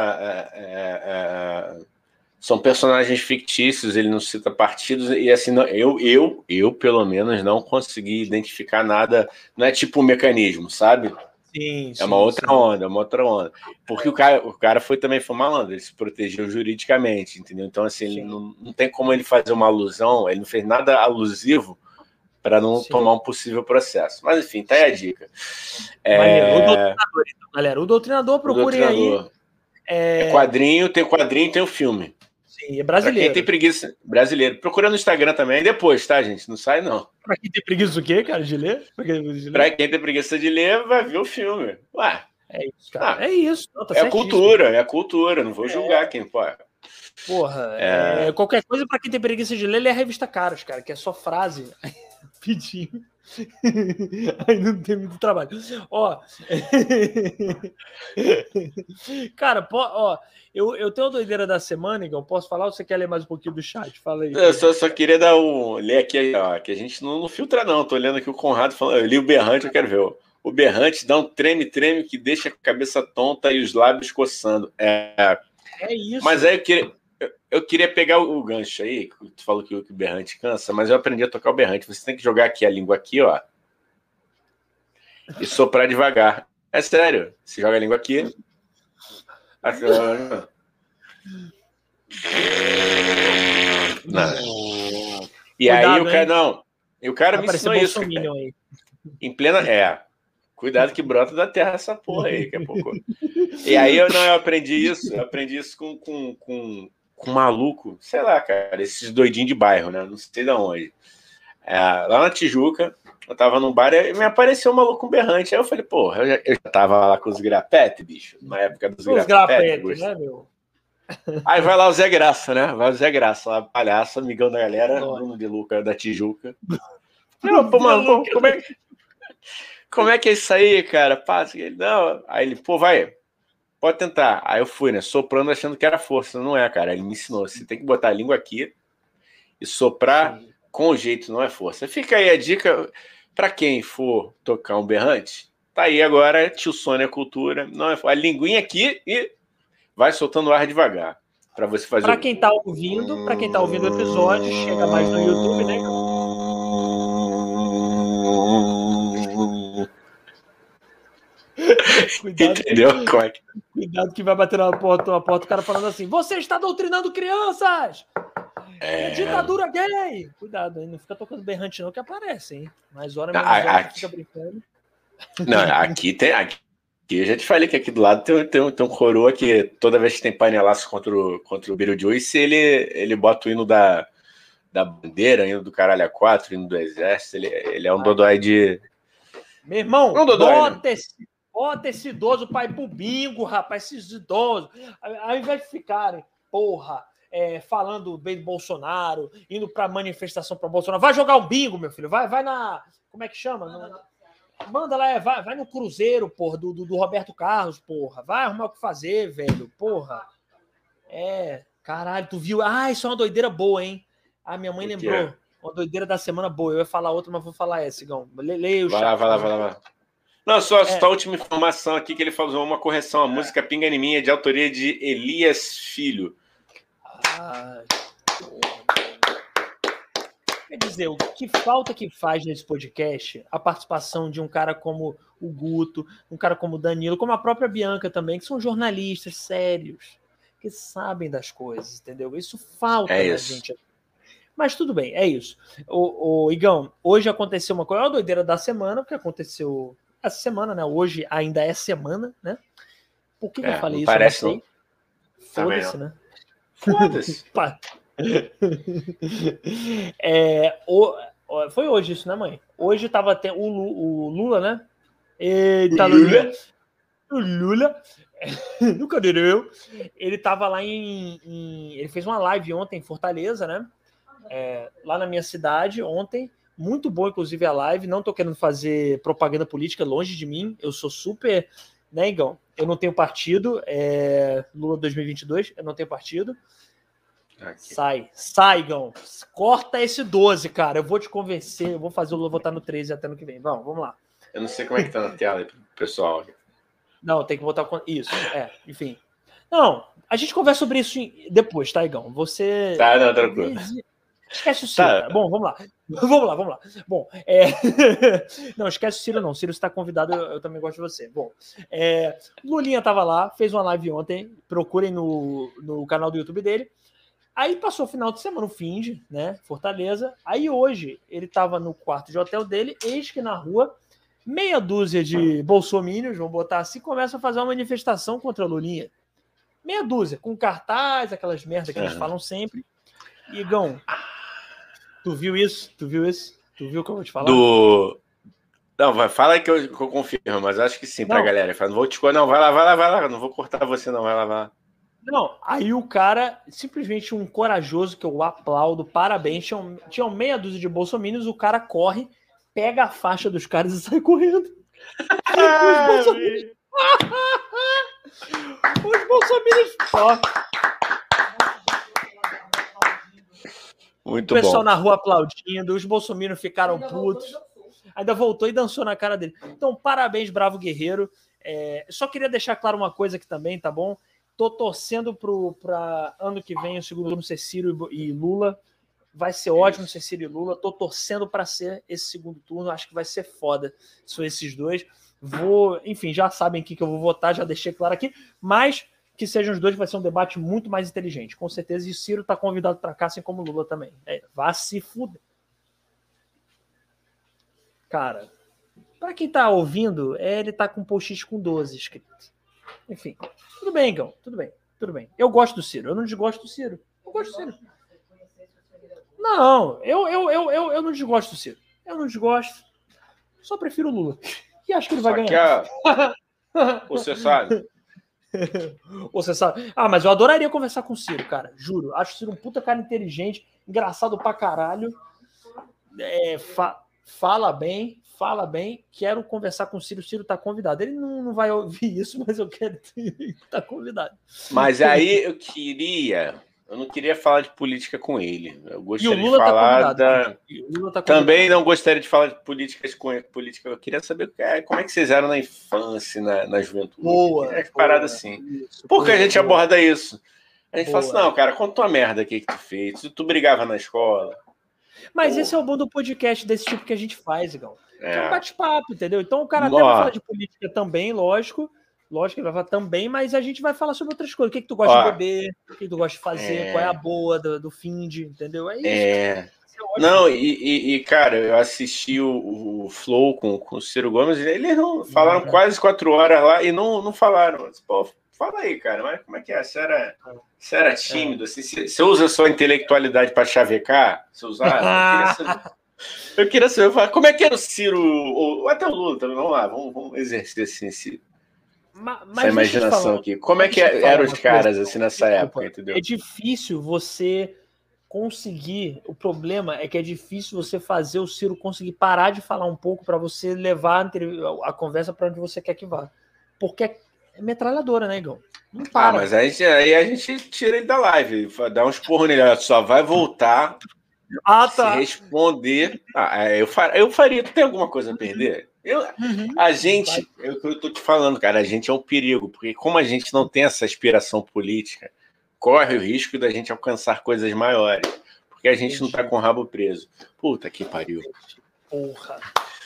é, é, é, são personagens fictícios, ele não cita partidos, e assim, não, eu, eu, eu, pelo menos, não consegui identificar nada, não é tipo um mecanismo, sabe? Sim, é uma sim, outra sim. onda, é uma outra onda. Porque o cara, o cara foi também foi malandro, ele se protegeu juridicamente, entendeu? Então, assim, ele não, não tem como ele fazer uma alusão, ele não fez nada alusivo para não sim. tomar um possível processo. Mas, enfim, tá aí a dica. É... O Doutrinador, então, galera. O Doutrinador, procurem o Doutrinador. aí. É... é quadrinho, tem quadrinho, tem o filme. Sim, é brasileiro. Pra quem tem preguiça, brasileiro. Procura no Instagram também, depois, tá, gente? Não sai, não. Pra quem tem preguiça do quê, cara, de ler? Pra quem, de ler? Pra quem tem preguiça de ler, vai ver o filme. Ué. É isso, cara. Ah, é isso. Não, tá é cultura, é cultura. Não vou julgar é. quem pode. Porra, é... É, qualquer coisa pra quem tem preguiça de ler, lê a revista Caras, cara, que é só frase. Pedindo. Aí não tem muito trabalho. Ó. Cara, ó, eu, eu tenho a doideira da semana, Igor. Posso falar ou você quer ler mais um pouquinho do chat? Fala aí. Eu só, só queria dar um. Ler aqui, ó, que a gente não, não filtra, não. Tô lendo aqui o Conrado falando. Eu li o Berrante, eu quero ver. Ó. O Berrante dá um treme-treme que deixa a cabeça tonta e os lábios coçando. É, é isso. Mas aí eu queria, eu, eu queria pegar o gancho aí, que tu falou que o, que o berrante cansa, mas eu aprendi a tocar o berrante. Você tem que jogar aqui a língua aqui, ó. E soprar devagar. É sério. Você joga a língua aqui. Aqui, ó. Não. E Cuidado, aí o cara, hein? não. E o cara Vai me ensinou isso. Cara. Aí. Em plena. É. Cuidado que brota da terra essa porra aí, daqui a pouco. E aí eu não, eu aprendi isso. Eu aprendi isso com, com, com, com um maluco, sei lá, cara, esses doidinhos de bairro, né? Não sei de onde. É, lá na Tijuca, eu tava num bar e me apareceu um maluco um berrante. Aí eu falei, porra, eu já, eu já tava lá com os grapete, bicho, na época dos os grapete, né, meu? Aí vai lá o Zé Graça, né? Vai o Zé Graça, lá, palhaço, amigão da galera, Bruno de Luca da Tijuca. Eu, pô, mano, como é que. Como é que é isso aí, cara? Passa. Não. Aí ele, pô, vai, pode tentar. Aí eu fui, né? Soprando, achando que era força. Não é, cara. Ele me ensinou. Você tem que botar a língua aqui e soprar Sim. com o jeito, não é força. Fica aí a dica para quem for tocar um berrante. Tá aí agora, tio Sônia Cultura. Não é a linguinha aqui e vai soltando o ar devagar. Para você fazer. Para quem tá ouvindo, para quem tá ouvindo o episódio, chega mais no YouTube, né? Cuidado, entendeu? Como é que... Cuidado que vai bater na porta, na porta o cara falando assim: você está doutrinando crianças! É, é ditadura gay! Cuidado, hein? Não fica tocando berrante, não, que aparece, hein? Mais hora, menos hora, aqui... fica brincando. Não, aqui tem. Aqui eu já te falei que aqui do lado tem, tem, tem um coroa que toda vez que tem panelaço contra o, contra o Beetlejuice, ele, ele bota o hino da, da bandeira, hino do caralho a quatro, hino do exército. Ele, ele é um Ai, dodói de. Meu irmão, não, dodói, bota né? esse. Bota esse idoso para ir pro bingo, rapaz, esses idosos. Ao invés de ficarem, porra, é, falando bem do Bolsonaro, indo pra manifestação para Bolsonaro, vai jogar um bingo, meu filho. Vai, vai na. Como é que chama? No, manda lá, vai, vai no Cruzeiro, porra, do, do, do Roberto Carlos, porra. Vai arrumar o que fazer, velho, porra. É, caralho, tu viu? Ah, isso é uma doideira boa, hein? Ah, minha mãe lembrou. É? Uma doideira da semana boa. Eu ia falar outra, mas vou falar essa, Igão. Leia o chat. Vai lá, vai lá, vai lá, vai lá. Não, só, é. só a última informação aqui que ele falou uma correção. A música Pinga em Mim é de autoria de Elias Filho. Ah, quer dizer, o que falta que faz nesse podcast a participação de um cara como o Guto, um cara como o Danilo, como a própria Bianca também, que são jornalistas sérios, que sabem das coisas, entendeu? Isso falta é na isso. gente. Mas tudo bem, é isso. O, o Igão, hoje aconteceu uma coisa, é uma doideira da semana, porque aconteceu essa semana, né? Hoje ainda é semana, né? Por que, que é, eu falei isso? Parece, eu não sei. Foda-se, né? Foda-se. é, o, foi hoje isso, né, mãe? Hoje tava até o, o Lula, né? Eita, Lula. O Lula. Nunca direu. Ele tava lá em, em. Ele fez uma live ontem em Fortaleza, né? É, lá na minha cidade, ontem. Muito boa, inclusive, a live. Não tô querendo fazer propaganda política, longe de mim. Eu sou super, né, Igão? Eu não tenho partido. É... Lula dois mil e vinte e dois, eu não tenho partido. Aqui. Sai, sai, Igão. Corta esse doze, cara. Eu vou te convencer. Eu vou fazer o Lula votar no treze até no que vem. Vamos, vamos lá. Eu não sei como é que tá na tela aí pro pessoal. Não, tem que votar com isso. É, enfim. Não, a gente conversa sobre isso depois, tá, Igão? Você. Tá, não, tranquilo. Esquece o Ciro, tá. Cara. Bom, vamos lá. Vamos lá, vamos lá. Bom, é... não, esquece o Ciro não. Ciro está convidado, eu, eu também gosto de você. Bom, é... Lulinha tava lá, fez uma live ontem, procurem no, no canal do YouTube dele. Aí passou o final de semana, o fim de, né, Fortaleza. Aí hoje, ele tava no quarto de hotel dele, eis que na rua, meia dúzia de bolsominions, vamos botar assim, começam a fazer uma manifestação contra a Lulinha. Meia dúzia, com cartaz, aquelas merdas que eles falam sempre. Igão, tu viu isso? Tu viu isso? Tu viu o que eu vou te falar? Do... Não, vai, fala aí que eu, que eu confirmo, mas acho que sim, não. Pra galera. Fala, não vou te... Não, vai lá, vai lá, vai lá. Não vou cortar você, não, vai lá, vai lá. Não, aí o cara, simplesmente um corajoso que eu aplaudo, parabéns. Tinha, tinha meia dúzia de bolsominions, o cara corre, pega a faixa dos caras e sai correndo. Os bolsominions. Os bolsominions. Ó. Muito o pessoal bom. na rua aplaudindo, os bolsominions ficaram putos. Ainda voltou e dançou na cara dele. Então, parabéns, bravo guerreiro. É, só queria deixar claro uma coisa aqui também, tá bom? Tô torcendo para ano que vem o segundo turno ser Ciro e Lula. Vai ser ótimo ser Ciro e Lula. Tô torcendo para ser esse segundo turno. Acho que vai ser foda. São esses dois. Vou, enfim, já sabem aqui que eu vou votar, já deixei claro aqui. Mas que sejam os dois, vai ser um debate muito mais inteligente, com certeza. E o Ciro tá convidado para cá, assim como o Lula também. É, vá se fuder. Cara, para quem tá ouvindo, é, ele tá com um post com doze inscritos. Enfim, tudo bem, Gão. Tudo bem, tudo bem. Eu gosto do Ciro. Eu não desgosto do Ciro. Eu gosto do Ciro. Não, eu, eu, eu, eu, eu não desgosto do Ciro. Eu não desgosto. Só prefiro o Lula. E acho que ele vai Só ganhar. A... Você sabe. Você sabe. Ah, mas eu adoraria conversar com o Ciro, cara. Juro. Acho o Ciro um puta cara inteligente, engraçado pra caralho. É, fa... Fala bem, fala bem. Quero conversar com o Ciro. O Ciro tá convidado. Ele não, não vai ouvir isso, mas eu quero. Tá convidado. Mas aí eu queria. Eu não queria falar de política com ele. Eu gostaria e o Lula de falar tá da. Lula tá Também não gostaria de falar de políticas com ele. Política. Eu queria saber como é que vocês eram na infância, na, na juventude. Boa. É parada assim. Isso, Por que a gente boa. aborda isso? A gente boa. fala assim, não, cara, conta tua merda aqui que tu fez. Tu brigava na escola. Mas Pô. esse é o bom do podcast desse tipo que a gente faz, Igão. É, é um bate-papo, entendeu? Então o cara até vai falar de política também, lógico. Lógico que ele vai falar também, mas a gente vai falar sobre outras coisas. O que, que tu gosta Ó, de beber, o que, que tu gosta de fazer, é... qual é a boa do, do finde, entendeu? É isso. É... Não, e, e, e, cara, eu assisti o, o Flow com, com o Ciro Gomes, e eles não falaram uhum. quase quatro horas lá e não, não falaram. Pô, fala aí, cara, mas como é que é? Você era, você era tímido, é. assim, você, você usa a sua intelectualidade para chavecar? Você usava? Eu queria saber. Eu queria saber, como é que era o Ciro, ou até o Lula também, vamos lá, vamos, vamos exercer assim, esse... Mas, Essa imaginação falar, aqui. Como é que eram os caras coisa, assim nessa desculpa, época, entendeu? É difícil você conseguir. O problema é que é difícil você fazer o Ciro conseguir parar de falar um pouco para você levar a conversa para onde você quer que vá. Porque é metralhadora, né, Igão? Não para. Ah, mas aí, aí a gente tira ele da live, dá uns porros nele, só vai voltar. Ah, tá. Se responder. Ah, eu, faria, eu faria. Tu tem alguma coisa a perder? Eu, uhum. A gente, é o que eu tô te falando, cara, a gente é um perigo, porque como a gente não tem essa aspiração política, corre o risco da gente alcançar coisas maiores, porque a gente não tá com o rabo preso. Puta que pariu. Porra.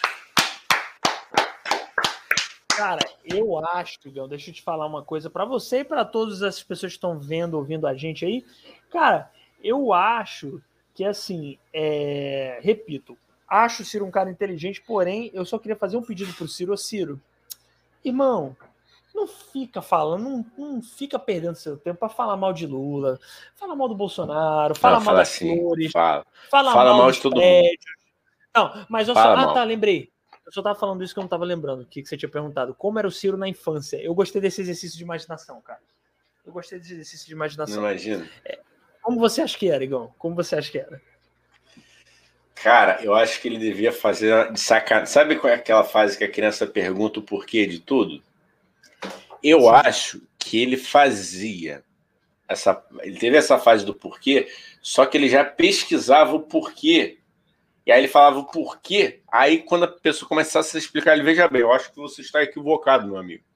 Cara, eu acho, Igão, deixa eu te falar uma coisa para você e para todas as pessoas que estão vendo, ouvindo a gente aí. Cara, eu acho que, assim, é... repito, acho o Ciro um cara inteligente, porém, eu só queria fazer um pedido pro Ciro. Ô, Ciro, irmão, não fica falando, não, não fica perdendo seu tempo para falar mal de Lula, fala mal do Bolsonaro, fala não, mal fala das assim, flores, fala, fala, fala mal, mal dos de todo prédios. mundo. Não, mas eu só... Ah, tá, lembrei. Eu só tava falando isso que eu não tava lembrando, o que, que você tinha perguntado. Como era o Ciro na infância? Eu gostei desse exercício de imaginação, cara. Eu gostei desse exercício de imaginação. Não imagino. É, como você acha que era, Igão? Como você acha que era? Cara, eu acho que ele devia fazer de sacanagem. Sabe qual é aquela fase que a criança pergunta o porquê de tudo? Eu Sim. acho que ele fazia essa. Ele teve essa fase do porquê, só que ele já pesquisava o porquê. E aí ele falava o porquê. Aí quando a pessoa começasse a explicar, ele veja bem, eu acho que você está equivocado, meu amigo.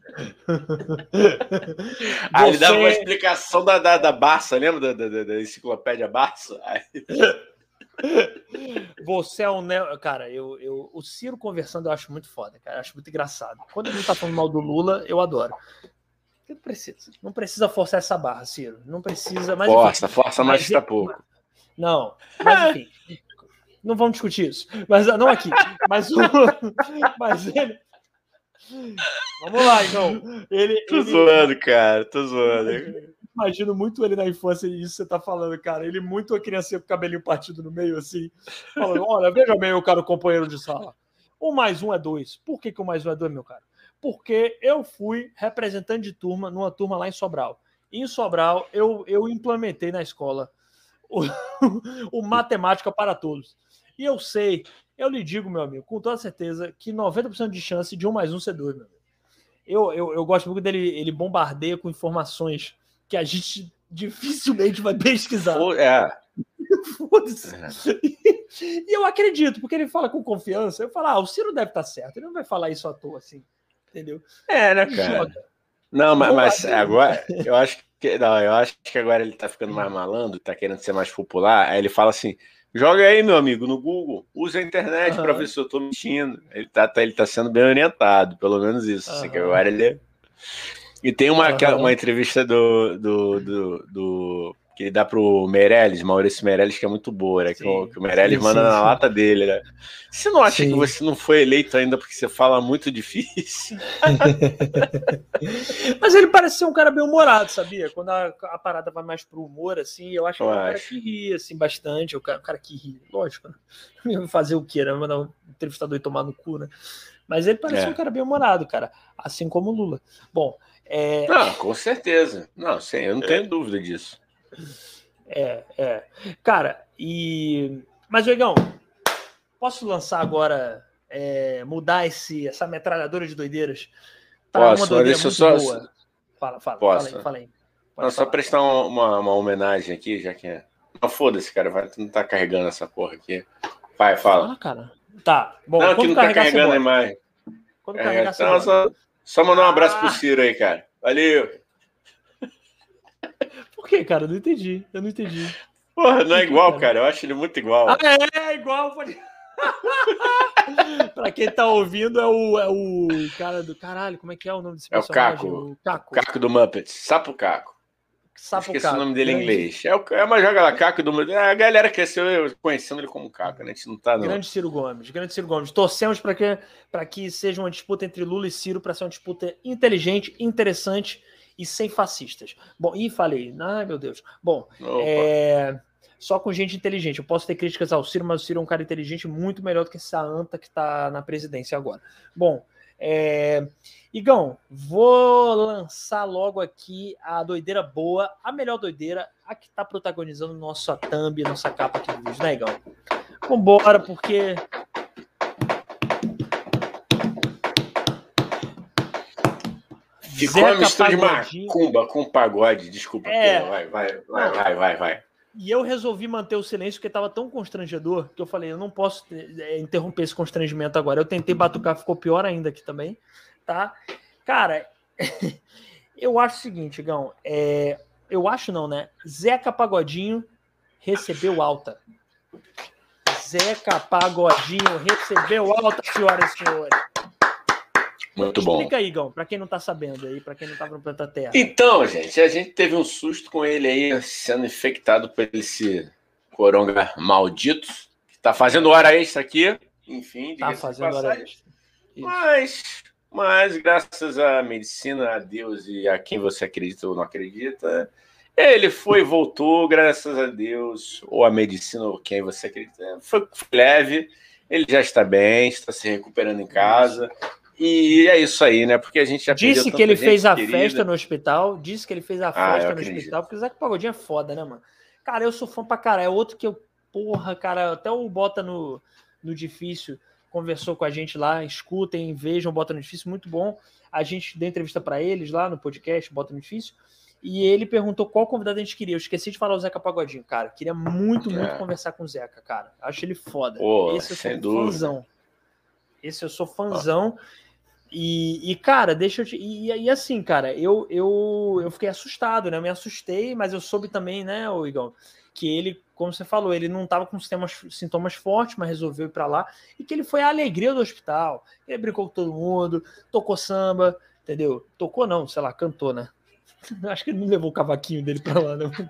Aí você... ele dava uma explicação da, da, da Barça, lembra da, da, da enciclopédia Barça? Aí... Você é um neo... Cara, eu, eu, o Ciro conversando eu acho muito foda, cara. Eu acho muito engraçado. Quando ele não tá falando mal do Lula, eu adoro. Não precisa. Não precisa forçar essa barra, Ciro. Não precisa. Mas, força, enfim, força, mas tá pouco. Não, mas enfim. Não vamos discutir isso. Mas não aqui. Mas, o... mas ele. Vamos lá, então. Ele, tô ele... zoando, cara. Tô zoando. Imagino muito ele na infância e isso você tá falando, cara. Ele muito a criança com o cabelinho partido no meio, assim. Falando, olha, veja bem, eu quero companheiro de sala. Um mais um é dois. Por que que o mais um é dois, meu cara? Porque eu fui representante de turma numa turma lá em Sobral. Em Sobral, eu, eu implementei na escola o, o Matemática para Todos. E eu sei, eu lhe digo, meu amigo, com toda certeza, que noventa por cento de chance de um mais um ser dois, meu amigo. Eu, eu, eu gosto muito dele, ele bombardeia com informações que a gente dificilmente vai pesquisar. É. Foda-se. É. E eu acredito, porque ele fala com confiança. Eu falo, ah, o Ciro deve estar certo. Ele não vai falar isso à toa, assim. Entendeu? É, né, cara? Joga. Não, mas, mas agora, eu acho que não, eu acho que agora ele tá ficando mais malandro, tá querendo ser mais popular. Aí ele fala assim: joga aí, meu amigo, no Google, usa a internet uhum. para ver se eu tô mentindo. Ele tá, tá, ele tá sendo bem orientado, pelo menos isso. Uhum. Assim, que agora ele. E tem uma, uhum. uma entrevista do, do, do, do que ele dá pro Meirelles, Maurício Meirelles, que é muito boa, né? Que o, que o Meirelles sim, manda sim, na sim. lata dele, né? Você não acha sim. que você não foi eleito ainda porque você fala muito difícil? Mas ele parece ser um cara bem humorado, sabia? Quando a, a parada vai mais pro humor, assim, eu acho que eu é um acho. cara que ri, assim, bastante. O cara, o cara que ri, lógico, né? Fazer o quê, né? Mandar um entrevistador e tomar no cu, né? Mas ele parece é. um cara bem humorado, cara. Assim como o Lula. Bom, é... Não, com certeza. Não, sim, eu não tenho é. dúvida disso. É, é. Cara, e... Mas, Diegão, posso lançar agora, é, mudar esse, essa metralhadora de doideiras para uma doideira muito só... boa? Fala, fala, Posso? fala aí, fala aí. Não, só prestar uma, uma homenagem aqui, já que é... Não, foda-se, cara, vai, tu não tá carregando essa porra aqui. Vai, fala. Fala, cara. Tá, bom. Não, que não tá carregando a imagem. Quando é, carregar, então, só, só mandar um abraço ah. pro Ciro aí, cara. Valeu! Por que, cara? Eu não entendi. Eu não entendi. Porra, não é igual, cara. Eu acho ele muito igual. Ah, é, é igual. Pra quem tá ouvindo, é o, é o cara do... Caralho, como é que é o nome desse personagem? É o Caco. O Caco. Caco do Muppets. Sapo Caco. Sapo Esqueci Caco. o nome dele em inglês. É, o, é uma joga lá, Caco do Muppets. A galera cresceu conhecendo ele como Caco, né? A gente não tá... Não. Grande Ciro Gomes. Grande Ciro Gomes. Torcemos pra que, pra que seja uma disputa entre Lula e Ciro, pra ser uma disputa inteligente, interessante e sem fascistas. Bom, e falei, ai meu Deus. Bom, é, só com gente inteligente. Eu posso ter críticas ao Ciro, mas o Ciro é um cara inteligente muito melhor do que essa anta que tá na presidência agora. Bom, é... Igão, vou lançar logo aqui a doideira boa, a melhor doideira, a que tá protagonizando nossa thumb, nossa capa aqui do vídeo, né, Igão? Vambora, porque... Ficou uma mistura de macumba com pagode, desculpa. É, vai, vai, vai, vai, vai, vai. E eu resolvi manter o silêncio porque estava tão constrangedor que eu falei, eu não posso é, interromper esse constrangimento agora. Eu tentei batucar, ficou pior ainda aqui também, tá? Cara, eu acho o seguinte, Gão, é, eu acho não, né? Zeca Pagodinho recebeu alta. Zeca Pagodinho recebeu alta, senhoras e senhores. Muito bom. Explica aí, Gão, pra quem não tá sabendo aí, pra quem não tá no planeta Terra. Então, gente, a gente teve um susto com ele aí, sendo infectado por esse coronga maldito, que tá fazendo hora extra aqui, enfim. Tá fazendo hora extra. Mas, mas, graças à medicina, a Deus e a quem você acredita ou não acredita, ele foi e voltou, graças a Deus, ou a medicina, ou quem você acredita. Foi, foi leve, ele já está bem, está se recuperando em casa. E é isso aí, né? Porque a gente já disse que ele fez a querida. festa no hospital. Disse que ele fez a ah, festa no hospital. Porque o Zeca Pagodinho é foda, né, mano? Cara, eu sou fã pra caralho. É outro que eu... Porra, cara. Até o Bota no, no Difícil conversou com a gente lá. Escutem, vejam Bota no Difícil. Muito bom. A gente deu entrevista pra eles lá no podcast Bota no Difícil. E ele perguntou qual convidado a gente queria. Eu esqueci de falar o Zeca Pagodinho, cara. Queria muito, muito é. conversar com o Zeca, cara. Acho ele foda. Pô, Esse eu sou sem dúvida. fãzão. Esse eu sou fãzão. Ah. E, e, cara, deixa eu te... E, e assim, cara, eu, eu, eu fiquei assustado, né? Eu me assustei, mas eu soube também, né, o Igor, que ele, como você falou, ele não tava com sintomas, sintomas fortes, mas resolveu ir pra lá. E que ele foi a alegria do hospital. Ele brincou com todo mundo, tocou samba, entendeu? Tocou não, sei lá, cantou, né? Acho que ele não levou o cavaquinho dele pra lá, né?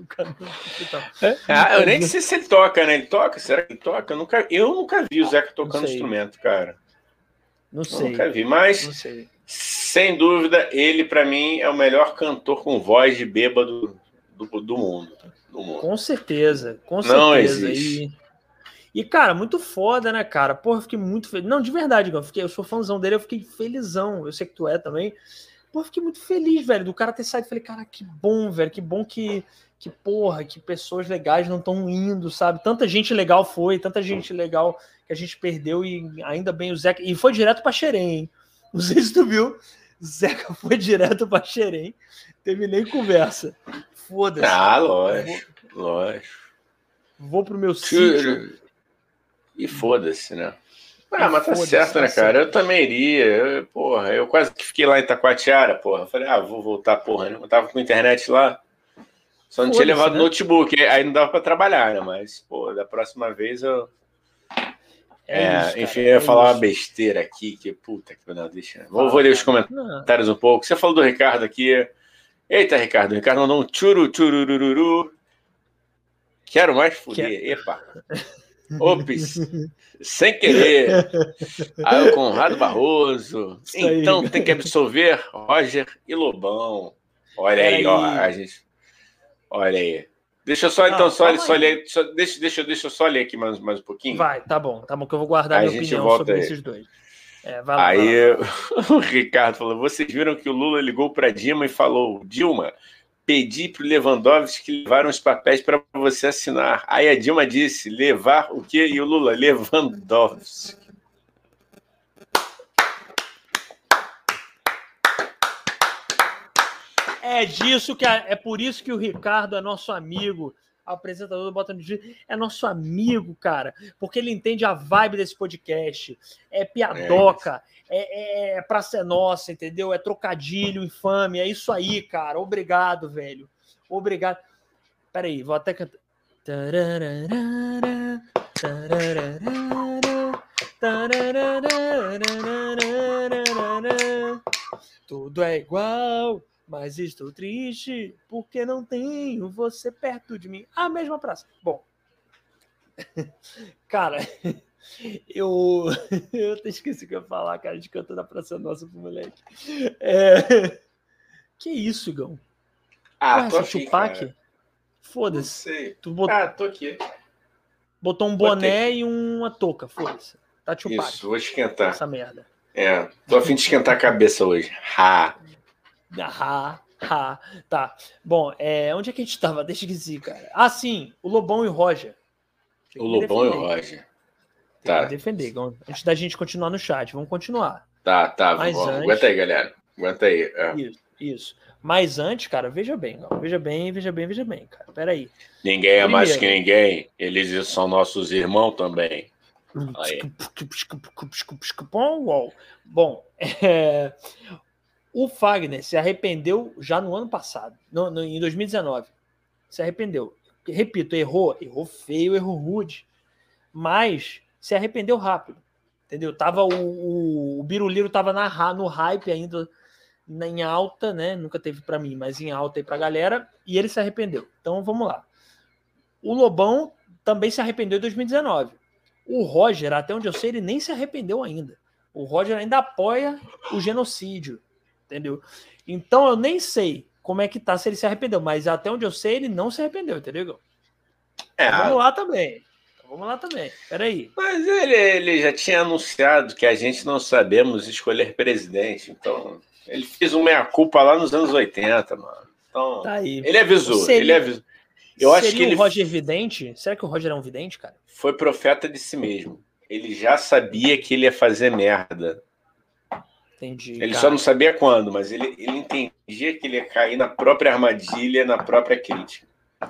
Ah, eu nem sei se ele toca, né? Ele toca? Será que ele toca? Eu nunca, eu nunca vi o Zeca tocando instrumento, cara. Não sei. Eu nunca vi, mas não sei. Sem dúvida, ele para mim é o melhor cantor com voz de bêbado do, do, mundo, do mundo. Com certeza, com certeza. Não existe. E, e, cara, muito foda, né, cara? Porra, eu fiquei muito feliz. Não, de verdade, eu, fiquei, eu sou fãzão dele, eu fiquei felizão. Eu sei que tu é também. Porra, eu fiquei muito feliz, velho, do cara ter saído. Falei, cara, que bom, velho, que bom que, que porra, que pessoas legais não estão indo, sabe? Tanta gente legal foi, tanta gente legal que a gente perdeu e ainda bem o Zeca... E foi direto pra Xerém, hein? Não sei se tu viu, o Zeca foi direto pra Xerém. Terminei conversa. Foda-se. Ah, lógico, vou, lógico. Vou pro meu sítio. E foda-se, né? Ah, mas tá certo, né, cara? Eu também iria. Eu, porra, eu quase que fiquei lá em Taquatiara, porra. Falei, ah, vou voltar, porra. Eu tava com internet lá. Só não tinha levado né? notebook. Aí não dava pra trabalhar, né? Mas, pô, da próxima vez eu. É, é isso, enfim, cara, eu ia é falar isso. uma besteira aqui, que puta que não, deixa. Vou, Fala, vou ler os comentários não. um pouco. Você falou do Ricardo aqui. Eita, Ricardo. O Ricardo mandou um tchuru, tchurururu. Quero mais fuder. Que... Epa. Ops. Sem querer. Aí o Conrado Barroso. Isso então aí. Tem que absolver Roger e Lobão. Olha aí, aí, ó. A gente... Olha aí. Deixa eu só, não, então, só, só ler. Só, deixa, deixa, deixa eu só ler aqui mais, mais um pouquinho. Vai, tá bom, tá bom, que eu vou guardar aí minha opinião sobre aí. esses dois. É, vai lá, aí vai lá. O Ricardo falou: vocês viram que o Lula ligou para Dilma e falou: Dilma, pedi para o Lewandowski que levaram os papéis para você assinar. Aí a Dilma disse: levar o quê? E o Lula: Lewandowski. É disso que é, é por isso que o Ricardo é nosso amigo, apresentador do Bota no Dia, é nosso amigo, cara, porque ele entende a vibe desse podcast. É piadoca, é, é, é pra ser nossa, entendeu? É trocadilho, infame, é isso aí, cara. Obrigado, velho. Obrigado. Peraí, vou até cantar. Tudo é igual, mas estou triste porque não tenho você perto de mim. A mesma praça. Bom, cara, eu, eu até esqueci o que eu ia falar, cara, de cantar da Praça Nossa pro moleque. É... Que isso, Igão? Ah, Ué, tô aqui, Tupac? Foda-se. Tu bot... Ah, tô aqui. Botou um boné e uma touca, foda-se. Tá Tupac. Isso, vou esquentar. Essa merda. É, tô a fim de esquentar a cabeça hoje. Ha! Ha, ha. Tá. Bom, é, onde é que a gente tava? Deixa eu dizer, cara. Ah, sim, o Lobão e o Roger. O Lobão e o Roger. Tem tá. que defender. Antes da gente continuar no chat, vamos continuar. Tá, tá. Mas vamos. Antes... Aguenta aí, galera. Aguenta aí. É. Isso, isso. Mas antes, cara, veja bem, veja bem, veja bem, veja bem, cara. Peraí. Ninguém é Primeiro. mais que ninguém. Eles são nossos irmãos também. Aí. Bom, é... o Fagner se arrependeu já no ano passado, no, no, em dois mil e dezenove. Se arrependeu. Repito, errou, errou feio, errou rude, mas se arrependeu rápido, entendeu? Tava o, o, o Biruliro tava na, no hype ainda, na, em alta, né? Nunca teve para mim, mas em alta aí pra galera, e ele se arrependeu. Então vamos lá. O Lobão também se arrependeu em dois mil e dezenove. O Roger, até onde eu sei, ele nem se arrependeu ainda. O Roger ainda apoia o genocídio, entendeu? Então eu nem sei como é que tá se ele se arrependeu, mas até onde eu sei ele não se arrependeu, entendeu? É, então, vamos lá também. Então, vamos lá também. Peraí. Mas ele, ele já tinha anunciado que a gente não sabemos escolher presidente, então ele fez uma meia-culpa lá nos anos oitenta, mano. Então, tá aí. Ele avisou, seria, ele avisou. Eu acho que o ele Roger vidente? Será que o Roger é um vidente, cara? Foi profeta de si mesmo. Ele já sabia que ele ia fazer merda. Entendi. Ele cara. só não sabia quando, mas ele, ele entendia que ele ia cair na própria armadilha, na própria crítica.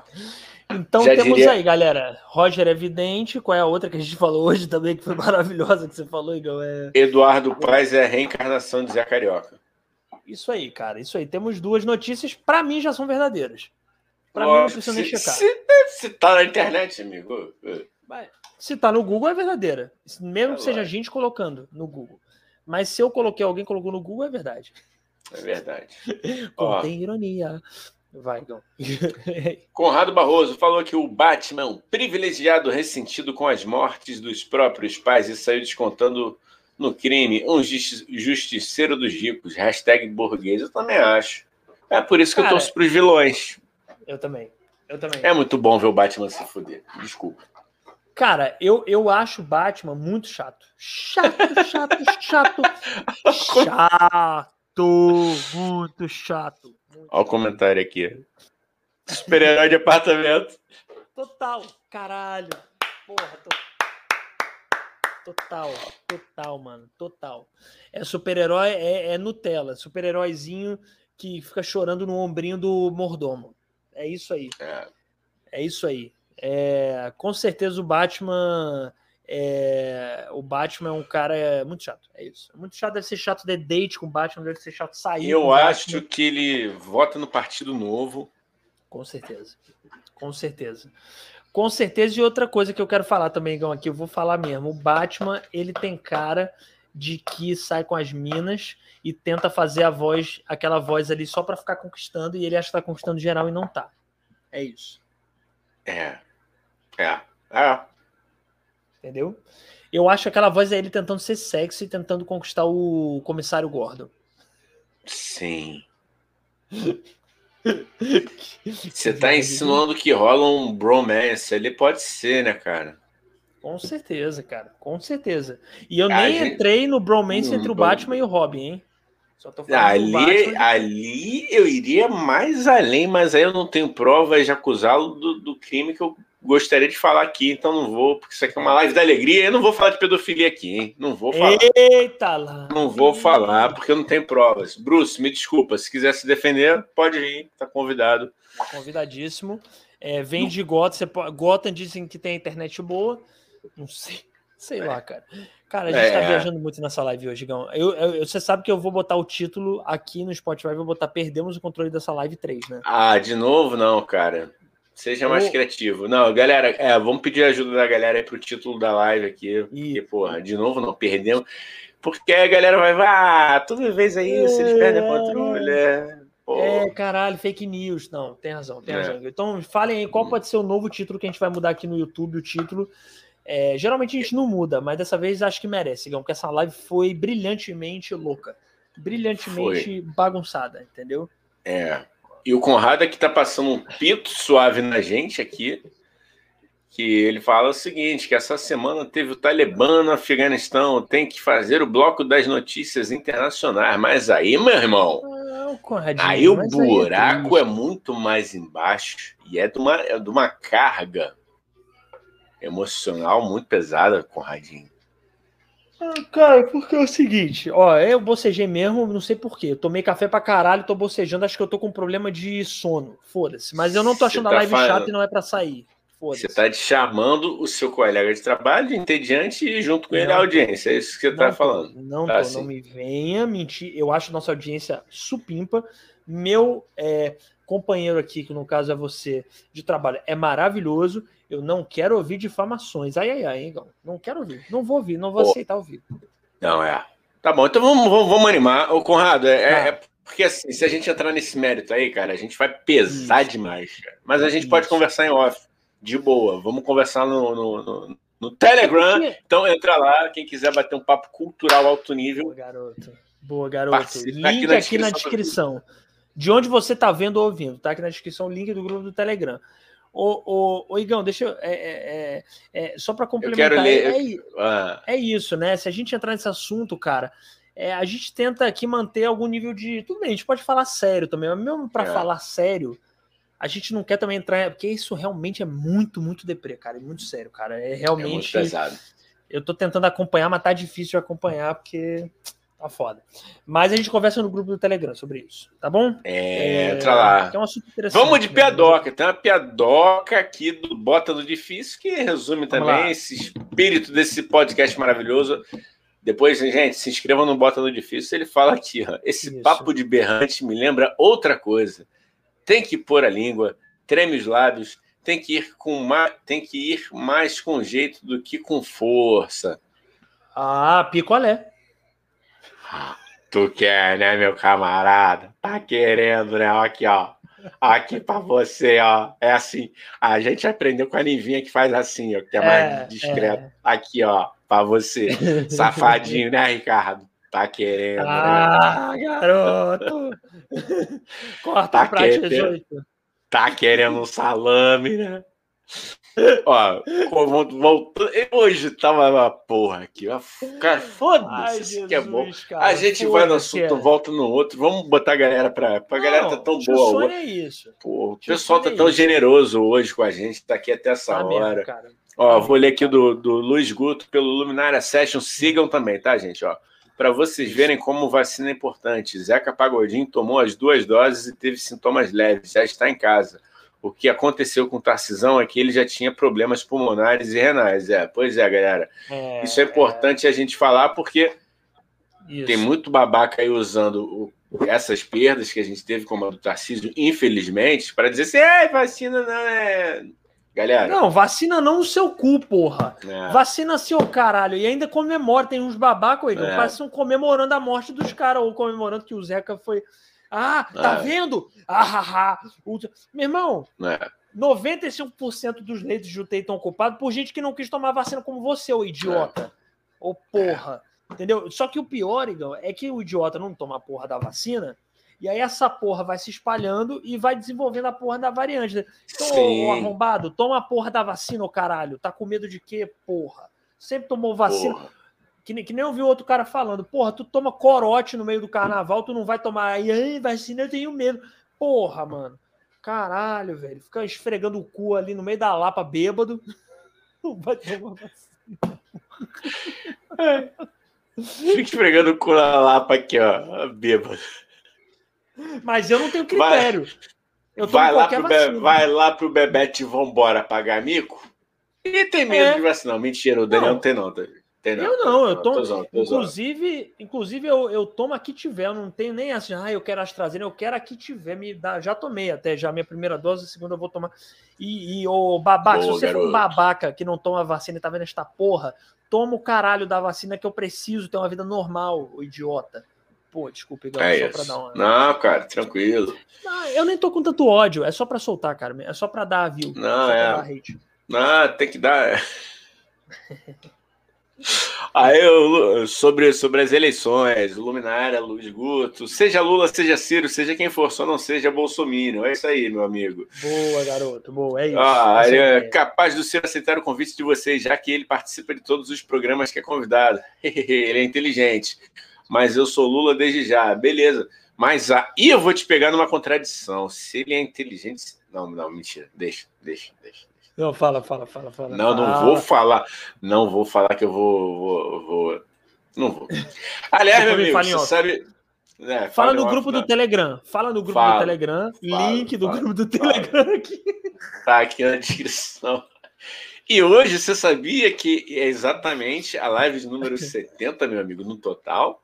Então já temos diria... aí, galera. Roger é vidente. Qual é a outra que a gente falou hoje também, que foi maravilhosa que você falou, Igor? É... Eduardo Paes é a reencarnação de Zé Carioca. Isso aí, cara. Isso aí. Temos duas notícias. Para mim já são verdadeiras. Para mim não precisa nem checar. Se, se tá na internet, amigo. Se tá no Google é verdadeira. Mesmo é que seja a gente colocando no Google. Mas se eu coloquei, alguém colocou no Google, é verdade. É verdade. Contém ironia. Vai, Gão. Conrado Barroso falou que o Batman é um privilegiado ressentido com as mortes dos próprios pais e saiu descontando no crime um justiceiro dos ricos. Hashtag burguês. Eu também acho. É por isso que Cara, eu torço pros vilões. Eu também. Eu também. É muito bom ver o Batman se fuder. Desculpa. Cara, eu, eu acho o Batman muito chato. Chato, chato, chato. Chato. Muito chato. Muito Olha o comentário aqui. Super-herói de apartamento. Total. Caralho. Porra, tô... Total. Total, mano. Total. É super-herói, é, é Nutella. Super-heróizinho que fica chorando no ombrinho do mordomo. É isso aí. É, é isso aí. É, com certeza o Batman É, o Batman é um cara muito chato, é isso. Muito chato, deve ser chato de date com o Batman, deve ser chato sair Eu com o acho Batman. que ele vota no Partido Novo. Com certeza, com certeza. Com certeza, e outra coisa que eu quero falar também, Igão, aqui, eu vou falar mesmo. O Batman, ele tem cara de que sai com as minas e tenta fazer a voz, aquela voz ali só pra ficar conquistando, e ele acha que tá conquistando geral e não tá. É isso. É. É. É. Entendeu? Eu acho aquela voz é ele tentando ser sexy, tentando conquistar o comissário Gordon. Sim. Você tá insinuando que rola um bromance ali? Pode ser, né, cara? Com certeza, cara. Com certeza. E eu A nem gente... entrei no bromance entre o Batman e o Robin, hein? Só tô falando ali, do Batman. ali eu iria mais além, mas aí eu não tenho provas de acusá-lo do, do crime que eu gostaria de falar aqui, então não vou, porque isso aqui é uma live da alegria. Eu não vou falar de pedofilia aqui, hein? Não vou falar. Eita lá! Não vou falar, porque eu não tenho provas. Bruce, me desculpa, se quiser se defender, pode ir, tá convidado. Convidadíssimo. É, vem de Gotham, você pode... Gotham dizem que tem internet boa. Não sei, sei é. lá, cara. Cara, a gente é. tá viajando muito nessa live hoje, Gão. Eu, eu, você sabe que eu vou botar o título aqui no Spotify, vou botar Perdemos o Controle dessa live três, né? Ah, de novo? Não, cara. Seja mais oh. criativo. Não, galera, é, vamos pedir ajuda da galera aí pro título da live aqui. E... Porque, porra, de novo não, perdemos. Porque a galera vai, ah, toda vez é isso, eles perdem o controle. É, é, caralho, fake news. Não, tem razão, tem é. razão. Então, falem aí qual pode ser o novo título que a gente vai mudar aqui no YouTube, o título. É, geralmente a gente não muda, mas dessa vez acho que merece, Gão, porque essa live foi brilhantemente louca. Brilhantemente foi. bagunçada, entendeu? É. E o Conrado aqui tá passando um pito suave na gente aqui, que ele fala o seguinte, que essa semana teve o Talibã no Afeganistão, tem que fazer o bloco das notícias internacionais, mas aí, meu irmão, não, aí o buraco é, é muito mais embaixo e é de uma, é de uma carga emocional muito pesada, Conradinho. Ah, cara, porque é o seguinte, ó, eu bocejei mesmo, não sei porquê. Eu tomei café pra caralho, tô bocejando, acho que eu tô com um problema de sono. Foda-se. Mas eu não tô achando tá a live falando... chata e não é pra sair. Você tá chamando o seu colega de trabalho, entediante, e junto com não, ele a audiência. É isso que você tá tô, falando. Não tá tô, assim. Não me venha mentir. Eu acho nossa audiência supimpa. Meu é, companheiro aqui, que no caso é você, de trabalho, é maravilhoso. Eu não quero ouvir difamações. Ai, ai, ai, hein, Gão? Não quero ouvir. Não vou ouvir, não vou oh. aceitar ouvir. Não, é. Tá bom, então vamos, vamos, vamos animar. Ô, Conrado, é, ah. é porque assim, se a gente entrar nesse mérito aí, cara, a gente vai pesar Isso. demais. Cara. Mas a gente Isso. pode conversar em off, de boa. Vamos conversar no, no, no, no Telegram. É então entra lá, quem quiser bater um papo cultural alto nível. Boa, garoto. Boa, garoto. Link aqui na aqui descrição. Na descrição. De onde você tá vendo ou ouvindo. Tá aqui na descrição o link do grupo do Telegram. Ô, ô, ô, Igão, deixa eu. É, é, é, só para complementar. Eu quero ler. É, ah. é isso, né? Se a gente entrar nesse assunto, cara, é, a gente tenta aqui manter algum nível de. Tudo bem, a gente pode falar sério também, mas mesmo para é. falar sério, a gente não quer também entrar. Porque isso realmente é muito, muito deprê, cara. É muito sério, cara. É realmente. É muito pesado. Eu tô tentando acompanhar, mas tá difícil de acompanhar, porque. Tá foda. Mas a gente conversa no grupo do Telegram sobre isso, tá bom? É, é entra lá. É um assunto interessante. Vamos de piadoca. Mesmo. Tem uma piadoca aqui do Bota do Difícil que resume Vamos também lá. Esse espírito desse podcast maravilhoso. Depois, gente, se inscrevam no Bota do Difícil. Ele fala aqui, ó, esse isso. papo de berrante me lembra outra coisa. Tem que pôr a língua, treme os lábios, tem que ir com mais, tem que ir mais com jeito do que com força. Ah, picolé. Tu quer, né, meu camarada? Tá querendo, né? Aqui, ó. Aqui pra você, ó. É assim. A gente aprendeu com a Nivinha que faz assim, ó. Que é, é mais discreto. É. Aqui, ó. Pra você. Safadinho, né, Ricardo? Tá querendo, ah, né? garoto! Corta tá pra dezoito. Tá querendo um salame, né? Ó, voltando. Hoje tava uma porra aqui. Cara, foda-se, isso que é bom. Cara, a gente vai no assunto, é. volta no outro. Vamos botar a galera pra. pra a galera tá tão boa. O sonho é isso. Pô, o pessoal tá é tão isso. generoso hoje com a gente, tá aqui até essa tá hora. Mesmo, cara. Ó, tá vou mesmo, ler aqui do, do Luiz Guto pelo Luminária Session. Sigam também, tá, gente? Ó, pra vocês verem como vacina é importante. Zeca Pagodinho tomou as duas doses e teve sintomas leves. Já está em casa. o que aconteceu com o Tarcisão é que ele já tinha problemas pulmonares e renais. É, pois é, galera. É, Isso é importante é... a gente falar, porque Isso. tem muito babaca aí usando o, essas perdas que a gente teve como a do Tarcísio, infelizmente, para dizer assim, é, vacina não é... Galera. Não, vacina não no seu cu, porra. É. Vacina seu caralho. E ainda comemora. Tem uns babacos aí que é. parecem comemorando a morte dos caras, ou comemorando que o Zeca foi. Ah, tá é. vendo? Ah, ah, ah. Meu irmão, é. noventa e cinco por cento dos leitos de U T I estão ocupados por gente que não quis tomar vacina como você, ô idiota. Ô porra. Entendeu? Só que o pior, Igão, é que o idiota não toma a porra da vacina. E aí essa porra vai se espalhando e vai desenvolvendo a porra da variante. Então, ô, ô arrombado, toma a porra da vacina, ô caralho. Tá com medo de quê, porra? Sempre tomou vacina. Que nem, que nem eu vi outro cara falando. Porra, tu toma corote no meio do carnaval, tu não vai tomar. Aí, ai, vacina, eu tenho medo. Porra, mano. Caralho, velho. Fica esfregando o cu ali no meio da Lapa, bêbado. Não vai tomar vacina. É. Fica esfregando o cu na Lapa aqui, ó. Bêbado. Mas eu não tenho critério. Vai, eu vai, lá pro be, vai lá pro Bebete e vambora pagar mico? E tem medo é. de vacina. Não, mentira, o Daniel não, não tem não. Tem não. Eu não, eu tomo. Tô zoando, tô inclusive, inclusive eu, eu tomo a que tiver. Eu não tenho nem assim, ah, eu quero AstraZeneca, eu quero a que tiver. Me dá, já tomei até já a minha primeira dose, a segunda eu vou tomar. E, e o babaca, Boa, se você garoto. for um babaca que não toma vacina e tá vendo esta porra, toma o caralho da vacina que eu preciso ter uma vida normal, o idiota. Pô, desculpa, Igor, é só isso. pra dar uma... Não, cara, tranquilo. Não, eu nem tô com tanto ódio, é só pra soltar, cara. É só pra dar view. Não, é. Dar hate. Não, tem que dar. Aí, eu, sobre, sobre as eleições, Luminária, Luiz Guto, seja Lula, seja Ciro, seja quem for, só não seja Bolsonaro. É isso aí, meu amigo. Boa, garoto, boa, é isso. Ah, é, é capaz do Ciro aceitar o convite de vocês, já que ele participa de todos os programas que é convidado. Ele é inteligente. Mas eu sou Lula desde já. Beleza. Mas aí eu vou te pegar numa contradição. Se ele é inteligente... Não, não, mentira. Deixa, deixa, deixa. Não, fala, fala, fala. fala não, fala. não vou falar. Não vou falar que eu vou... vou, vou... Não vou. Aliás, meu amigo, você sabe... É, fala, fala no grupo off, do não. Telegram. Fala no grupo fala, do Telegram. Fala, link do fala, grupo do Telegram fala. aqui. Tá aqui na descrição. E hoje, você sabia que é exatamente a live de número setenta, meu amigo, no total?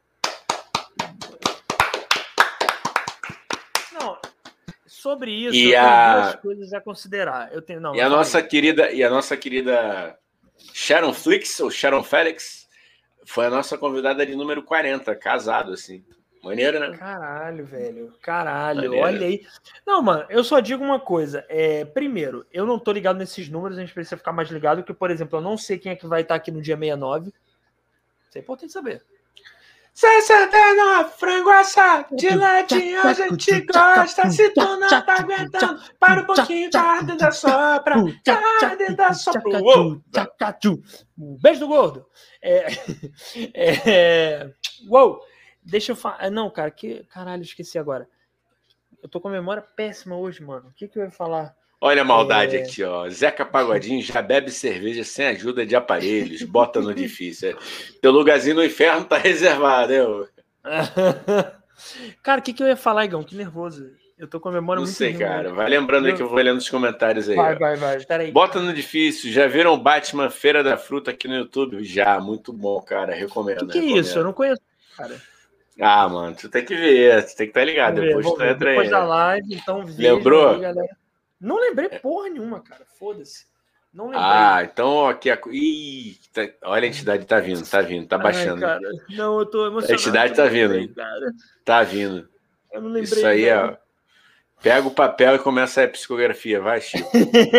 Não, sobre isso, e eu a... tenho duas coisas a considerar. Eu tenho, não, e, a nossa querida, e a nossa querida Sharon Flix, ou Sharon Félix, foi a nossa convidada de número quarenta, casado, assim. Maneiro, né? Caralho, velho. Caralho, Maneiro. Olha aí. Não, mano, eu só digo uma coisa. É, primeiro, eu não tô ligado nesses números, a gente precisa ficar mais ligado, porque, por exemplo, eu não sei quem é que vai estar aqui no dia sessenta e nove. Isso é importante saber. sessenta e nove, frango assado, de ladinho a gente gosta, se tu não tá aguentando, para um pouquinho, carne da sopra, carne da sopra. Beijo do gordo. É, é, uou, deixa eu falar. Não, cara, que caralho, esqueci agora. Eu tô com a memória péssima hoje, mano. O que que eu ia falar? Olha a maldade é... aqui, ó. Zeca Pagodinho já bebe cerveja sem ajuda de aparelhos. Bota no difícil. Teu lugarzinho no inferno tá reservado, eu. Cara, o que, que eu ia falar, Igão? Que nervoso. Eu tô com a memória Não muito sei, ruim, cara. Vai lembrando eu... aí que eu vou olhando os comentários aí. Vai, ó. vai, vai. Peraí. Bota no difícil. Já viram Batman Feira da Fruta aqui no YouTube? Já. Muito bom, cara. Recomendo. O que, que recomendo. é isso? Eu não conheço, cara. Ah, mano, tu tem que ver. Tu tem que estar ligado. Depois tu entra aí. Depois da live, então veja. Lembrou? Aí, galera. Não lembrei porra nenhuma, cara. Foda-se. Não lembrei. Ah, então aqui a. Ih, tá... olha a entidade, tá vindo, tá vindo, tá baixando. Ai, cara. Não, eu tô emocionado. A entidade tá vindo, hein? Tá vindo. Eu não lembrei. Isso aí, velho. Ó. Pega o papel e começa a psicografia. Vai, Chico.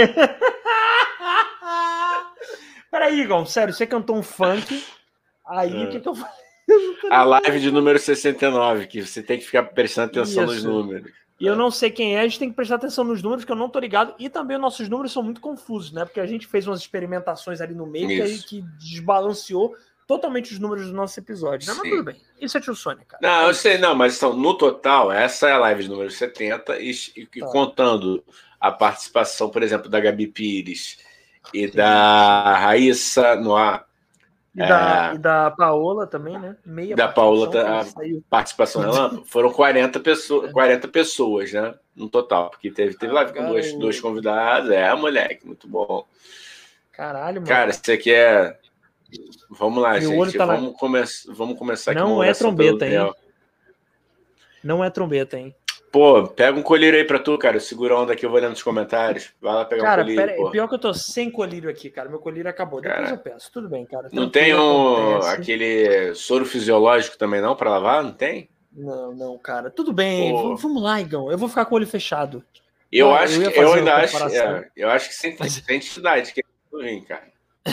Peraí, Igor, sério, você cantou um funk. Aí o é. que, que eu falei? A live de número sessenta e nove, que você tem que ficar prestando atenção Isso. nos números. E eu não sei quem é, a gente tem que prestar atenção nos números, que eu não tô ligado. E também os nossos números são muito confusos, né? Porque a gente fez umas experimentações ali no meio que, aí, que desbalanceou totalmente os números dos nossos episódios. Né? Mas tudo bem. Isso é Tio Sônia, cara. Não, é eu sei, não, mas então, no total, essa é a live de número setenta, e, e tá. contando a participação, por exemplo, da Gabi Pires e Sim. da Raíssa Noir, E, é... da, e da Paola também, né? Meia da Paola, a participação dela foram quarenta pessoas, quarenta pessoas, né? No total, porque teve, teve ah, live com dois, dois convidados. É, moleque, muito bom. Caralho, mano. Cara, você aqui é. Vamos lá, Meu gente. Tá vamos, na... come... vamos começar aqui. Não é trombeta, hein? Não é trombeta, hein? Pô, pega um colírio aí pra tu, cara. Segura a onda aqui, eu vou olhando nos comentários. Vai lá pegar cara, um colírio, pera, pior que eu tô sem colírio aqui, cara. Meu colírio acabou. Cara, depois eu peço. Tudo bem, cara. Não tem um, aquele soro fisiológico também, não, pra lavar? Não tem? Não, não, cara. Tudo bem. Vamos, vamos lá, Igão. Eu vou ficar com o olho fechado. Eu não, acho eu que eu ainda acho. É, eu acho que sem identidade, que é ruim, cara.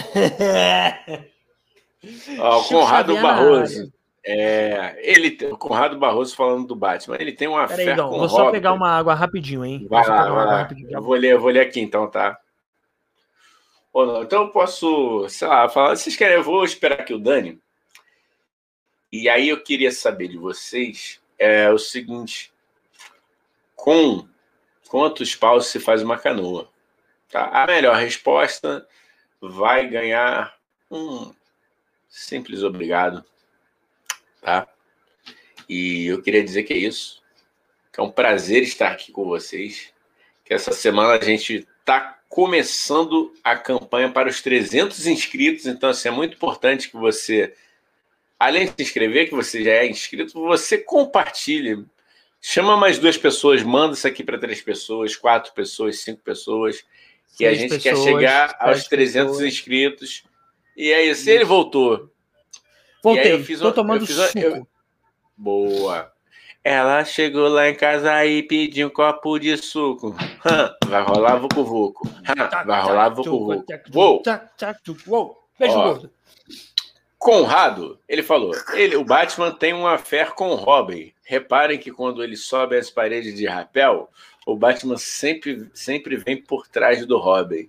Ó, o Conrado Barroso. É, ele, o Conrado Barroso falando do Batman, ele tem uma fé com o Vou só pegar uma água rapidinho, hein? Vai lá, vai lá. Eu vou ler, eu vou ler aqui então, tá? Ou não, então eu posso, sei lá, falar, vocês querem, eu vou esperar aqui o Dani. E aí eu queria saber de vocês é o seguinte, com quantos paus se faz uma canoa? Tá? A melhor resposta vai ganhar um simples obrigado. Tá? E eu queria dizer que é isso, que é um prazer estar aqui com vocês, que essa semana a gente está começando a campanha para os trezentos inscritos, então assim, é muito importante que você, além de se inscrever, que você já é inscrito, você compartilhe, chama mais duas pessoas, manda isso aqui para três pessoas, quatro pessoas, cinco pessoas, e a gente pessoas, quer chegar aos trezentos pessoas. Inscritos, e é isso, ele voltou. Voltei, eu fiz tô uma, tomando eu fiz suco. Uma, eu... Boa. Ela chegou lá em casa e pediu um copo de suco. Hum, vai rolar vucu-vucu. Hum, vai rolar vucu-vucu. Uou! Uou! Beijo, gordo. Conrado, ele falou, ele, o Batman tem uma fé com o Robin. Reparem que quando ele sobe as paredes de rapel, o Batman sempre, sempre vem por trás do Robin.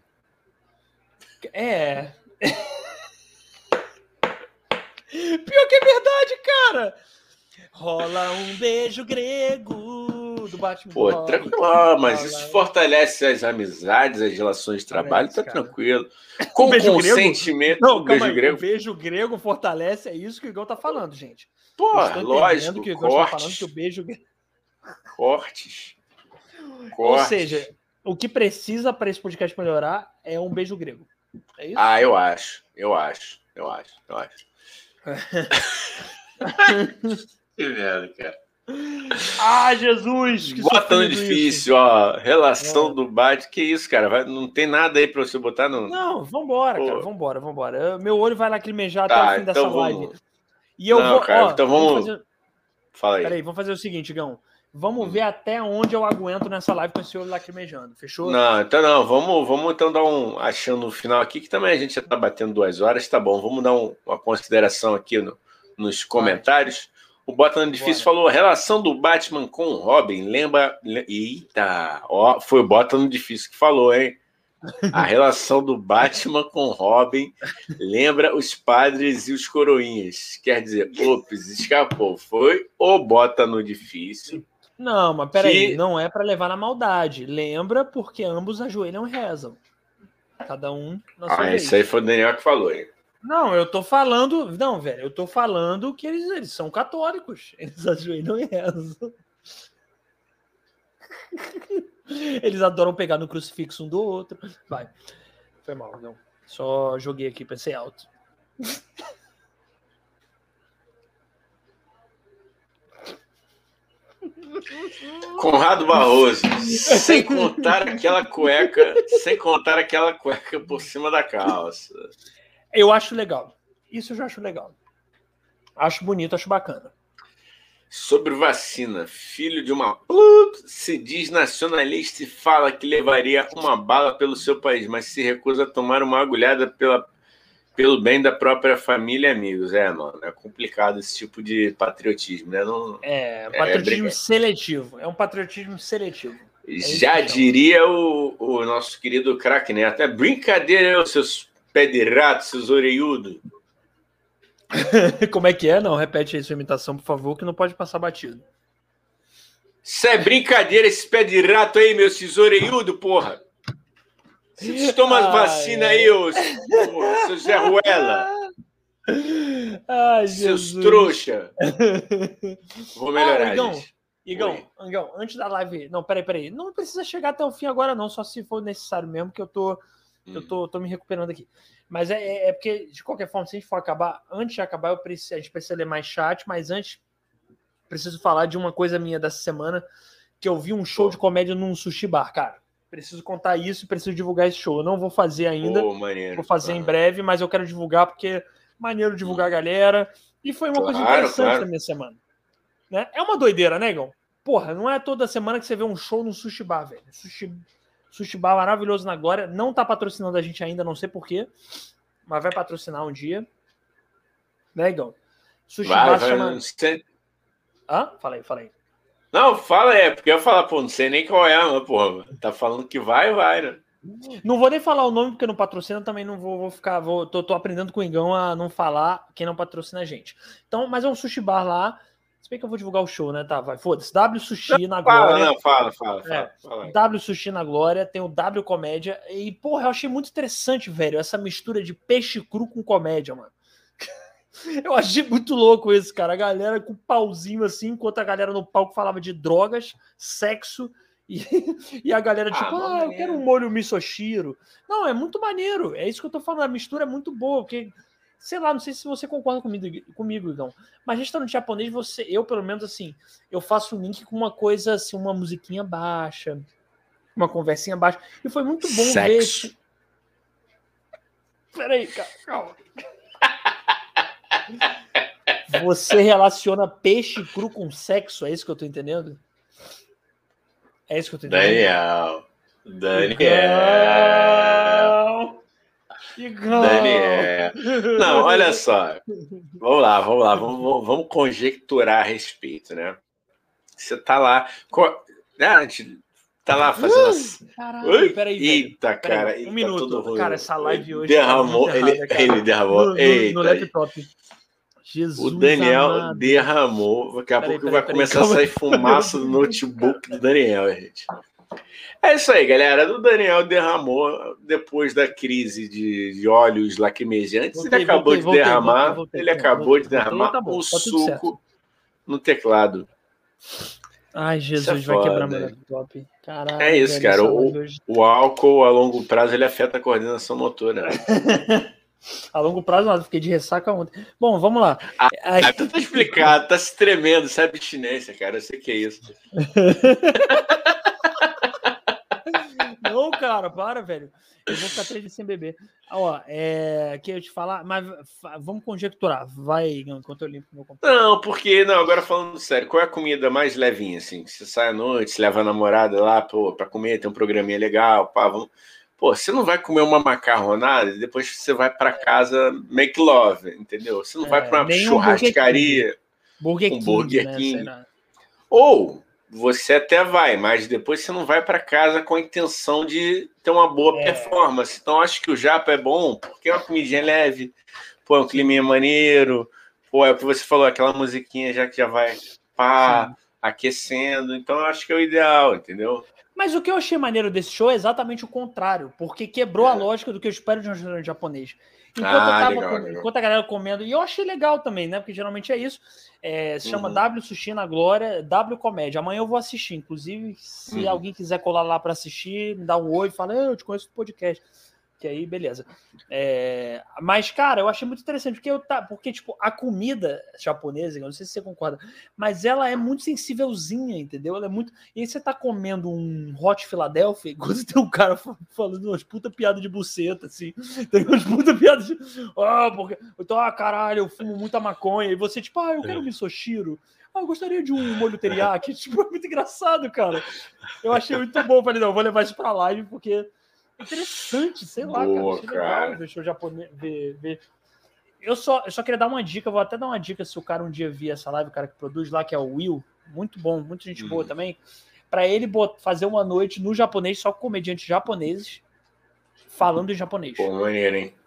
É... Pior que é verdade, cara. Rola um beijo grego do Batman. Pô, do tranquilo, mas rola. Isso fortalece as amizades, as relações de trabalho, tá cara. Tranquilo. Com beijo consentimento, Não, o beijo aí, grego. O beijo grego fortalece, é isso que o Igor tá falando, gente. Pô, lógico, que o Igor cortes. Tá falando que o beijo cortes. Ou cortes. seja, o que precisa para esse podcast melhorar é um beijo grego. É isso? Ah, eu acho, eu acho, eu acho, eu acho. Que merda, cara. Ah, Jesus! Que Bota difícil, isso. Ó. Relação é. do Batman. Que isso, cara? Vai, não tem nada aí pra você botar no. Não, vambora, Pô. cara. Vambora, vambora. Meu olho vai lacrimejar tá, até o fim então dessa vamos... live. E eu não, vou. Cara, ó, então vamos. vamos fazer... Fala aí. Peraí, vamos fazer o seguinte, Gão. Vamos hum. ver até onde eu aguento nessa live com esse olho lacrimejando. Fechou? Não, então não. Vamos, vamos então dar um. Achando no final aqui, que também a gente já tá batendo duas horas, tá bom. Vamos dar um, uma consideração aqui no, nos comentários. Vai. O Botando Difícil Bora. falou: relação do Batman com o Robin lembra. Eita, ó, foi o Botando Difícil que falou, hein? A relação do Batman com o Robin lembra os padres e os coroinhas. Quer dizer, ops, escapou. Foi o Bota no Difícil. Não, mas peraí, que... não é para levar na maldade. Lembra porque ambos ajoelham e rezam. Cada um na sua Ah, vez. Isso aí foi o Daniel que falou, hein? Não, eu tô falando... Não, velho, eu tô falando que eles, eles são católicos. Eles ajoelham e rezam. Eles adoram pegar no crucifixo um do outro. Vai. Foi mal, não. Só joguei aqui, pensei alto. Conrado Barroso, sem contar aquela cueca, sem contar aquela cueca por cima da calça. Eu acho legal. Isso eu já acho legal. Acho bonito, acho bacana. Sobre vacina, filho de uma se diz nacionalista e fala que levaria uma bala pelo seu país, mas se recusa a tomar uma agulhada pela, pelo bem da própria família e amigos. É, mano, é complicado esse tipo de patriotismo, né? Não, é, patriotismo é, seletivo. É um patriotismo seletivo. É Já diria o, o nosso querido craque Neto. É brincadeira, seus pé de rato, seus orelhudos. Como é que é? Não, repete aí sua imitação, por favor, que não pode passar batido. Isso é brincadeira, esse pé de rato aí, meu tesoureiudo, porra. Você toma as vacinas aí, ô, seu Zé Ruela. Ai, seus trouxa. Vou melhorar, ah, Igão, gente. Igão, Igão, antes da live... Não, peraí, peraí. Não precisa chegar até o fim agora, não. Só se for necessário mesmo, que eu tô, hum. eu tô, tô me recuperando aqui. Mas é, é porque, de qualquer forma, se a gente for acabar... Antes de acabar, eu preciso, a gente precisa ler mais chat, mas antes, preciso falar de uma coisa minha dessa semana, que eu vi um show Pô. de comédia num sushi bar, cara. Preciso contar isso e preciso divulgar esse show. Eu não vou fazer ainda. Pô, vou fazer ah. em breve, mas eu quero divulgar, porque... Maneiro divulgar a galera. E foi uma claro, coisa interessante claro. da minha semana. Né? É uma doideira, né, Igão? Porra, não é toda semana que você vê um show no Sushi Bar, velho. Sushi, sushi Bar maravilhoso na Glória. Não tá patrocinando a gente ainda, não sei porquê. Mas vai patrocinar um dia. Né, Igão? Sushi vai, Bar vai, chama... não sei... Hã? Fala aí, fala aí. Não, fala é, porque eu ia falar, pô, não sei nem qual é, mas, porra, tá falando que vai, vai, né? Não vou nem falar o nome, porque não patrocina, também não vou, vou ficar. Vou, tô, tô aprendendo com o Igão a não falar quem não patrocina a gente. Então, mas é um sushi bar lá. Se bem que eu vou divulgar o show, né? Tá, vai. Foda-se. W Sushi na fala, Glória. Não, fala, fala, fala. É, fala W Sushi na Glória, tem o W Comédia. E, porra, eu achei muito interessante, velho, essa mistura de peixe cru com comédia, mano. Eu achei muito louco isso, cara. A galera com pauzinho assim, enquanto a galera no palco falava de drogas, sexo. E, e a galera, tipo, ah, ah eu quero um molho misoshiro. Não, é muito maneiro. É isso que eu tô falando. A mistura é muito boa. Porque, sei lá, não sei se você concorda comigo, comigo Igão. Mas restaurante japonês, você, eu, pelo menos, assim, eu faço um link com uma coisa, assim, uma musiquinha baixa, uma conversinha baixa. E foi muito bom Sexo. ver. Peraí, cara, calma. Você relaciona peixe cru com sexo? É isso que eu tô entendendo? É isso que eu tô entendendo. Daniel. Daniel. Igão. Daniel. Não, olha só. Vamos lá, vamos lá. Vamos, vamos conjecturar a respeito, né? Você tá lá. Né, a gente tá lá fazendo assim. Caralho, peraí. Eita, velho. cara. Peraí, um tá minuto. Tudo cara, essa live hoje. Derramou. Tá ele, errada, ele derramou. No, Eita. no, no laptop. Jesus o Daniel amado. derramou. Daqui a peraí, pouco peraí, vai peraí, começar calma. a sair fumaça do notebook do Daniel, gente. É isso aí, galera. O Daniel derramou depois da crise de, de óleos lacrimejantes. Voltei, ele acabou voltei, de voltei, derramar. Voltei, voltei, ele acabou de derramar tá bom, um tá suco no teclado. Ai, Jesus, é vai foda. Quebrar meu laptop. Caralho, é isso, velho, cara. O, o álcool a longo prazo ele afeta a coordenação motora. Né? A longo prazo, nada, fiquei de ressaca ontem. Bom, vamos lá. Ah, Aí... tu tá explicado, tá se tremendo, isso é abstinência, cara. Eu sei que é isso. Não, cara, para, velho. Eu vou ficar três dias sem beber. Ó, é... que eu te falar, mas vamos conjecturar. Vai, enquanto eu limpo meu computador. Não, porque, não, agora falando sério, qual é a comida mais levinha, assim? Que você sai à noite, você leva a namorada lá, pô, pra comer, tem um programinha legal, pá, vamos... Pô, você não vai comer uma macarronada e depois você vai pra casa make love, entendeu? Você não é, vai pra uma churrascaria. Burger King, um Burger né? King. Ou você até vai, mas depois você não vai pra casa com a intenção de ter uma boa é. performance. Então acho que o japa é bom porque é uma comidinha leve, pô, é um climinha maneiro, pô, é o que você falou, aquela musiquinha já que já vai pá, Sim. aquecendo. Então eu acho que é o ideal, entendeu? Mas o que eu achei maneiro desse show é exatamente o contrário, porque quebrou é. a lógica do que eu espero de um restaurante japonês. Enquanto, ah, eu tava legal, com... legal. Enquanto a galera comendo, e eu achei legal também, né? Porque geralmente é isso. É, se chama uhum. W Sushi na Glória, W Comédia. Amanhã eu vou assistir. Inclusive, se uhum. alguém quiser colar lá para assistir, me dá um oi e fala, eu te conheço do podcast. Que aí, beleza. É... Mas, cara, eu achei muito interessante, porque, eu tá... porque tipo, a comida japonesa, eu não sei se você concorda, mas ela é muito sensívelzinha, entendeu? Ela é muito... E aí você tá comendo um Hot Philadelphia, enquanto tem um cara falando umas puta piada de buceta, assim. Tem umas puta piada de... Ah, porque... Então, ah, caralho, eu fumo muita maconha. E você, tipo, ah, eu quero um misoshiro. Ah, eu gostaria de um molho teriyaki. Tipo, é muito engraçado, cara. Eu achei muito bom. Falei, não, eu vou levar isso pra live, porque... Interessante, sei lá, Boa, cara. Achei legal ver show japonês. Ver, ver. Eu, só, eu só queria dar uma dica, vou até dar uma dica se o cara um dia vir essa live, o cara que produz lá, que é o Will, muito bom, muita gente hum. boa também, para ele bot- fazer uma noite no japonês, só com comediantes japoneses, falando em japonês. Pô, maneiro, hein?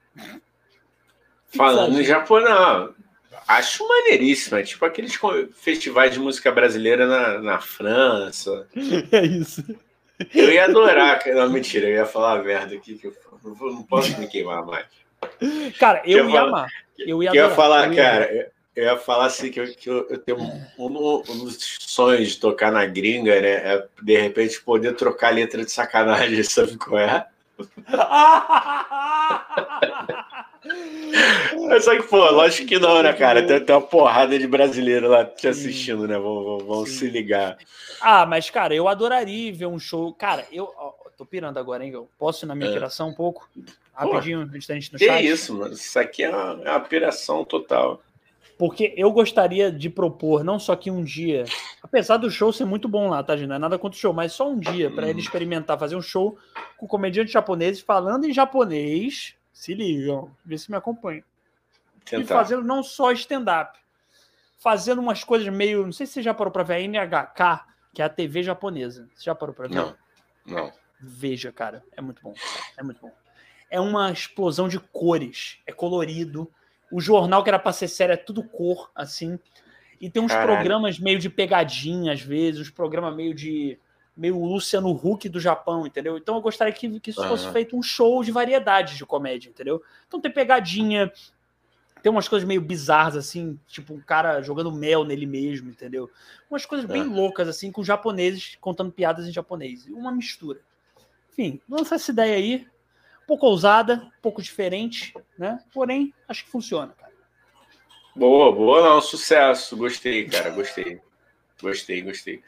Falando em japonês, não. Acho maneiríssimo, é tipo aqueles festivais de música brasileira na, na França. É isso. Eu ia adorar, não, mentira, eu ia falar a merda aqui, que eu não, vou, não posso me queimar mais. Cara, eu, eu ia falo, amar. Eu ia adorar. Eu ia falar, eu ia cara, adorar. eu ia falar assim que eu, que eu, eu tenho um, um, um dos sonhos de tocar na gringa, né? É de repente poder trocar letra de sacanagem, sabe qual é? Só que, pô, lógico que não, né, cara? Tem, tem uma porrada de brasileiro lá te assistindo, né? Vão, vão, vão se ligar. Ah, mas, cara, eu adoraria ver um show. Cara, eu ó, tô pirando agora, hein? Eu posso ir na minha é. piração um pouco? Rapidinho, antes da gente no que chat. Que isso, mano? Isso aqui é uma, é uma piração total. Porque eu gostaria de propor, não só que um dia, apesar do show ser muito bom lá, tá, gente? Não é nada contra o show, mas só um dia para hum. ele experimentar, fazer um show com comediantes japoneses falando em japonês. Se ligam, vê se me acompanham. Tentar. E fazendo não só stand-up, fazendo umas coisas meio. Não sei se você já parou para ver a N H K, que é a T V japonesa. Você já parou para ver? Não, não. Veja, cara, é muito bom. É muito bom. É uma explosão de cores, é colorido. O jornal que era para ser sério é tudo cor, assim. E tem uns Caralho. programas meio de pegadinha, às vezes, uns programas meio de. meio Luciano Huck do Japão, entendeu? Então eu gostaria que, que isso uhum. fosse feito um show de variedades de comédia, entendeu? Então tem pegadinha, tem umas coisas meio bizarras, assim, tipo um cara jogando mel nele mesmo, entendeu? Umas coisas bem uhum. loucas, assim, com japoneses contando piadas em japonês. Uma mistura. Enfim, lança essa ideia aí. Um pouco ousada, um pouco diferente, né? Porém, acho que funciona, cara. Boa, boa, não, sucesso. Gostei, cara, gostei. Gostei, gostei.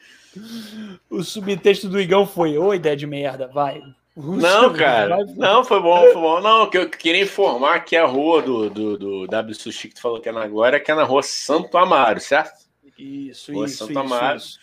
O subtexto do Igão foi: ô, ideia de merda, vai. Não, cara, vai, não, foi bom, foi bom. Não, que eu queria informar que a rua do, do, do W Sushi que tu falou que é na Glória, que é na rua Santo Amaro, certo? Isso, rua isso, Santo isso, Amaro. isso.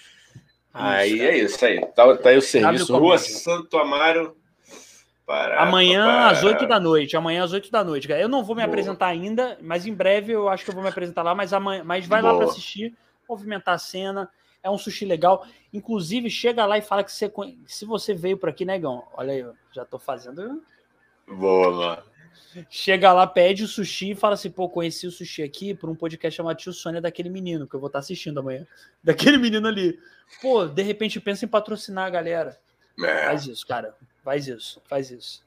Aí isso, é isso aí. Tá, tá aí o serviço. Rua Santo Amaro. Para, amanhã para... às oito da noite. Amanhã às oito da noite, cara. Eu não vou me Boa. apresentar ainda, mas em breve eu acho que eu vou me apresentar lá. Mas, amanhã, mas vai Boa. lá para assistir, movimentar a cena. É um sushi legal. Inclusive, chega lá e fala que você, se você veio por aqui, negão. Olha aí, eu já tô fazendo. Boa, mano. Chega lá, pede o sushi e fala assim: pô, conheci o sushi aqui por um podcast chamado Tio Sônia, daquele menino, que eu vou estar assistindo amanhã. Daquele menino ali. Pô, de repente pensa em patrocinar a galera. É. Faz isso, cara. Faz isso, faz isso.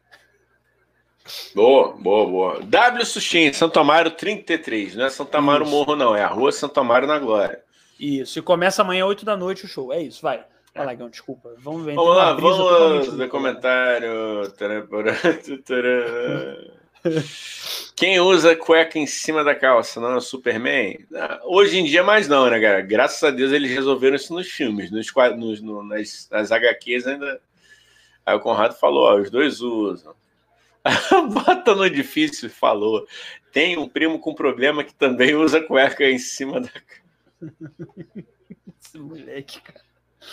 Boa, boa, boa. W Sushi em Santo Amaro trinta e três. Não é Santo Amaro isso. Morro, não. É a rua Santo Amaro na Glória. Isso. E começa amanhã, oito da noite, o show. É isso, vai. Vai lá, Gão, desculpa. Vamos ver. Vamos lá, vamos ver comentário. Quem usa cueca em cima da calça, não é o Superman? Hoje em dia mais não, né, cara? Graças a Deus eles resolveram isso nos filmes. Nos, nos, no, nas, nas H Qs ainda... Aí o Conrado falou, ó, os dois usam. Bota no difícil, falou. Tem um primo com problema que também usa cueca em cima da... Esse moleque, cara.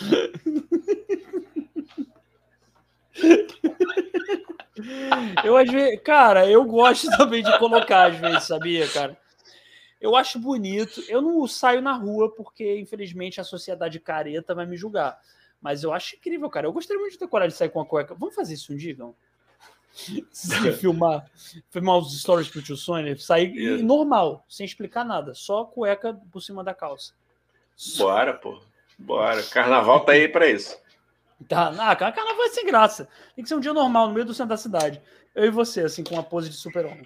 Eu, às vezes, cara, eu gosto também de colocar, às vezes, sabia, cara? Eu acho bonito. Eu não saio na rua porque, infelizmente, a sociedade careta vai me julgar. Mas eu acho incrível, cara. Eu gostaria muito de ter coragem de sair com a cueca. Vamos fazer isso um dia, não? Se filmar, filmar os stories pro Tio Sônia, sair yeah. normal, sem explicar nada. Só cueca por cima da calça. Bora, pô. Bora. Carnaval tá aí pra isso. Tá, ah, carnaval é sem graça. Tem que ser um dia normal, no meio do centro da cidade. Eu e você, assim, com uma pose de super-homem.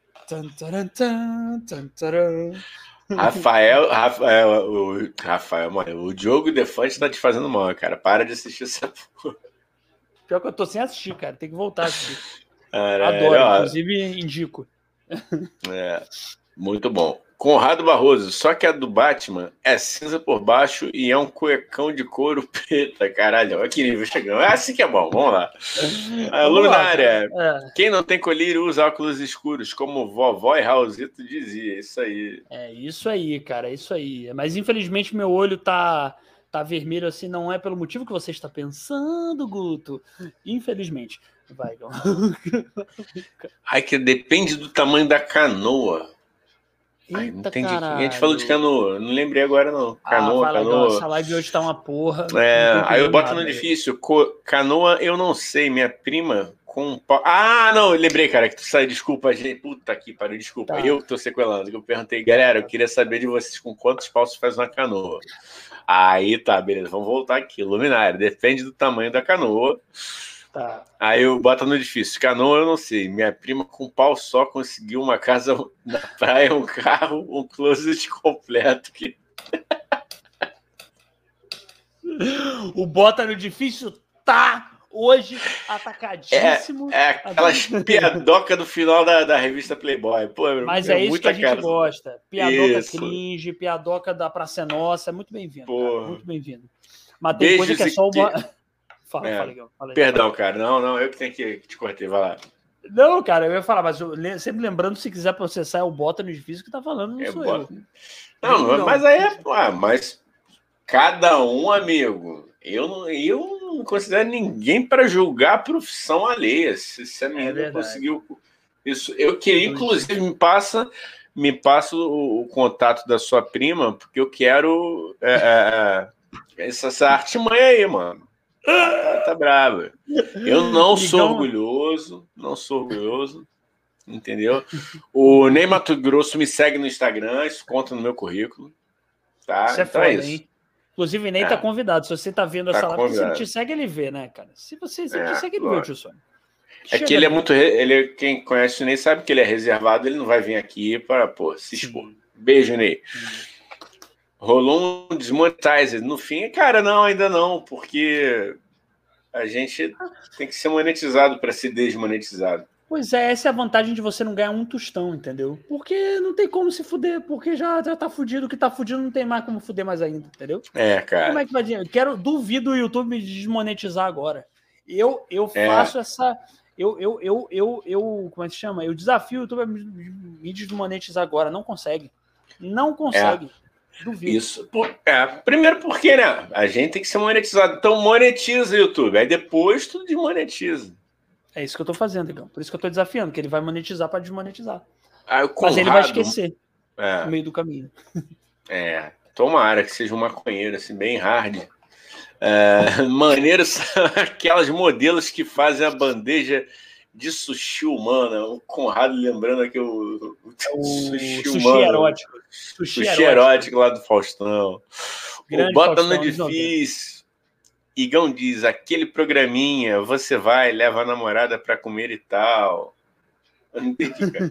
Rafael, Rafael, o, Rafael, mano, o Diogo Defante tá te fazendo mal, cara. Para de assistir essa porra. Pior que eu tô sem assistir, cara. Tem que voltar a assistir. Caralho, adoro, ó. Inclusive indico. É, muito bom. Conrado Barroso, só que a do Batman é cinza por baixo e é um cuecão de couro preta, caralho. Olha que nível chegando. É assim que é bom, vamos lá. A Luminária, é. Quem não tem colírio usa óculos escuros, como vovó e Raulzito dizia. Isso aí. É isso aí, cara, é isso aí. Mas infelizmente meu olho tá, tá vermelho assim, não é pelo motivo que você está pensando, Guto. Infelizmente. Vai, Gão. Ai, que depende do tamanho da canoa. Ai, Eita, entendi. caralho. A gente falou de canoa, não lembrei agora não. Canoa, ah, canoa. Essa live hoje tá uma porra. É, aí eu boto nada, no difícil. Co... Canoa, eu não sei. Minha prima com. Ah, não, eu lembrei, cara, que tu sai. Desculpa, gente. Puta que pariu, desculpa. Tá. Eu que tô sequelando. Eu perguntei, galera, eu queria saber de vocês com quantos paus faz uma canoa. Aí tá, beleza, vamos voltar aqui. Luminária, depende do tamanho da canoa. Tá. Aí eu boto no difícil. Canoa, eu não sei. Minha prima com pau só conseguiu uma casa na praia, um carro, um closet completo. Que... O bota no difícil tá hoje atacadíssimo. É, é aquelas piadoca do final da, da revista Playboy. Pô, Mas é, é isso que a gente cara. gosta. Piadoca isso. cringe, piadoca da Praça é Nossa. É muito bem-vindo, muito bem-vindo. Mas tem Beijos coisa que é só uma... que... Fala, é. fala, Igão. Fala aí. Perdão, cara. Não, não, eu que tenho que te cortei, vai lá. Não, cara, eu ia falar, mas eu, sempre lembrando, se quiser processar, é o bota no difícil que tá falando, não é sou bota. eu. Não, não, mas aí é... Ah, mas cada um, amigo, eu não, eu não considero ninguém para julgar a profissão alheia. Se, se a menina é conseguiu isso, eu queria, inclusive, me passa, me passa o, o contato da sua prima, porque eu quero é, é, essa, essa artimanha aí, mano. Ela tá brava. Eu não sou orgulhoso, não sou orgulhoso, entendeu? O Ney Mato Grosso me segue no Instagram, isso conta no meu currículo. Tá? Isso é então foda, é isso. hein? Inclusive, Ney é. tá convidado. Se você tá vendo tá essa live, se ele te segue, ele vê, né, cara? Se você se ele é, te segue, ele vê o tio Sônia. É que ele é muito. Ele, quem conhece o Ney sabe que ele é reservado, ele não vai vir aqui para pô, se expor. Sim. Beijo, Ney. Sim. Rolou um desmonetizer. No fim, cara, não, ainda não, porque a gente tem que ser monetizado para ser desmonetizado. Pois é, essa é a vantagem de você não ganhar um tostão, entendeu? Porque não tem como se fuder, porque já, já tá fudido, o que tá fudido não tem mais como fuder mais ainda, entendeu? É, cara. Como é que vai dizer? Eu quero, duvido o YouTube me desmonetizar agora. Eu, eu faço é. essa... Eu, eu, eu, eu, eu, como é que se chama? Eu desafio o YouTube a me desmonetizar agora, não consegue. Não consegue. É. Duvido. Isso. É, primeiro porque, né? A gente tem que ser monetizado. Então monetiza o YouTube. Aí depois tu desmonetiza. É isso que eu tô fazendo, então. Por isso que eu tô desafiando, que ele vai monetizar para desmonetizar. Ah, Conrado, mas ele vai esquecer é, no meio do caminho. É. Tomara que seja um maconheiro, assim, bem hard. É, maneiro são aquelas modelos que fazem a bandeja de sushi humana. O Conrado lembrando aqui o, o, o sushi, sushi humano. Erótico. Sushi, sushi erótico. erótico lá do Faustão. Grande o Bota Faustão, no Difícil. Igão diz, aquele programinha, você vai, leva a namorada pra comer e tal. Eu não entendi, cara.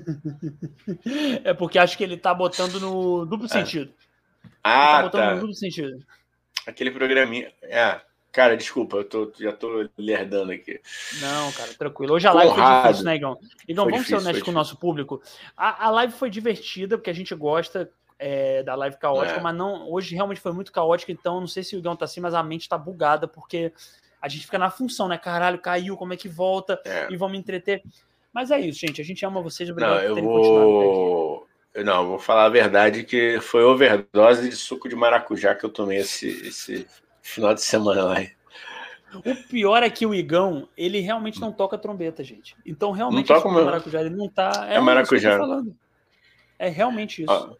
É porque acho que ele tá botando no duplo sentido. Ah, ele tá botando tá. no duplo sentido. Aquele programinha. É, cara, desculpa, eu tô, já tô lerdando aqui. Não, cara, tranquilo. Hoje a live Conrado. foi difícil, né, Igão? Igão, foi vamos difícil, ser honestos com o nosso público. A, a live foi divertida, porque a gente gosta é, da live caótica, é. mas não, hoje realmente foi muito caótica, então não sei se o Igão tá assim, mas a mente tá bugada, porque a gente fica na função, né? Caralho, caiu, como é que volta? É. E vamos entreter. Mas é isso, gente. A gente ama vocês. Obrigado não, por terem vou... continuado até aqui. Não, eu vou falar a verdade que foi overdose de suco de maracujá que eu tomei esse, esse final de semana lá. O pior é que o Igão, ele realmente não toca trombeta, gente. Então, realmente, não o suco meu... de maracujá, ele não tá... É, é maracujá. Isso que eu tô falando. É realmente isso. Ah.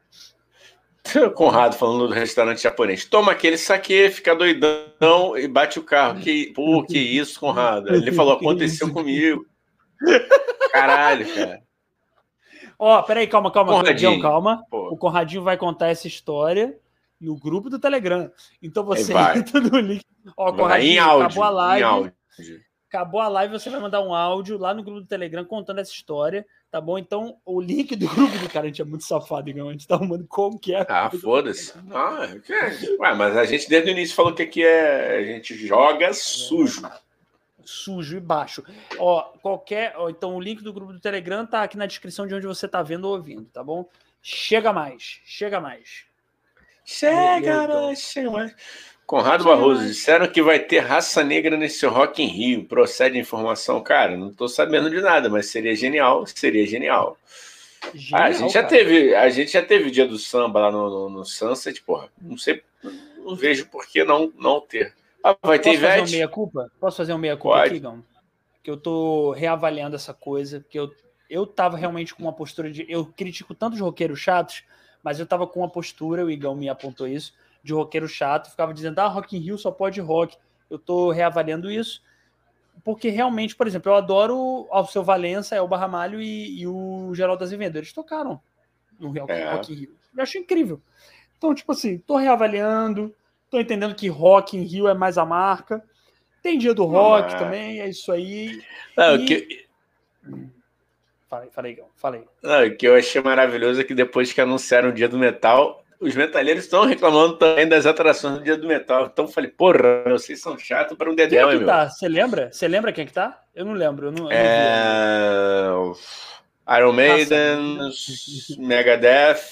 Conrado falando do restaurante japonês. Toma aquele saquê, fica doidão e bate o carro. Que, pô, que isso, Conrado? Ele falou, aconteceu comigo. Caralho, cara. Ó, peraí, calma, calma. Conradinho, calma. Pô. O Conradinho vai contar essa história no grupo do Telegram. Então você entra no link. Ó, Conradinho, áudio, acabou a live. Em áudio. Acabou a live, você vai mandar um áudio lá no grupo do Telegram contando essa história, tá bom? Então, o link do grupo do cara, a gente é muito safado, Igão. A gente tá arrumando qualquer Ah, foda-se. Ah, ué, mas a gente desde o início falou que aqui é. A gente joga sujo. Sujo e baixo. Ó, qualquer. Ó, então, o link do grupo do Telegram tá aqui na descrição de onde você tá vendo ou ouvindo, tá bom? Chega mais, chega mais. Chega mais, chega mais. Conrado chega Barroso, mais. Disseram que vai ter raça negra nesse Rock in Rio. Procede a informação? Cara, não tô sabendo de nada, mas seria genial, seria genial. genial ah, a, gente já teve, a gente já teve o dia do samba lá no, no, no Sunset, porra. Não sei, não vejo por que não, não ter. Ah, vai ter Posso fazer Ivete? um meia-culpa? Posso fazer um meia-culpa aqui, Gão? Que eu tô reavaliando essa coisa, porque eu, eu tava realmente com uma postura de... Eu critico tantos roqueiros chatos, mas eu tava com uma postura, o Igão me apontou isso, de roqueiro chato, ficava dizendo, ah, Rock in Rio só pode rock. Eu tô reavaliando isso, porque realmente, por exemplo, eu adoro o Alceu Valença, Elba Ramalho e, e o Geraldo Azevedo. Eles tocaram no Rock, é. Rock in Rio. Eu acho incrível. Então, tipo assim, tô reavaliando, tô entendendo que Rock in Rio é mais a marca. Tem dia do rock ah, também, é isso aí. Não, e... que... Falei, falei, falei. Não, o que eu achei maravilhoso é que depois que anunciaram o Dia do Metal, os metaleiros estão reclamando também das atrações do Dia do Metal. Então eu falei, porra, vocês são chatos para um dedéu, quem é que meu. Tá? Você lembra? Você lembra quem é que tá? Eu não lembro, eu não, eu é... não vi. Iron Maiden, Megadeth,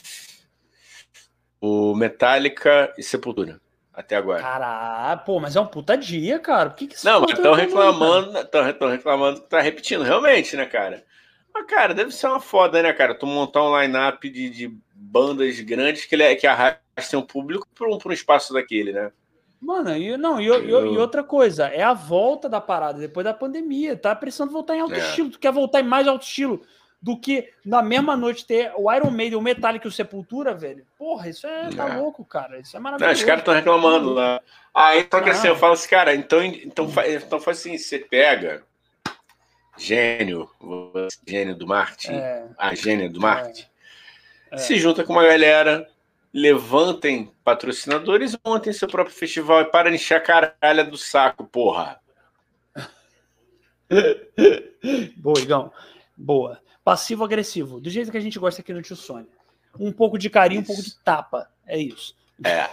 o Metallica e Sepultura. Até agora. Caralho, pô, mas é um puta dia, cara. Por que que não, mas estão reclamando, estão reclamando que tá repetindo, realmente, né, cara? Mas, cara, deve ser uma foda, né, cara? Tu montar um line-up de, de bandas grandes que, ele, que arrastem o público para um, um espaço daquele, né? Mano, e, não, e, eu... e, e outra coisa, é a volta da parada depois da pandemia. Tá precisando voltar em alto é. estilo. Tu quer voltar em mais alto estilo do que na mesma noite ter o Iron Maiden, o Metallica e o Sepultura, velho? Porra, isso é, tá é. louco, cara. Isso é maravilhoso. Não, os caras estão reclamando lá. Ah, então que assim, eu falo assim, cara, então, então, então faz assim, você pega gênio, gênio do marketing, é. a gênia do marketing, é. É. se junta com uma galera, levantem patrocinadores e montem seu próprio festival e para de encher a caralha do saco, porra. Boa, Igão. Boa. Passivo-agressivo, do jeito que a gente gosta aqui no Tio Sônia. Um pouco de carinho, isso. um pouco de tapa. É isso. É.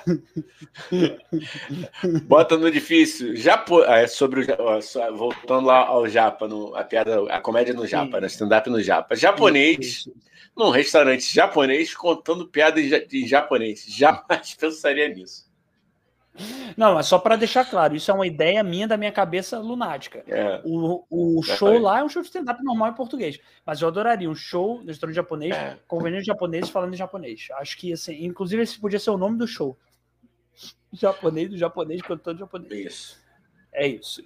Bota no difícil. Japo... É sobre o... Voltando lá ao Japa, no... a piada, a comédia no Japa, né? Stand-up no Japa. Japonês, isso, isso. num restaurante japonês, contando piada em japonês. Jamais pensaria nisso. Não, é só para deixar claro, isso é uma ideia minha da minha cabeça lunática. É. O, o show é. lá é um show de stand-up normal em português, mas eu adoraria um show no restaurante japonês, é. com comediantes japoneses falando em japonês. Acho que, assim, inclusive esse podia ser o nome do show. Japonês do japonês cantando japonês. Isso. É isso.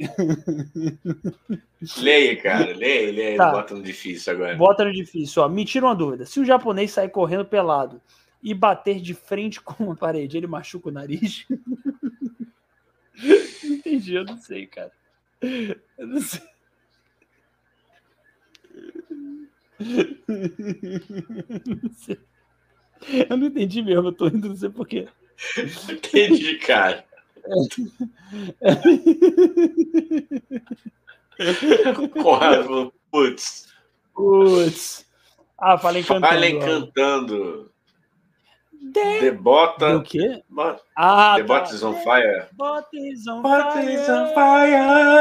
Leia, cara, leia, leia. Tá. Bota no difícil agora. Bota no difícil, ó. Me tira uma dúvida. Se o japonês sair correndo pelado e bater de frente com uma parede, ele machuca o nariz? Não entendi, eu não sei, cara. Eu não sei. Não sei. Eu não entendi mesmo, eu tô indo, não sei porquê. Entendi, cara. Corrado, putz. Putz. Ah, falei cantando. Falem cantando. The, The Bota. O quê? Ah, The tá. Bota is on fire. Bota is on Bota fire. is on fire.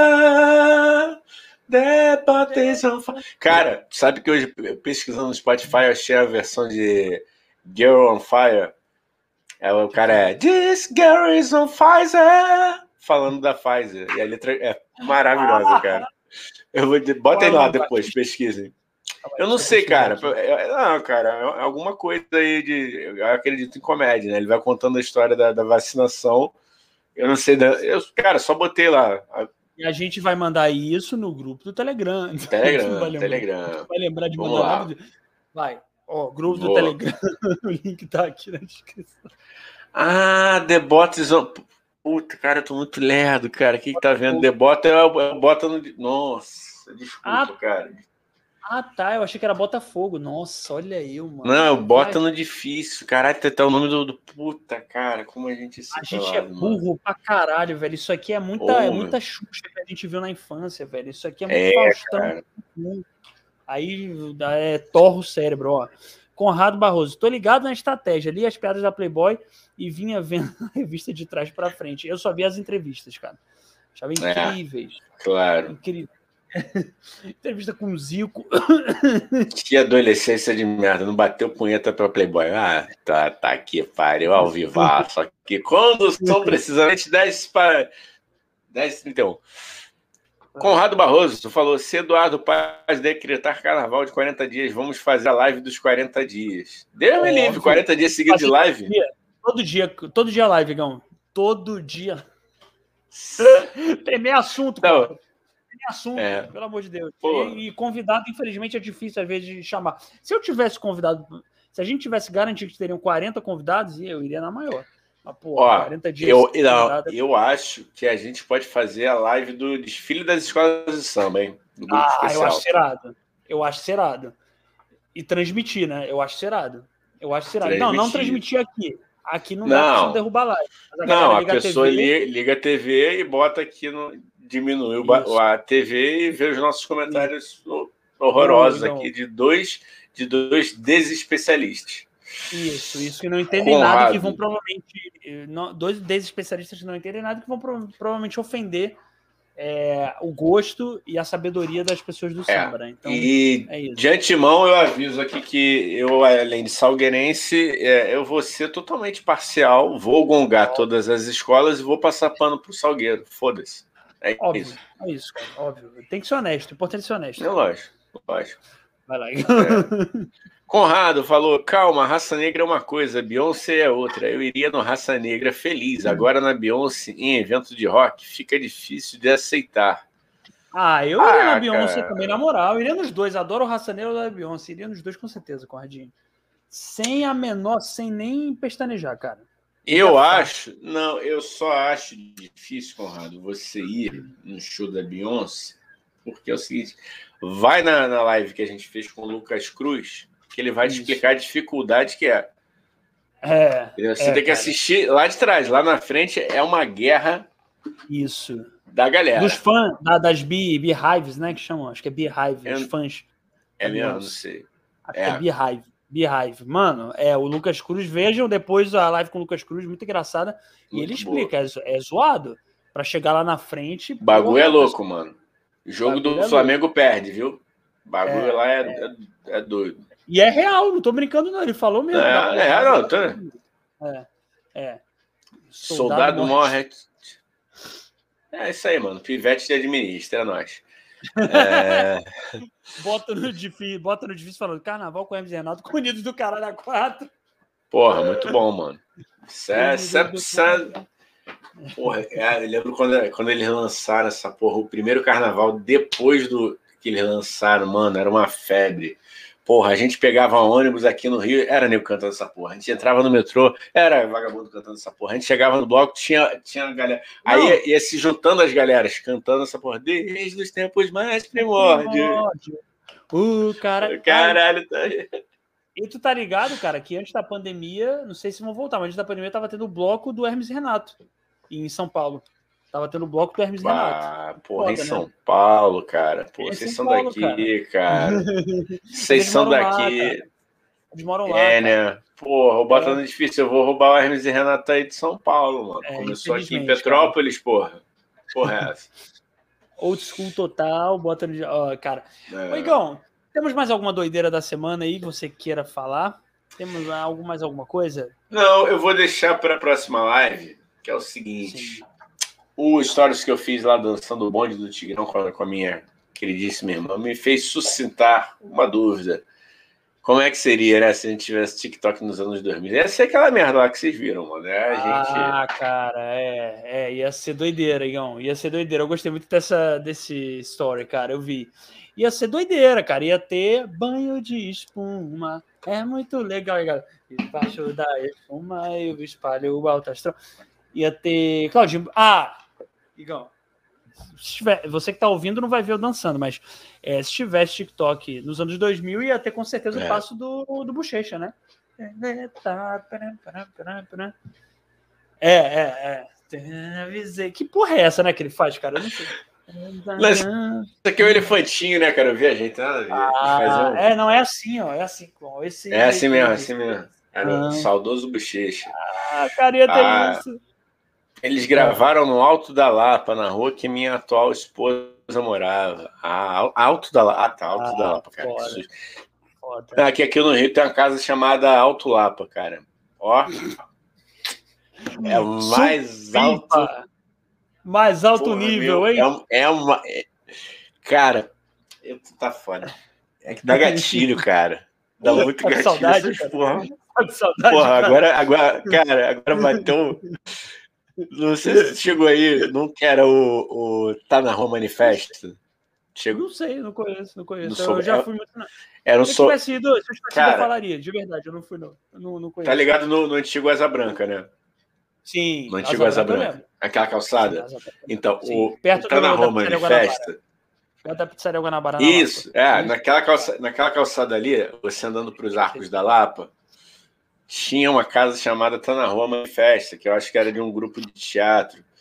The Bota is on fire. Cara, sabe que hoje, pesquisando no Spotify, eu achei a versão de Girl on Fire. É, o cara é This girl is on Pfizer. Falando da Pfizer. E a letra é maravilhosa, cara. Eu vou, bota aí lá depois, pesquisem. Eu não sei, cara. Não, cara, é alguma coisa aí de. Eu acredito em comédia, né? Ele vai contando a história da, da vacinação. Eu não sei. Da... Eu, cara, só botei lá. E a gente vai mandar isso no grupo do Telegram. Telegram, vai lembrar, Telegram. Vai lembrar de mandar nada. De... Vai. Ó, grupo Vou. do Telegram. O link tá aqui na descrição. Ah, The Bot is on... Puta, cara, eu tô muito lerdo, cara. Quem que tá vendo? The Bot é o Bota no. Nossa, desculpa, ah, cara. Ah, tá. Eu achei que era Botafogo. Nossa, olha eu, mano. Não, Bota no difícil. Caralho, tá o nome do, do. Puta, cara, como a gente se A gente lado, é burro mano. pra caralho, velho. Isso aqui é muita, oh, é muita Xuxa que a gente viu na infância, velho. Isso aqui é muito é, Faustão. Cara. Aí é, torra o cérebro, ó. Conrado Barroso, tô ligado na estratégia, li as piadas da Playboy e vinha vendo a revista de trás pra frente. Eu só vi as entrevistas, cara. Achava incríveis. É, claro. Incrível. Entrevista com o Zico. Que adolescência de merda, não bateu punheta pra Playboy. Ah, tá, tá aqui, pariu, ao vivaço aqui. Quando são precisamente dez para dez e trinta e um. Conrado Barroso, tu falou, se Eduardo Paz decretar carnaval de quarenta dias, vamos fazer a live dos quarenta dias. Deus me livre, quarenta dias seguidos de live? Todo dia, todo dia live, Gão. Todo dia. Tem meio assunto, cara. Tem assunto, é. Pelo amor de Deus. E, e convidado, infelizmente, é difícil às vezes de chamar. Se eu tivesse convidado, se a gente tivesse garantido que teriam quarenta convidados, eu iria na maior. Mas, pô, Ó, quarenta dias. Eu, não, eu acho que a gente pode fazer a live do desfile das escolas de samba, hein? Do grupo ah, especial. eu acho serado. Eu acho serado. E transmitir, né? Eu acho serado. Eu acho serado. Transmitir. Não, não transmitir aqui. Aqui não, não. dá pra derrubar a live. A não, a pessoa a T V... liga a T V e bota aqui no, diminuir Isso. a T V e ver os nossos comentários Isso. horrorosos Não, aqui de dois, de dois desespecialistas. Isso, isso que não entendem Conrado. nada, que vão provavelmente... Não, dois desespecialistas que não entendem nada, que vão pro, provavelmente ofender é, o gosto e a sabedoria das pessoas do é, samba, né? Então, e é isso. De antemão eu aviso aqui que eu, além de salgueirense, é, eu vou ser totalmente parcial, vou gongar óbvio. todas as escolas e vou passar pano pro Salgueiro, foda-se. É óbvio, isso. É isso, cara, óbvio. Tem que ser honesto, é importante ser honesto. É lógico, lógico. Vai lá. É. Conrado falou, calma, Raça Negra é uma coisa, Beyoncé é outra. Eu iria no Raça Negra feliz. Agora na Beyoncé, em evento de rock, fica difícil de aceitar. Ah, eu iria ah, na Beyoncé cara. também, na moral. Eu iria nos dois. Adoro o Raça Negra da Beyoncé. Iria nos dois com certeza, Conradinho. Sem a menor, sem nem pestanejar, cara. Eu acho, não, eu só acho difícil, Conrado, você ir no show da Beyoncé, porque é o seguinte, vai na, na live que a gente fez com o Lucas Cruz, que ele vai Isso. te explicar a dificuldade que é. É. Você é, tem que cara. assistir lá de trás, lá na frente é uma guerra. Isso. Da galera. Dos fãs, da, das Beehives, né? Que chamam, acho que é Beehive, é, os fãs. É mesmo, não sei. Acho é. que é Beehive. Beehive. Mano, é o Lucas Cruz. Vejam depois a live com o Lucas Cruz, muito engraçada. Muito e ele explica, é, é zoado. Pra chegar lá na frente. O bagulho porra, é louco, mano. O jogo do é Flamengo louco. perde, viu? O bagulho é, lá é, é. é doido. E é real, não tô brincando, não. Ele falou mesmo. É, é não, tô... é, é. Soldado, Soldado morre. É isso aí, mano. Pivete de administra, é nóis. É... bota, no difícil, bota no difícil falando carnaval com o Hermes e Renato, com Unidos do Caralho a quatro. Porra, muito bom, mano. Isso é... Isso é, isso é... Porra, é, eu lembro quando, quando eles lançaram essa porra, o primeiro carnaval, depois do que eles lançaram, mano, era uma febre. Porra, a gente pegava ônibus aqui no Rio, era nego cantando essa porra. A gente entrava no metrô, era vagabundo cantando essa porra. A gente chegava no bloco, tinha, tinha galera. Aí ia, ia se juntando as galeras, cantando essa porra. Desde os tempos mais primórdios. Uh, cara. Caralho, tá aí. E tu tá ligado, cara, que antes da pandemia, não sei se vão voltar, mas antes da pandemia tava tendo o bloco do Hermes e Renato, em São Paulo. Tava tendo o bloco do Hermes e Renato. Ah, porra, Foda, em São né? Paulo, cara. Pô, vocês são Paulo, daqui, cara. Vocês são daqui. Lá, eles moram lá. É, cara. né? Porra, o Botando é. difícil. Eu vou roubar o Hermes e Renato aí de São Paulo, mano. É, Começou aqui em Petrópolis, cara. porra. Porra, é essa. Old school total, bota no. Ó, cara. É. Ô, Igão, temos mais alguma doideira da semana aí que você queira falar? Temos algo, mais alguma coisa? Não, eu vou deixar para a próxima live, que é o seguinte. Sim. O stories que eu fiz lá dançando o bonde do Tigrão com a, com a minha queridíssima irmã me fez suscitar uma dúvida. Como é que seria, né, se a gente tivesse TikTok nos anos dois mil? Ia ser aquela merda lá que vocês viram, mano. Né? A gente... Ah, cara, é, é. Ia ser doideira, Igão. Ia ser doideira. Eu gostei muito dessa, desse story, cara. Eu vi. Ia ser doideira, cara. Ia ter banho de espuma. É muito legal, legal. Embaixo da espuma eu espalho o alto astral. Ia ter... Claudinho... Ah! Igão, se tiver, você que tá ouvindo não vai ver eu dançando, mas é, se tivesse TikTok nos anos dois mil, ia ter com certeza é. o passo do, do Bochecha, né? É, é, é. Que porra é essa, né, que ele faz, cara? Eu não sei. Mas, isso aqui é um elefantinho, né, cara? Eu vi a gente, nada a ver. Ah, um... É, não, é assim, ó. É assim, com esse. É assim mesmo, é assim mesmo. Era ah. o saudoso Bochecha. Ah, cara, ia ter ah. isso. Eles gravaram no Alto da Lapa, na rua que minha atual esposa morava. Ah, Alto da Lapa. Ah, tá, Alto ah, da Lapa, cara. Foda. Foda. Aqui, aqui no Rio tem uma casa chamada Alto Lapa, cara. Ó. É o mais alto. Mais alto Porra, nível, meu, hein? É, um, é uma. É... Cara, eu, tá foda. É que dá gatilho, cara. Dá muito tá gatilho. Saudade, essas cara. porra. Tá saudade, porra, cara. agora, agora, cara, agora bateu. Não sei se chegou aí, não que era o, o Tá na Rua Manifesto. Chegou... Não sei, não conheço, não conheço. Não eu sou... já fui muito. Não. Era um se eu so... tivesse ido, se eu tivesse Cara, ido, eu falaria, de verdade, eu não fui, não. Eu não, não conheço. Tá ligado no, no antigo Asa Branca, né? Sim. No antigo Asa Branca. Branca. Aquela calçada? Sim, então, Sim. o Perto Tá na Rua Manifesto. Perto da Pizzaria Guanabara. Isso, é, naquela, calça... naquela calçada ali, você andando para os Arcos Sim. da Lapa. Tinha uma casa chamada Tá na Rua Manifesta, que eu acho que era de um grupo de teatro.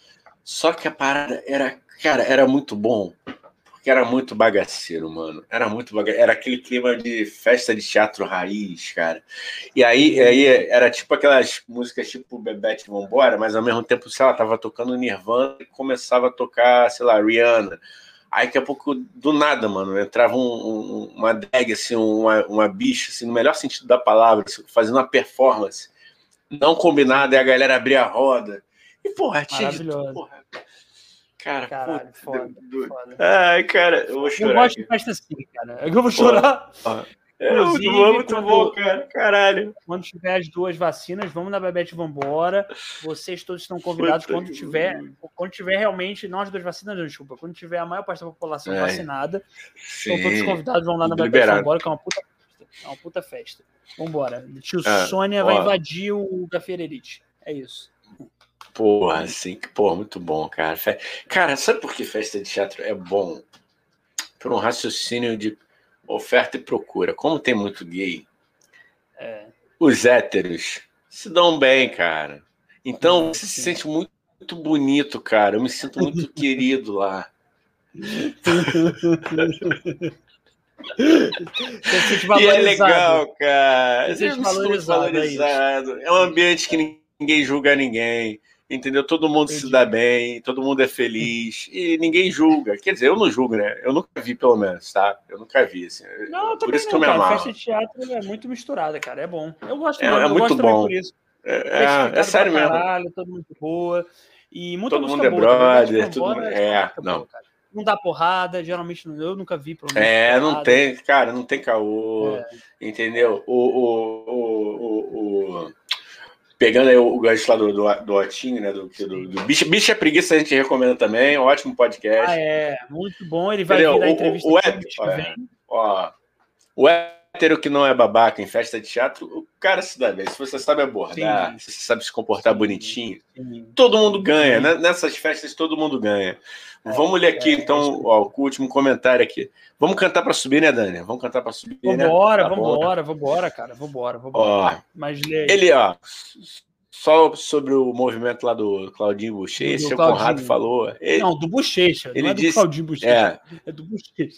Só que a parada era, cara, era muito bom. Porque era muito bagaceiro, mano. Era muito bagaceiro. Era aquele clima de festa de teatro raiz, cara. E aí, aí era tipo aquelas músicas tipo Bebete Vambora, mas ao mesmo tempo, sei lá, tava tocando Nirvana e começava a tocar, sei lá, Rihanna. Aí daqui a pouco, do nada, mano, entrava um, um, uma drag, assim, uma, uma bicha, assim, no melhor sentido da palavra, assim, fazendo uma performance não combinada, e a galera abria a roda. E, porra, tinha de tudo, porra. Cara, Caralho, puta, foda, do... foda. Ai, cara, eu vou chorar. Eu gosto aqui. de festa assim, cara. Eu vou chorar. Porra. É muito bom, muito quando, bom, cara. Caralho. Quando tiver as duas vacinas, vamos na Bebete Vambora. Vocês todos estão convidados Puta quando tiver, que... quando tiver realmente, não as duas vacinas, não, desculpa, quando tiver a maior parte da população é. vacinada, Sim. estão todos convidados, vão lá na Bebete Vambora, que é uma puta festa. É uma puta festa. Vambora. Tio ah, Sônia ó. vai invadir o Gafererite. É isso. Porra, assim, porra, muito bom, cara. Cara, sabe por que festa de teatro é bom? Por um raciocínio de oferta e procura. Como tem muito gay, é. os héteros se dão bem, cara. Então, você se sente muito, muito bonito, cara. Eu me sinto muito querido lá. E é legal, cara. Você se valorizado, valorizado. É, é um ambiente que ninguém julga ninguém. Entendeu? Todo mundo Entendi. se dá bem, todo mundo é feliz e ninguém julga. Quer dizer, eu não julgo, né? Eu nunca vi, pelo menos, tá? Eu nunca vi, assim. Não, por isso não, que eu me cara. amarro. Festa de teatro é muito misturada, cara. É bom. Eu gosto é, mesmo, é eu muito gosto bom. por isso. É, é, é sério mesmo. Caralho, todo mundo boa. E muita todo música mundo é boa, brother, tudo mundo... é, é não. Boa, cara. Não dá porrada, geralmente eu nunca vi, pelo menos. É, porrada. não tem, cara, não tem caô, é. entendeu? O, o, o, o, o... Pegando aí o gancho lá do, do, do Otinho, né? Do, do, do Bicha, Bicha Preguiça, a gente recomenda também, um ótimo podcast. Ah, é, muito bom. Ele vai entendeu? vir dar entrevista o, o, aqui, o, é, ó, o hétero que não é babaca em festa de teatro, o cara se dá bem. Se você sabe abordar, Sim. se você sabe se comportar Sim. bonitinho, Sim. todo mundo ganha. Sim. Nessas festas, todo mundo ganha. É, Vamos ler aqui, é, então, é ó, o último comentário aqui. Vamos cantar para subir, né, Dani? Vamos cantar para subir, vambora, né? Tá vambora, bom, vambora, cara. Vambora, vambora. Ó, Mas lê aí. Ele, ó, só sobre o movimento lá do Claudinho Bochecha, o Conrado falou. Ele, não, do Bochecha, ele não é do disse, Claudinho Bochecha, é, é do Bochecha.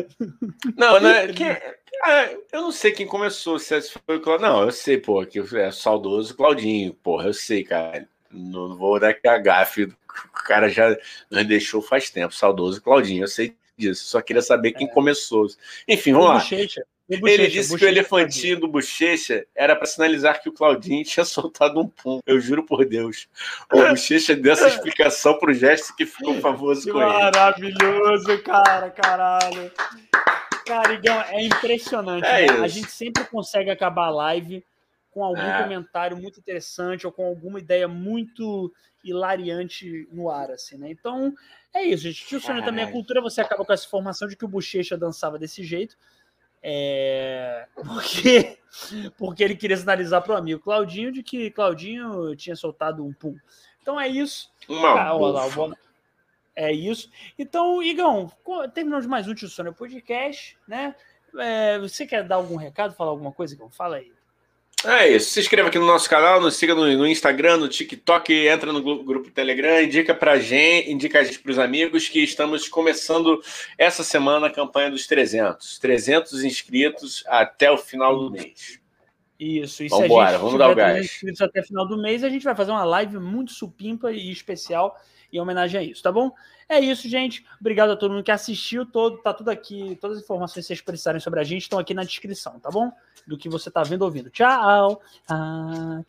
Não, não é, quem, ah, eu não sei quem começou, se foi o Claudinho. Não, eu sei, pô, que é saudoso Claudinho, porra, eu sei, cara. Não vou dar que a gafe, o cara já nos deixou faz tempo, saudoso Claudinho, eu sei disso, só queria saber quem é. começou. Enfim, vamos o lá. Bochecha. Bochecha, ele disse que o elefantinho do Bochecha era para sinalizar que o Claudinho tinha soltado um pum. Eu juro por Deus. O Bochecha deu essa explicação pro gesto que ficou famoso que com ele. Maravilhoso, cara, caralho. Cara, Igão, é impressionante. É né? A gente sempre consegue acabar a live com algum é. comentário muito interessante ou com alguma ideia muito hilariante no ar, assim, né? Então, é isso, gente. Tio Sônia também a cultura, você acaba com essa informação de que o Bochecha dançava desse jeito. É... Porque... porque ele queria sinalizar para o amigo Claudinho de que Claudinho tinha soltado um pum. Então é isso. Uma Cara, ó, lá, vou... É isso. Então, Igão, terminamos mais um Tio Sônia Podcast, né? É, você quer dar algum recado, falar alguma coisa, Igão? Fala aí. É isso. Se inscreva aqui no nosso canal, nos siga no, no Instagram, no TikTok, entra no grupo, grupo Telegram, indica pra gente, indica a gente pros amigos que estamos começando essa semana a campanha dos trezentos. trezentos inscritos até o final do mês. Isso. E vamos se embora, a gente vamos dar o gás. inscritos até o final do mês, a gente vai fazer uma live muito supimpa e especial em homenagem a isso, tá bom? É isso, gente. Obrigado a todo mundo que assistiu. Todo, tá tudo aqui, todas as informações que vocês precisarem sobre a gente estão aqui na descrição, tá bom? Do que você tá vendo ou ouvindo. Tchau! Ah,